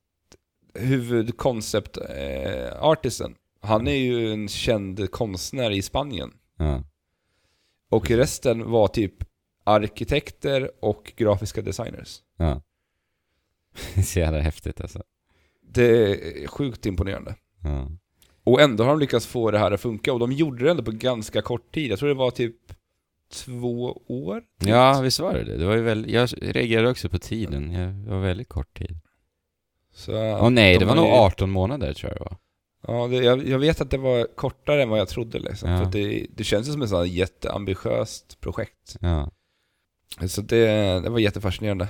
huvudkoncept eh, artisten. Han är ju en känd konstnär i Spanien. Ja. Och resten var typ arkitekter och grafiska designers. Ja. Det är så jävla häftigt alltså. Det är sjukt imponerande. Ja. Och ändå har de lyckats få det här att funka. Och de gjorde det ändå på ganska kort tid. Jag tror det var typ två år. Typ. Ja, visst var det det. Det var ju väl, jag reagerade också på tiden. Det var väldigt kort tid. Så, Åh nej, de det var nog ju... arton månader tror jag det var. Ja, det, jag, jag vet att det var kortare än vad jag trodde liksom. Ja. För det, det känns som ett sådant jätteambitiöst projekt. Ja. Så det, det var jättefascinerande.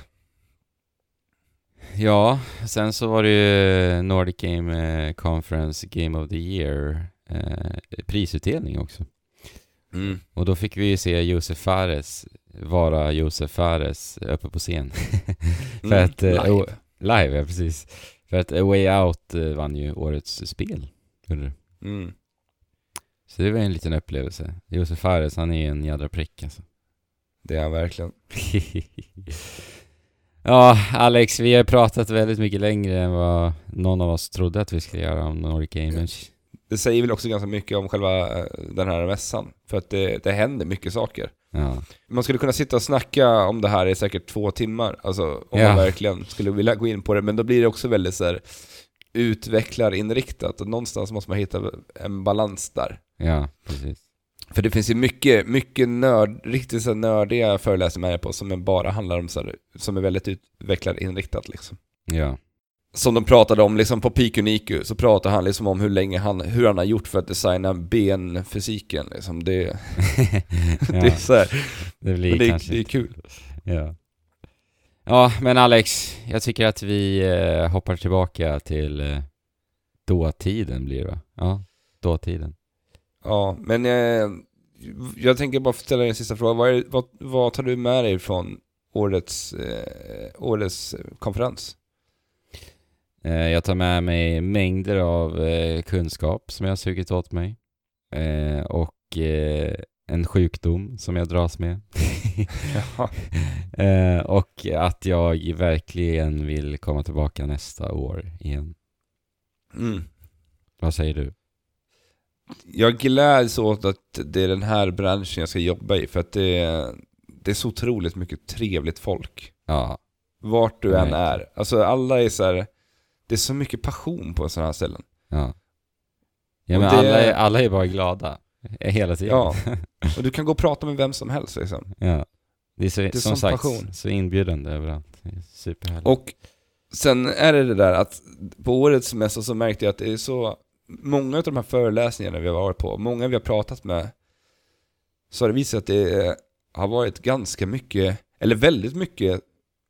Ja, sen så var det ju Nordic Game Conference Game of the Year eh, prisutdelning också. Mm. Och då fick vi ju se Josef Fares vara Josef Fares uppe på scen. För mm, att, live. Uh, live, ja precis. För att A Way Out uh, vann ju årets spel. Mm. Så det var en liten upplevelse. Josef Fares, han är en jädra prick alltså. Det är han verkligen. Ja, Alex, vi har pratat väldigt mycket längre än vad någon av oss trodde att vi skulle göra om Nordic Gamers. Det säger väl också ganska mycket om själva den här mässan. För att det, det händer mycket saker. Ja. Man skulle kunna sitta och snacka om det här i säkert två timmar. Alltså om Ja. man verkligen skulle vilja gå in på det. Men då blir det också väldigt så här utvecklarinriktat. Och någonstans måste man hitta en balans där. Ja, precis. För det finns ju mycket, mycket nörd, riktigt så nördiga föreläsningar med på som bara handlar om så här, som är väldigt utvecklarinriktat liksom. Ja. Som de pratade om liksom på Pico Niku, så pratade han liksom om hur länge han, hur han har gjort för att designa benfysiken liksom. Det, Ja. det är så här, Det blir men det, är, kanske... det är kul. Ja. Ja, men Alex, jag tycker att vi eh, hoppar tillbaka till eh, dåtiden blir det, va? Ja, dåtiden. Ja, men eh, jag tänker bara ställa en sista fråga. Vad, är, vad, vad tar du med dig från årets, eh, årets konferens? Eh, jag tar med mig mängder av eh, kunskap som jag har sugit åt mig. Eh, och eh, en sjukdom som jag dras med. eh, och att jag verkligen vill komma tillbaka nästa år igen. Mm. Vad säger du? Jag gläds åt att det är den här branschen jag ska jobba i. För att det är, det är så otroligt mycket trevligt folk. Ja. Vart du än Nej. är. Alltså alla är så här, det är så mycket passion på sådana här ställen. Ja. Ja, Och men det- alla, är, alla är bara glada. Hela tiden. Ja. Och du kan gå och prata med vem som helst liksom. Ja. Det är, så, är som sån sagt passion. så inbjudande överallt. Det är superhärligt. Och sen är det det där att på årets mässa så märkte jag att det är så många av de här föreläsningarna vi har varit på, många vi har pratat med, så har det visat att det har varit ganska mycket, eller väldigt mycket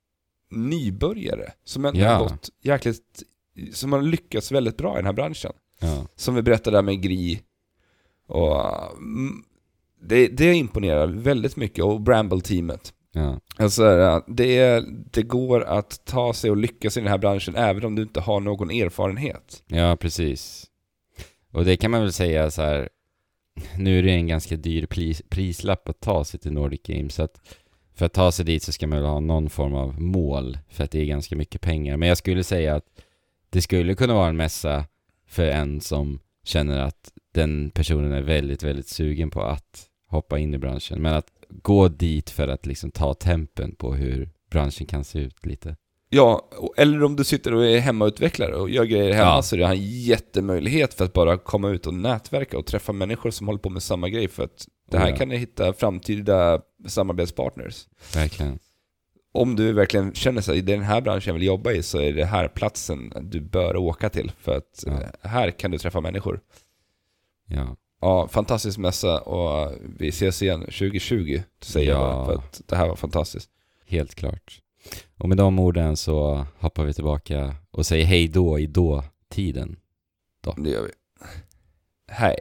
nybörjare som ändå Ja. har gått jäkligt, som har lyckats väldigt bra i den här branschen. Ja. Som vi berättade där med Gri. Och mm, det, det imponerar väldigt mycket. Och Bramble-teamet. Ja. Alltså, det, är, det går att ta sig och lyckas i den här branschen även om du inte har någon erfarenhet. Ja, precis. Och det kan man väl säga så här. Nu är det en ganska dyr pris, prislapp att ta sig till Nordic Games. Så att för att ta sig dit så ska man väl ha någon form av mål. För att det är ganska mycket pengar. Men jag skulle säga att det skulle kunna vara en mässa för en som känner att den personen är väldigt, väldigt sugen på att hoppa in i branschen. Men att gå dit för att liksom ta tempen på hur branschen kan se ut lite. Ja, eller om du sitter och är hemmautvecklare och gör grejer hemma, Ja. så är det en jättemöjlighet för att bara komma ut och nätverka och träffa människor som håller på med samma grej. För att det här Ja. kan ni hitta framtida samarbetspartners. Verkligen. Om du verkligen känner sig i den här branschen jag vill jobba i, så är det här platsen du bör åka till. För att Ja. eh, här kan du träffa människor. Ja. Ja, fantastisk mässa och vi ses igen tjugo tjugo, säger jag Ja. bara, för att det här var fantastiskt. Helt klart. Och med de orden så hoppar vi tillbaka och säger hej då i då-tiden. Då. Det gör vi. Hej.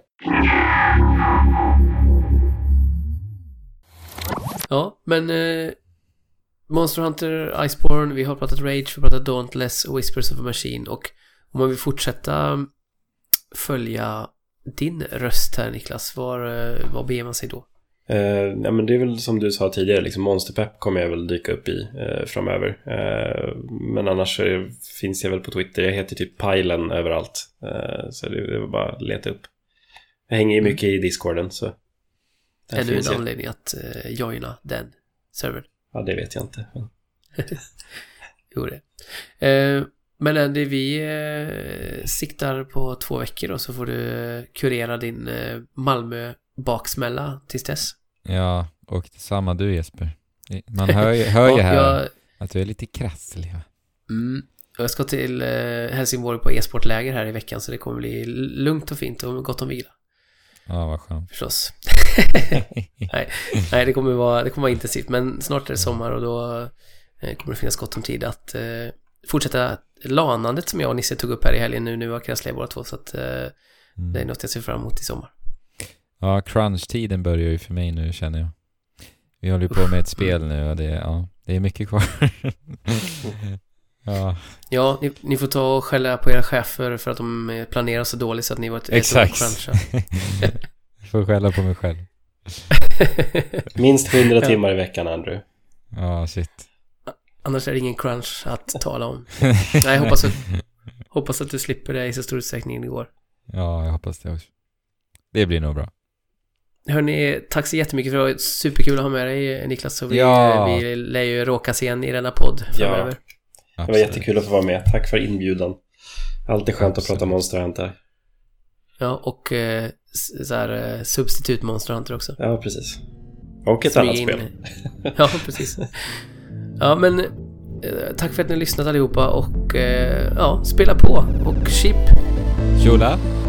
Ja, men eh, Monster Hunter, Iceborne, vi har pratat Rage, vi har pratat Dauntless och Whispers of a Machine. Och om man vill fortsätta följa din röst här, Niklas, var, eh, var beger man sig då? Uh, ja, men det är väl som du sa tidigare, liksom Monsterpepp kommer jag väl dyka upp i uh, framöver. Uh, men annars uh, finns jag väl på Twitter. Jag heter typ Pajlen överallt. Uh, så det, det var bara att leta upp. Jag hänger ju mycket i Discorden, så där Ännu finns en jag. anledning att eh, joina den servern. Ja, det vet jag inte. Jo det. Eh, men Andy, vi eh, siktar på två veckor då, så får du eh, kurera din eh, Malmö-baksmälla tills dess. Ja, och detsamma du Jesper. Man hör ju, hör ju Ja, här jag, att du är lite krasslig, va? mm, och jag ska till eh, Helsingborg på e-sportläger här i veckan, så det kommer bli lugnt och fint och gott om vila. Ja, vad skönt. Förstås. nej, nej det, kommer vara, det kommer vara intensivt. Men snart är det sommar och då eh, kommer det finnas gott om tid att eh, fortsätta lanandet som jag och Nisse tog upp här i helgen. Nu, nu var krassliga båda två, så att eh, Mm. det är något jag ser fram emot i sommar. Ja, crunch-tiden börjar ju för mig nu, känner jag. Vi håller ju på med ett spel nu och det, ja, det är mycket kvar. Ja, Ja, ni, ni får ta och skälla på era chefer för att de eh, planerar så dåligt så att ni var ett exakt. cruncha. Jag får skälla på mig själv. Minst hundra timmar i veckan, Andrew. Ja, shit. Annars är det ingen crunch att tala om. Nej, jag hoppas att, hoppas att du slipper det i så stor utsträckning det går. Ja, jag hoppas det också. Det blir nog bra. Hörrni, tack så jättemycket för det var superkul att ha med dig, Niklas. Så vi, ja. vi lär ju råkas igen i denna podd framöver. Ja, det var jättekul att få vara med. Tack för inbjudan. Alltid skönt Absolut. Att prata Monster Hunter. Ja, och eh, så här, substitut Monster Hunter också. Ja, precis. Och ett Smyg annat in. Spel. Ja, precis. Ja, men eh, tack för att ni har lyssnat allihopa och eh, ja, spela på och chip. Tjola.